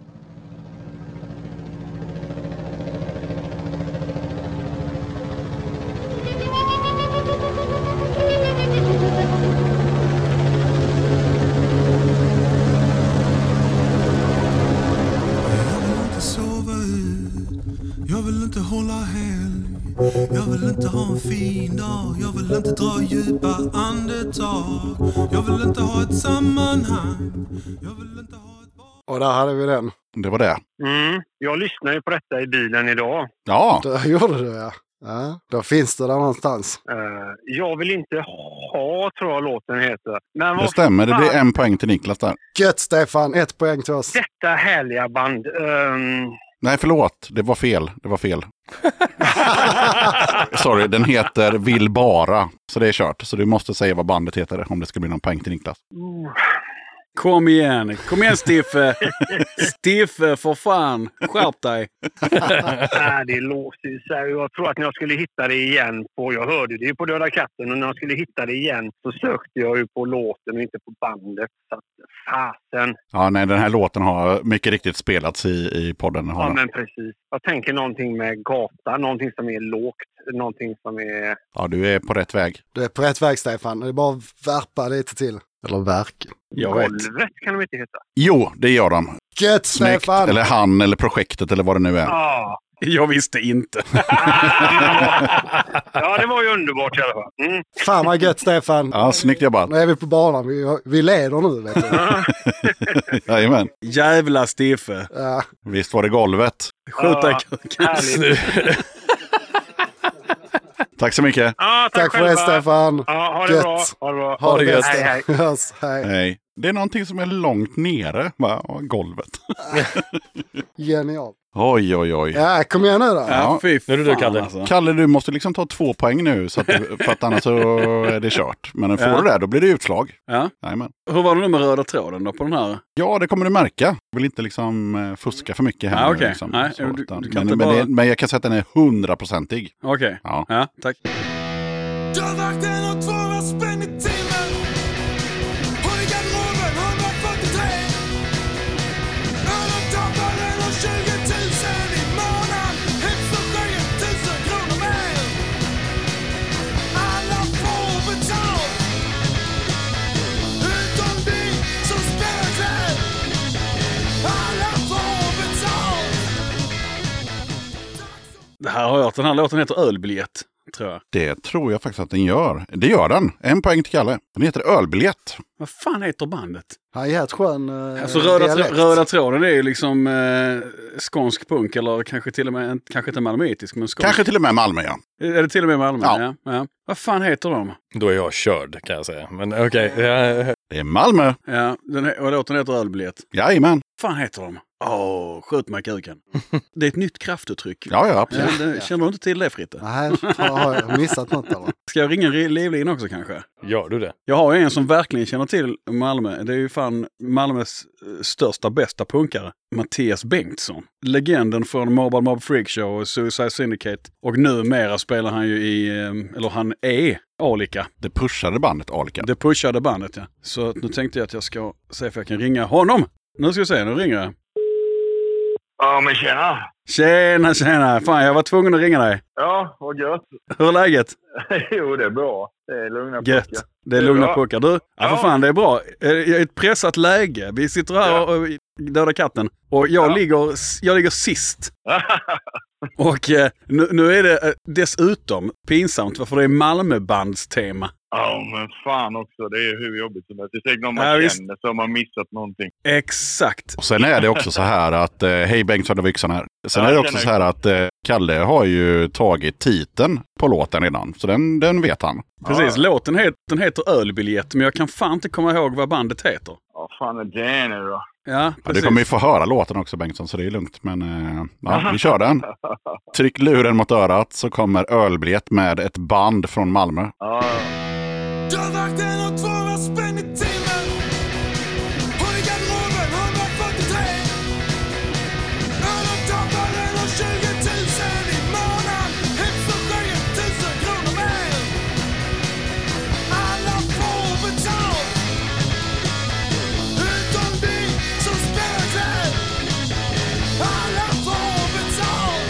F: Jag vill inte hålla helg. Jag vill inte ha en fin dag. Jag vill inte dra djupa andetag. Jag vill inte ha ett sammanhang. Jag vill inte ha ett bar.
D: och där hade vi den.
B: Det var det.
H: Mm. Jag lyssnar ju på detta i bilen idag.
B: Ja,
D: Där gjorde du ja. Ja, då finns det där någonstans.
H: Uh, jag vill inte ha, tror jag låten heter. Men
B: det
H: vad
B: stämmer. Det
H: fan,
B: blir en poäng till Niklas där.
D: Gött Stefan, ett poäng till oss.
H: Detta härliga band. Um,
B: Nej, förlåt. Det var fel. Det var fel. Sorry, den heter Vill bara. Så det är kört. Så du måste säga vad bandet heter om det ska bli någon poäng till Niklas.
H: uh,
A: Kom igen. Kom igen Stiffe. Stiffe, för fan. Skärp dig.
H: nej, det låter ju så här. Jag tror att när jag skulle hitta det igen på, jag hörde det ju på Döda katten, och när jag skulle hitta det igen så sökte jag ju på låten och inte på bandet. Så att fasen.
B: Ja, nej, den här låten har mycket riktigt spelats i, i podden. Har
H: Ja,
B: den.
H: men precis. Jag tänker någonting med gata, någonting som är lågt, någonting som är...
B: Ja, du är på rätt väg.
D: Du är på rätt väg Stefan, det är bara att värpa lite till. Eller verk.
A: Jag vet.
H: Golvet kan de inte heta.
B: Jo, det gör de.
D: Gött
B: Snyggt.
D: Stefan!
B: Eller han, eller projektet, eller vad det nu är.
H: Ja.
A: Jag visste inte.
H: Ja, det var ju underbart i alla fall. Mm.
D: Fan vad gött Stefan!
B: Ja, snyggt jobbat.
D: Nu är vi på banan, vi, vi leder nu vet du.
B: Jajamän.
A: Jävla Stiffe.
D: Ja.
B: Visst var det golvet.
A: Skjuta i
H: Ja,
A: kuken.
H: härligt.
B: Tack så mycket.
H: Ja, tack,
D: Tack för
H: själva.
D: det Stefan!
H: Ja, ha det
D: Gött.
H: bra. Ha det bra.
D: Ha det
E: gött.
D: gött!
H: Hej, hej.
D: Hörs, hej.
B: Hej. Det är någonting som är långt nere, va? Golvet.
D: Genialt.
B: Oj, oj, oj.
D: Ja, kom igen nu då.
A: Ja, fy
E: Nu är det du,
A: fan,
E: Kalle.
A: alltså.
B: Kalle, du måste liksom ta två poäng nu, så att du, för att annars så är det kört. Men får
A: Ja.
B: du det, då blir det utslag.
A: Ja.
B: Jajamän.
A: Hur var det nu med röda tråden då på den här?
B: Ja, det kommer du märka. Jag vill inte liksom eh, fuska för mycket här.
A: Ja,
B: nu,
A: okej.
B: liksom,
A: Nej,
B: så,
A: du-
B: utan-
A: du kan
B: men,
A: inte
B: men,
A: bara-
B: det, men jag kan säga att den är hundraprocentig.
A: Okej.
B: Ja.
A: Ja, tack.
F: Dörrvakten har tvåhundra spänn i timmen. Och i garderoben hundrafyrtiotre. Örontapparen har tjugo tusen i månaden. Hemskt och sjuttio tusen kronor mer. Alla får betalt.
A: här har jag hört. Den här låten heter Ölbiljett, tror jag.
B: Det tror jag faktiskt att den gör. Det gör den. En poäng till Kalle. Den heter Ölbiljett.
A: Vad fan heter bandet?
D: Hi-hat skön eh,
A: Alltså röda,
D: dialekt.
A: trå- röda tråden är ju liksom eh, skånsk punk eller kanske till och med, kanske inte malmöitisk, men skånsk.
B: Kanske till och med Malmö, ja.
A: Är det till och med Malmö?
B: Ja.
A: Ja. Ja. Vad fan heter de?
E: Då är jag körd kan jag säga. Men okej. Okay.
B: Det är Malmö.
A: Ja, den he- och låten heter Ölbiljett.
B: Jajamän.
A: Vad fan heter de? Åh, oh, skjut mig kuken. Det är ett nytt kraftuttryck.
B: Ja, ja, absolut.
A: Ja, det, känner du inte till det, Fritte?
D: Nej, har jag missat något eller?
A: Ska jag ringa Livlin också kanske?
E: Gör du det?
A: Jag har ju en som verkligen känner till Malmö. Det är ju fan Malmös eh, största, bästa punkare. Mattias Bengtsson. Legenden från Mobile Mob Freak Show och Suicide Syndicate. Och numera spelar han ju i, eh, eller han är Alika.
B: Det pushade bandet Alika.
A: Det pushade bandet, ja. Så nu tänkte jag att jag ska se if jag kan ringa honom. Nu ska jag se, nu ringer jag.
I: Ja, men tjena.
A: Tjena, tjena. Fan, jag var tvungen att ringa dig.
I: Ja, vad gött.
A: Hur är läget?
I: Jo, det är bra. Det är lugna
A: Gött.
I: puckar.
A: Det är
I: Det är
A: lugna
I: bra.
A: puckar. Du, ja, för
I: Ja.
A: fan, det är bra. Eh, Jag är i ett pressat läge. Vi sitter här
I: Ja.
A: och, och dödar katten. Och jag,
I: Ja.
A: ligger, jag ligger sist. Och eh, nu, nu är det eh, dessutom pinsamt, för det är Malmöbandstema.
I: Ja, men fan också. Det är hur jobbigt som helst. Det är säkert någon man
A: Ja, visst.
I: känner som har missat någonting.
A: Exakt.
B: Och sen är det också så här att, eh, hej Bengtsson och Vyxan här. Sen
I: Ja,
B: är det
I: jag
B: också så
I: känner-
B: här att eh, Kalle har ju tagit titeln på låten redan. Så den, den vet han.
A: Precis,
I: Ja.
A: låten het, den heter Ölbiljett, men jag kan fan inte komma ihåg vad bandet heter.
I: Vad fan är det nu då?
A: Ja,
B: Ja,
A: precis.
B: du kommer ju få höra låten också Bengtsson, så det är lugnt. Men eh, ja, vi kör den. Tryck luren mot örat så kommer Ölbiljett med ett band från Malmö.
I: Ja,
F: Dörrvakten har tvåhundra spänn i timmen. Håll i garderoben hundrafyrtiotre. Örontapparen har tjugo tusen i månaden. Hemsökningen tusen kronor mer. Alla får betalt. Utom vi som spelar kväll. Alla får betalt.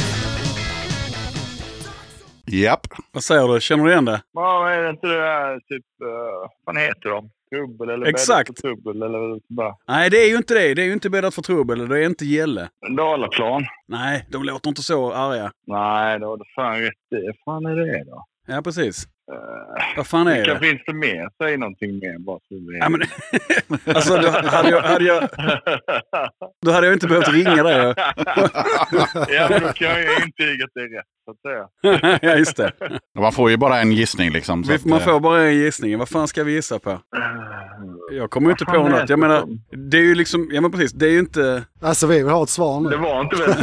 B: Japp.
A: Vad säger du? Känner du igen det?
I: ja är det inte det där typ... Uh, vad heter de? Trubbel eller
A: Exakt.
I: bäddat för trubbel eller bara...
A: Nej, det är ju inte det. Det är ju inte bäddat för trubbel. Det är inte Gälle.
I: Dalaplan?
A: Nej, de låter inte så arga.
I: Nej, då har du fan rätt i. Vad fan är det då?
A: Ja, precis.
I: Uh,
A: Vad fan är
I: Vilka
A: det?
I: finns det mer? Säg någonting mer bara så vi...
A: Ja, men, alltså, då hade jag, hade jag, då hade jag inte behövt ringa dig.
I: Ja, men då kan jag ju intyga att det är rätt, så att säga.
A: Ja, just det.
B: Man får ju bara en gissning liksom. Så
A: Vi,
B: att,
A: man
B: eh,
A: får bara en gissning. Vad fan ska vi gissa på? Jag kommer ju inte
I: Vad
A: på
I: fan är
A: något.
I: det
A: Jag menar,
I: för-
A: det är ju liksom... Ja, men precis. Det är ju inte...
D: Alltså vi vill ha ett svar
I: Det
D: nu.
I: var inte väl...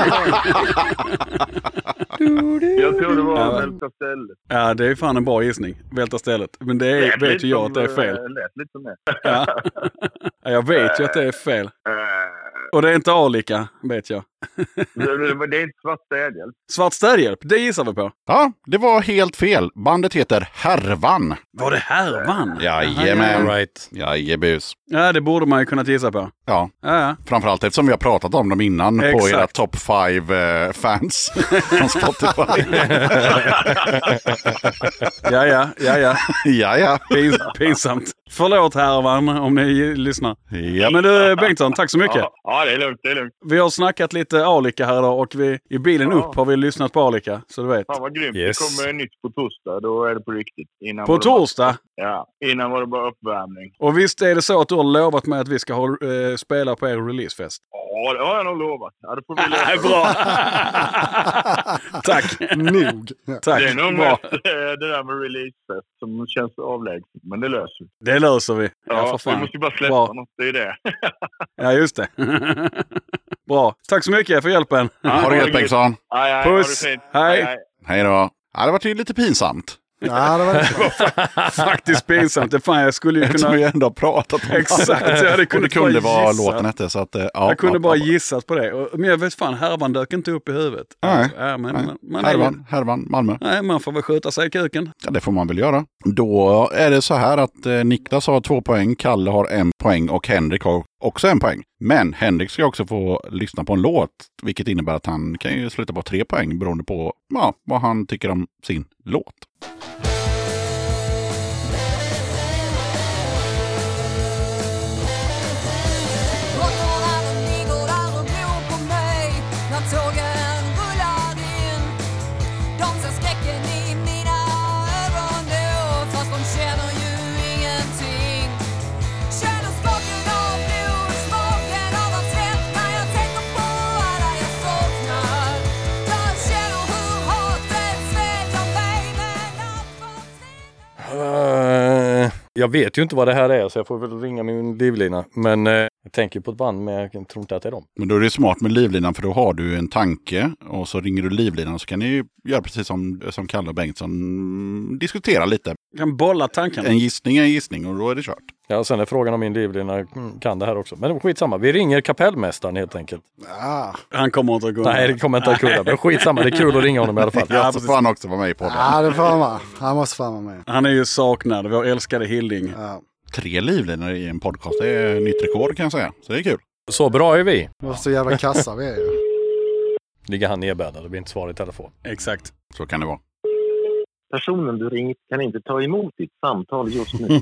I: Jag tror det var
A: Ja.
I: Välta stället.
A: Ja, det är fan en bra gissning. Välta stället. Men det är, vet ju jag att det är fel.
I: Det lät lite mer.
A: Ja. Ja, jag vet ju att det är fel.
I: Eh,
A: Och det är inte Alika, vet jag.
I: det det är inte svart städhjälp.
A: Svart städhjälp, det gissar vi på.
B: Ja, det var helt fel. Bandet heter Härvan.
A: Var det Härvan?
B: Jajamän.
A: Jaha,
E: Right.
B: Jajebus.
A: Ja, det borde man ju kunnat gissa på.
B: Ja,
A: Ja, ja.
B: framförallt eftersom vi har pratat om dem innan på
A: Exakt.
B: era top five eh, fans från Spotify.
A: Ja, ja, ja, ja.
B: ja, ja.
A: Pins, pinsamt. Förlåt Härvan om ni lyssnar.
B: Japp.
A: Men du Bengtsson, tack så mycket.
I: Ja, ja, det är lugnt, det är lugnt.
A: Vi har snackat lite Alika här idag och vi, i bilen
I: Ja.
A: upp har vi lyssnat på Alika, så du vet.
I: Fan vad grymt.
E: Yes.
I: Det kommer nytt på torsdag, då är det på riktigt. Innan
A: På
I: var det bara-
A: torsdag.
I: Ja, innan var det bara uppvärmning.
A: Och visst är det så att du har lovat mig att vi ska ha, eh, spela på er releasefest?
I: Ja, det har jag nog lovat. Ja, det får vi
A: Nej,
I: lösa.
A: bra! Tack!
D: Nog.
A: Tack,
I: Det är nog
A: bra.
I: mest eh, det där med releasefest som känns avlägset. Men det löser vi.
A: Det löser vi. Ja,
I: Ja,
A: för
I: vi
A: fan.
I: måste ju bara släppa
A: Bra.
I: något. Det är det.
A: Ja, just det. Bra. Tack så mycket för hjälpen.
B: Har du gett Bengtsson?
I: Aj, aj,
A: Puss.
I: ha det fint.
A: Hej.
I: Aj, aj.
B: Hej då. Ja, det var ju lite pinsamt.
D: Ja, det var det.
A: Faktiskt pinsamt. Det fan, jag skulle ju
B: Eftersom
A: kunna...
B: vi ändå har pratat om
A: Exakt, jag hade
B: Och det
A: kunnat
B: kunde
A: bara
B: vara
A: gissa.
B: låten hette. Så att, eh, ja,
A: Jag kunde
B: ja,
A: bara
B: ja.
A: gissat på det. Och- Men jag vet fan, härvan dök inte upp i huvudet.
B: Nej,
A: Ja, men,
B: nej.
A: man, man är,
B: Härvan, Härvan, Malmö.
A: nej, man får väl skjuta sig i kuken.
B: Ja, det får man väl göra. Då är det så här att eh, Niklas har två poäng, Kalle har en poäng och Henrik har också en poäng. Men Henrik ska också få lyssna på en låt, vilket innebär att han kan ju sluta på tre poäng beroende på ja, vad han tycker om sin låt.
J: Rockarna de ligger där och glor på mig när tågen rullar in.
E: Jag vet ju inte vad det här är så jag får väl ringa min livlina. Men eh, jag tänker på ett band men jag tror inte att det är dem.
B: Men då är det smart med livlinan för då har du en tanke och så ringer du livlinan och så kan ni göra precis som, som Kalle och Bengtsson diskutera lite.
A: Kan bolla tanken.
B: En gissning är en gissning och då är det kört.
E: Ja, och sen är frågan om min livlina kan det här också. Men skitsamma, vi ringer kapellmästaren helt enkelt.
D: Ah.
A: Han kommer inte att gå.
E: Nej, det kommer inte att kunna. Men skitsamma, det är kul att ringa honom i alla fall.
B: Ja, så får han också vara med i podden.
D: Ja, det får han vara. Han måste fan vara med.
A: Han är ju saknad, vår älskade Hilding.
D: Ja.
B: Tre livlinor i en podcast, det är nytt rekord kan jag säga. Så det är kul.
E: Så bra är vi.
D: Det var så jävla kassa vi är ju.
E: Ligger han nedbäddad, det blir inte svar i telefon.
A: Exakt.
B: Så kan det vara.
J: Personen du ringt kan inte ta emot ditt samtal just nu.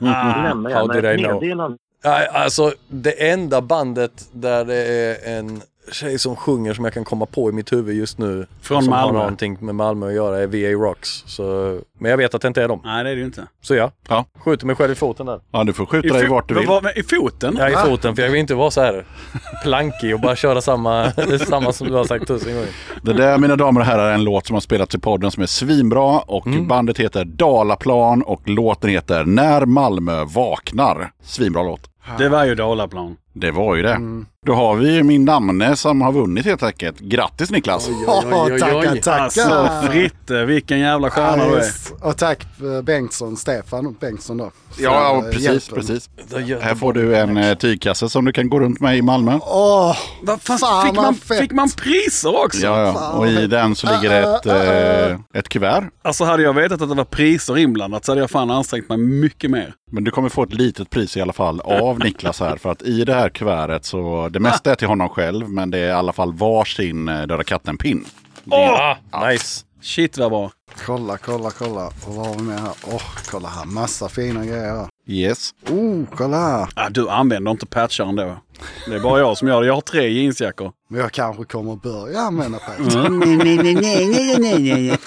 J: Lämna
E: How did I
J: gärna ett
E: know?
J: meddelande.
E: Nej, alltså det enda bandet där det är en tjej som sjunger som jag kan komma på i mitt huvud just nu.
A: Från
E: som
A: Malmö.
E: har någonting med Malmö att göra är V A Rocks. Så, men jag vet att det inte är dem.
A: Nej, det är det ju inte.
E: Så ja,
B: Ja.
E: skjuter mig själv i foten där.
B: Ja, du får skjuta
A: I,
B: dig
A: fo-
B: vart du vill.
A: vad- vad- I foten?
E: Ja, i foten, för jag vill inte vara så här plankig och bara köra samma, samma som du har sagt tusen gånger.
B: Det där, mina damer och herrar, är en låt som har spelats i podden som är svinbra och
E: Mm.
B: bandet heter Dalaplan och låten heter När Malmö vaknar. Svinbra låt.
A: Det var ju Dalaplan.
B: Det var ju det. Då har vi min namne som har vunnit helt enkelt. Grattis Niklas!
D: Åh,
E: oj, oj.
D: tackar, tackar.
A: Alltså Fritte, vilken jävla stjärna
D: Ja,
A: du är.
D: just. Och tack eh, Bengtsson, Stefan Bengtsson då. för,
B: Ja, ja
D: eh,
B: precis,
D: hjälpen.
B: precis. Här får du en eh, tygkasse som du kan gå runt med i Malmö.
D: Åh,
A: Vad fan,
D: Fan,
A: fick,
D: vad
A: man,
D: fett.
A: fick man priser också?
B: Ja, ja.
D: fan,
B: Och i
D: vad-
B: den så ligger det ett, eh, ett kuvert.
A: Alltså hade jag vetat att det var priser inblandat så hade jag fan ansträngt mig mycket mer.
B: Men du kommer få ett litet pris i alla fall av Niklas här. För att i det här kuvertet så, det mesta är till honom själv. Men det är i alla fall varsin eh, Döda katten-pin.
E: Ah, nice.
A: Shit vad bra.
D: kolla, kolla, kolla. Och vad har vi med här? Åh, kolla här. Massa fina grejer här.
B: Yes.
D: Oh, kolla här.
A: Ah, du använder inte patchar ändå. Det är bara jag som gör det. Jag har tre jeansjackor.
D: Men jag kanske kommer att börja använda patch.
A: Mm, nej, nej, nej, nej, nej, nej, nej, nej.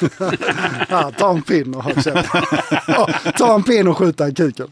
D: Ja, ta en pin och känna. Ja, ta en pin och skjuta i kuken.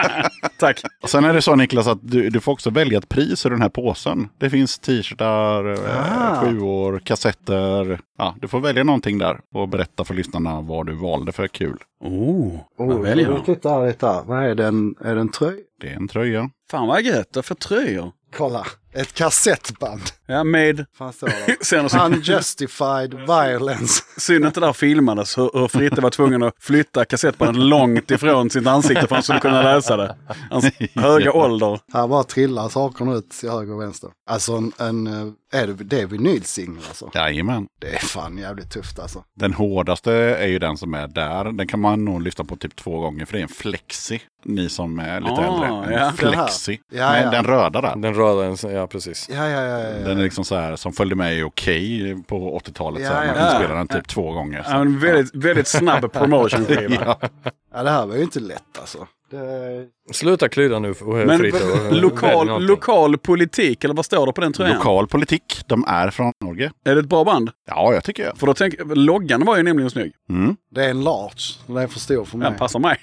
A: Tack.
B: Och sen är det så Niklas att du, du får också välja ett pris i den här påsen. Det finns t-shirtar,
D: Ah.
B: eh, sjuor, kassetter. Ja, du får välja någonting där och berätta för lyssnarna vad du valde för kul.
A: Oh, vad
D: Oh,
A: väljer jag?
D: titta här lite här. Vad är den? Är det en tröj?
B: Det är en tröja.
A: Fan vad gött, för tröjor.
D: Kolla, ett kassettband.
A: Ja, med...
D: Fan står det.
A: Sen så
D: Unjustified violence.
A: synd inte där filmades hur, hur Fritte var tvungen att flytta kassettbandet långt ifrån sitt ansikte för att han skulle kunna läsa det. Hans höga ålder.
D: Här bara trillar sakerna ut till höger och vänster. Alltså en, en är det, det är vinylsingel alltså.
B: Jajamän.
D: Det är fan jävligt tufft alltså.
B: Den hårdaste är ju den som är där. Den kan man nog lyssna på typ två gånger för det är en flexi. Ni som är lite
A: Ah,
B: äldre. En
A: ja.
B: flexi.
D: Ja,
B: Men
D: ja.
B: den röda där.
E: Den röda, ja precis.
D: Ja, ja, ja. ja, ja.
B: Den är liksom så här som följde med i Okej på åttiotalet. så här.
D: Ja,
B: Man
D: ja.
B: kan
A: Ja.
B: spela den typ två gånger. Så.
A: Ja, en väldigt, väldigt snabb promotion-skiva.
B: Ja.
D: Ja, det här var ju inte lätt alltså. Det...
E: Sluta klydda nu för
A: Men
E: Fritte. och- välj
A: lokal,
E: någonting.
A: lokal politik, eller vad står det på den tröjan?
B: Lokal politik. De är från Norge.
A: Är det ett bra band?
B: Ja, jag tycker jag.
A: För då tänker loggan var ju nämligen snygg.
B: Mm.
D: det är en large. Den är för stor för mig.
A: Den passar mig.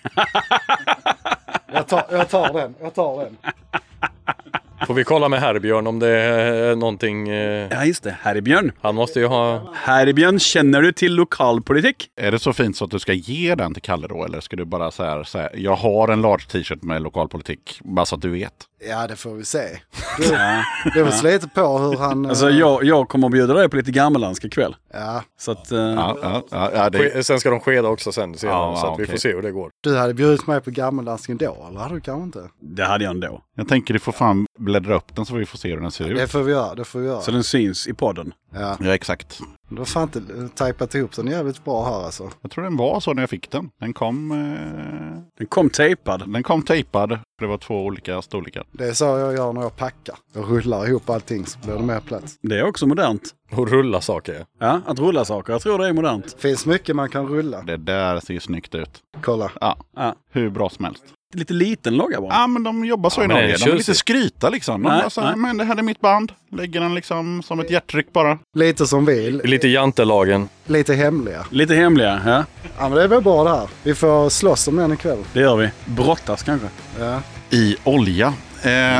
D: Jag tar, jag tar den. Jag tar den.
E: Får vi kolla med Herbjörn om det är någonting... Eh,
A: Ja, just det. Herrebjörn.
E: han måste ju ha...
A: Herrebjörn, känner du till lokalpolitik?
B: Är det så fint så att du ska ge den till Kalle då? Eller ska du bara så här, så här jag har en large t-shirt med lokalpolitik. Bara så att du vet.
D: Ja, det får vi se. Det, det var lite på hur han...
A: Alltså
D: eh,
A: jag, jag kommer att bjuda dig på lite gammeldansk ikväll.
D: Ja,
A: Så att... eh,
B: Ja, ja, ja, ja, det,
E: Ske- Sen ska de skeda också sen senare,
B: Ja,
E: så att vi
B: okej.
E: får se hur det går.
D: du hade bjudit mig på gammeldansken då, eller hade du kanske inte?
A: Det hade jag ändå.
B: jag tänker du får fan bläddra upp den så vi får se hur den ser ut.
D: Det får vi göra, det får vi göra.
A: Så den syns i podden.
D: Ja,
B: Ja, exakt.
D: du har fan inte tajpat ihop den jävligt bra här alltså.
B: Jag tror den var så när jag fick den. Den kom, eh,
A: Den kom tejpad.
B: den kom tejpad. Det var två olika storlekar.
D: Det är så jag gör när jag packar. Jag rullar ihop allting så blir det mer plats.
A: Det är också modernt.
E: Och rulla saker.
A: Ja, att rulla saker. Jag tror det är modernt.
D: Finns mycket man kan rulla.
B: Det där ser ju snyggt ut.
D: Kolla.
B: Ja,
A: Ja.
B: hur bra som helst.
A: Lite liten logga bara.
B: Ja, men de jobbar så
E: Ja,
B: i
E: men det är
B: Norge. De är lite
E: tjusigt.
B: skryta liksom. De
A: Nej,
B: bara så här,
A: nej.
B: men det här är mitt band. Lägger den liksom som ett hjärttryck bara.
D: Lite som vi.
E: Lite jantelagen.
D: Lite hemliga.
A: Lite hemliga, ja.
D: Ja, men det är väl bra det här. Vi får slåss om den ikväll.
A: Det gör vi. Brottas kanske.
D: Ja.
B: I olja. Eh,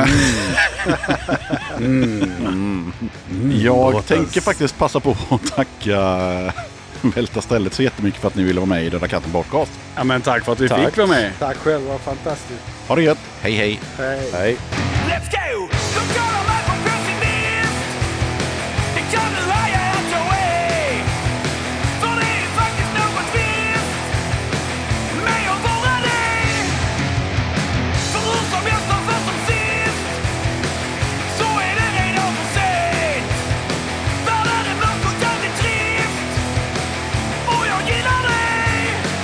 B: mm. Jag tänker faktiskt passa på att tacka Välta stället så jättemycket för att ni ville vara med i Döda katten podcast.
A: Ja, men tack för att vi
E: Tack.
A: fick vara med.
D: Tack själv, vad fantastiskt.
B: Ha det gött. Hej hej.
D: Hej.
E: Hej.
C: Let's go! Don't go to life for pessimist. Det kan du laja out your way. För det är faktiskt något visst med att vara dig. För hur som helst och först som sist så är det redan för sent. Världen är mörk och jävligt trist och jag gillar dig.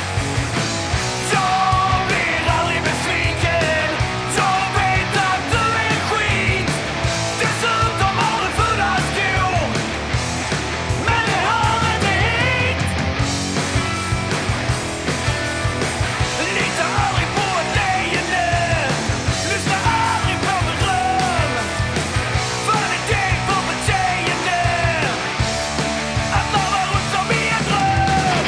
C: Jag blir aldrig besviken. Jag vet att du är skit. Dessutom har du fulla skor. Men det hör inte hit. Lita aldrig på ett leende. Lyssna aldrig på beröm. För det är det för beteende. Att lava runt som i en dröm.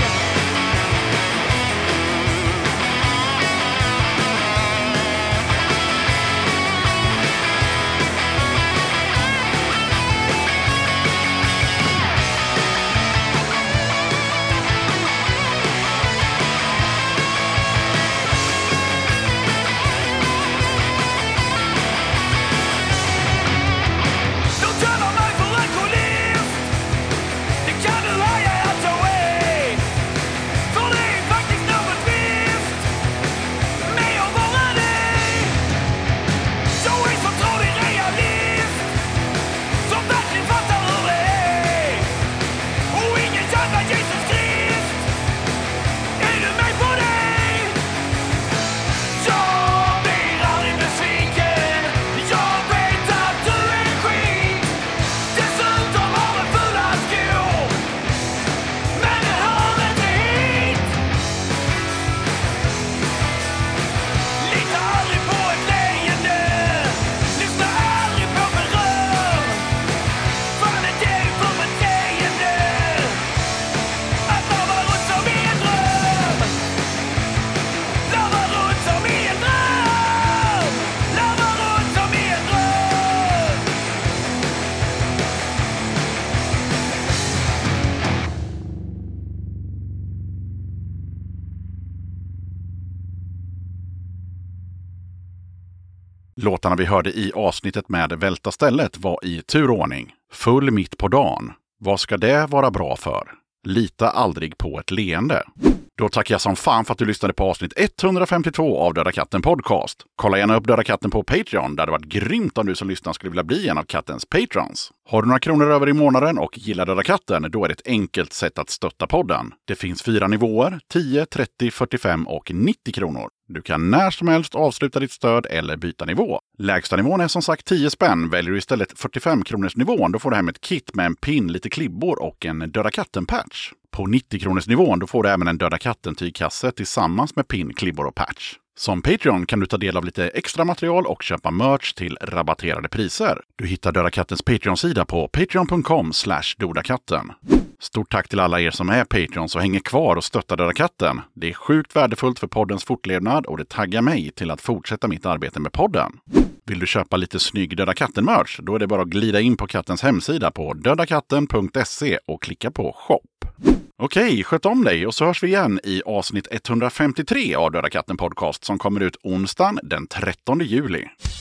C: De kallar mig för alkoholist. Det kan du laja out your way. För det är faktiskt något visst med att vara dig. Jag är som tror det är realist. Som verkligen fattar hur det är. Och ingen jävla Jesus Krist. Är du med på det? Jag blir aldrig besviken. Jag vet att du är skit. Dessutom har du fulla skor. Men det hör inte hit. Lita aldrig på ett leende. Lyssna aldrig på beröm. Fan är det för beteende. Att lava runt som i en dröm. Lava runt som i en dröm. Lava runt som i en dröm.
B: Låtarna vi hörde i avsnittet med Välta stället var i turordning. Full mitt på dagen. Vad ska det vara bra för? Lita aldrig på ett leende. Då tackar jag som fan för att du lyssnade på avsnitt etthundrafemtiotvå av Döda katten podcast. Kolla gärna upp Döda katten på Patreon, där det varit grymt om du som lyssnar skulle vilja bli en av kattens patrons. Har du några kronor över i månaden och gillar Döda katten, då är det ett enkelt sätt att stötta podden. Det finns fyra nivåer, tio, trettio, fyrtiofem och nittio kronor. Du kan när som helst avsluta ditt stöd eller byta nivå. Lägsta nivån är som sagt tio spänn. Väljer du istället fyrtiofem kronors nivån, då får du hem ett kit med en pin, lite klibbor och en Döda katten-patch. På nittio kronors nivån, då får du även en Döda katten-tygkasse tillsammans med pin, klibbor och patch. Som Patreon kan du ta del av lite extra material och köpa merch till rabatterade priser. Du hittar Döda kattens Patreon-sida på patreon punkt com slash dodakatten. Stort tack till alla er som är Patreons och hänger kvar och stöttar Döda katten. Det är sjukt värdefullt för poddens fortlevnad och det taggar mig till att fortsätta mitt arbete med podden. Vill du köpa lite snygg Döda katten-merch, då är det bara att glida in på kattens hemsida på dödakatten punkt se och klicka på shop. Okej, sköt om dig och så hörs vi igen i avsnitt etthundrafemtiotre av Döda katten podcast som kommer ut onsdagen den trettonde juli.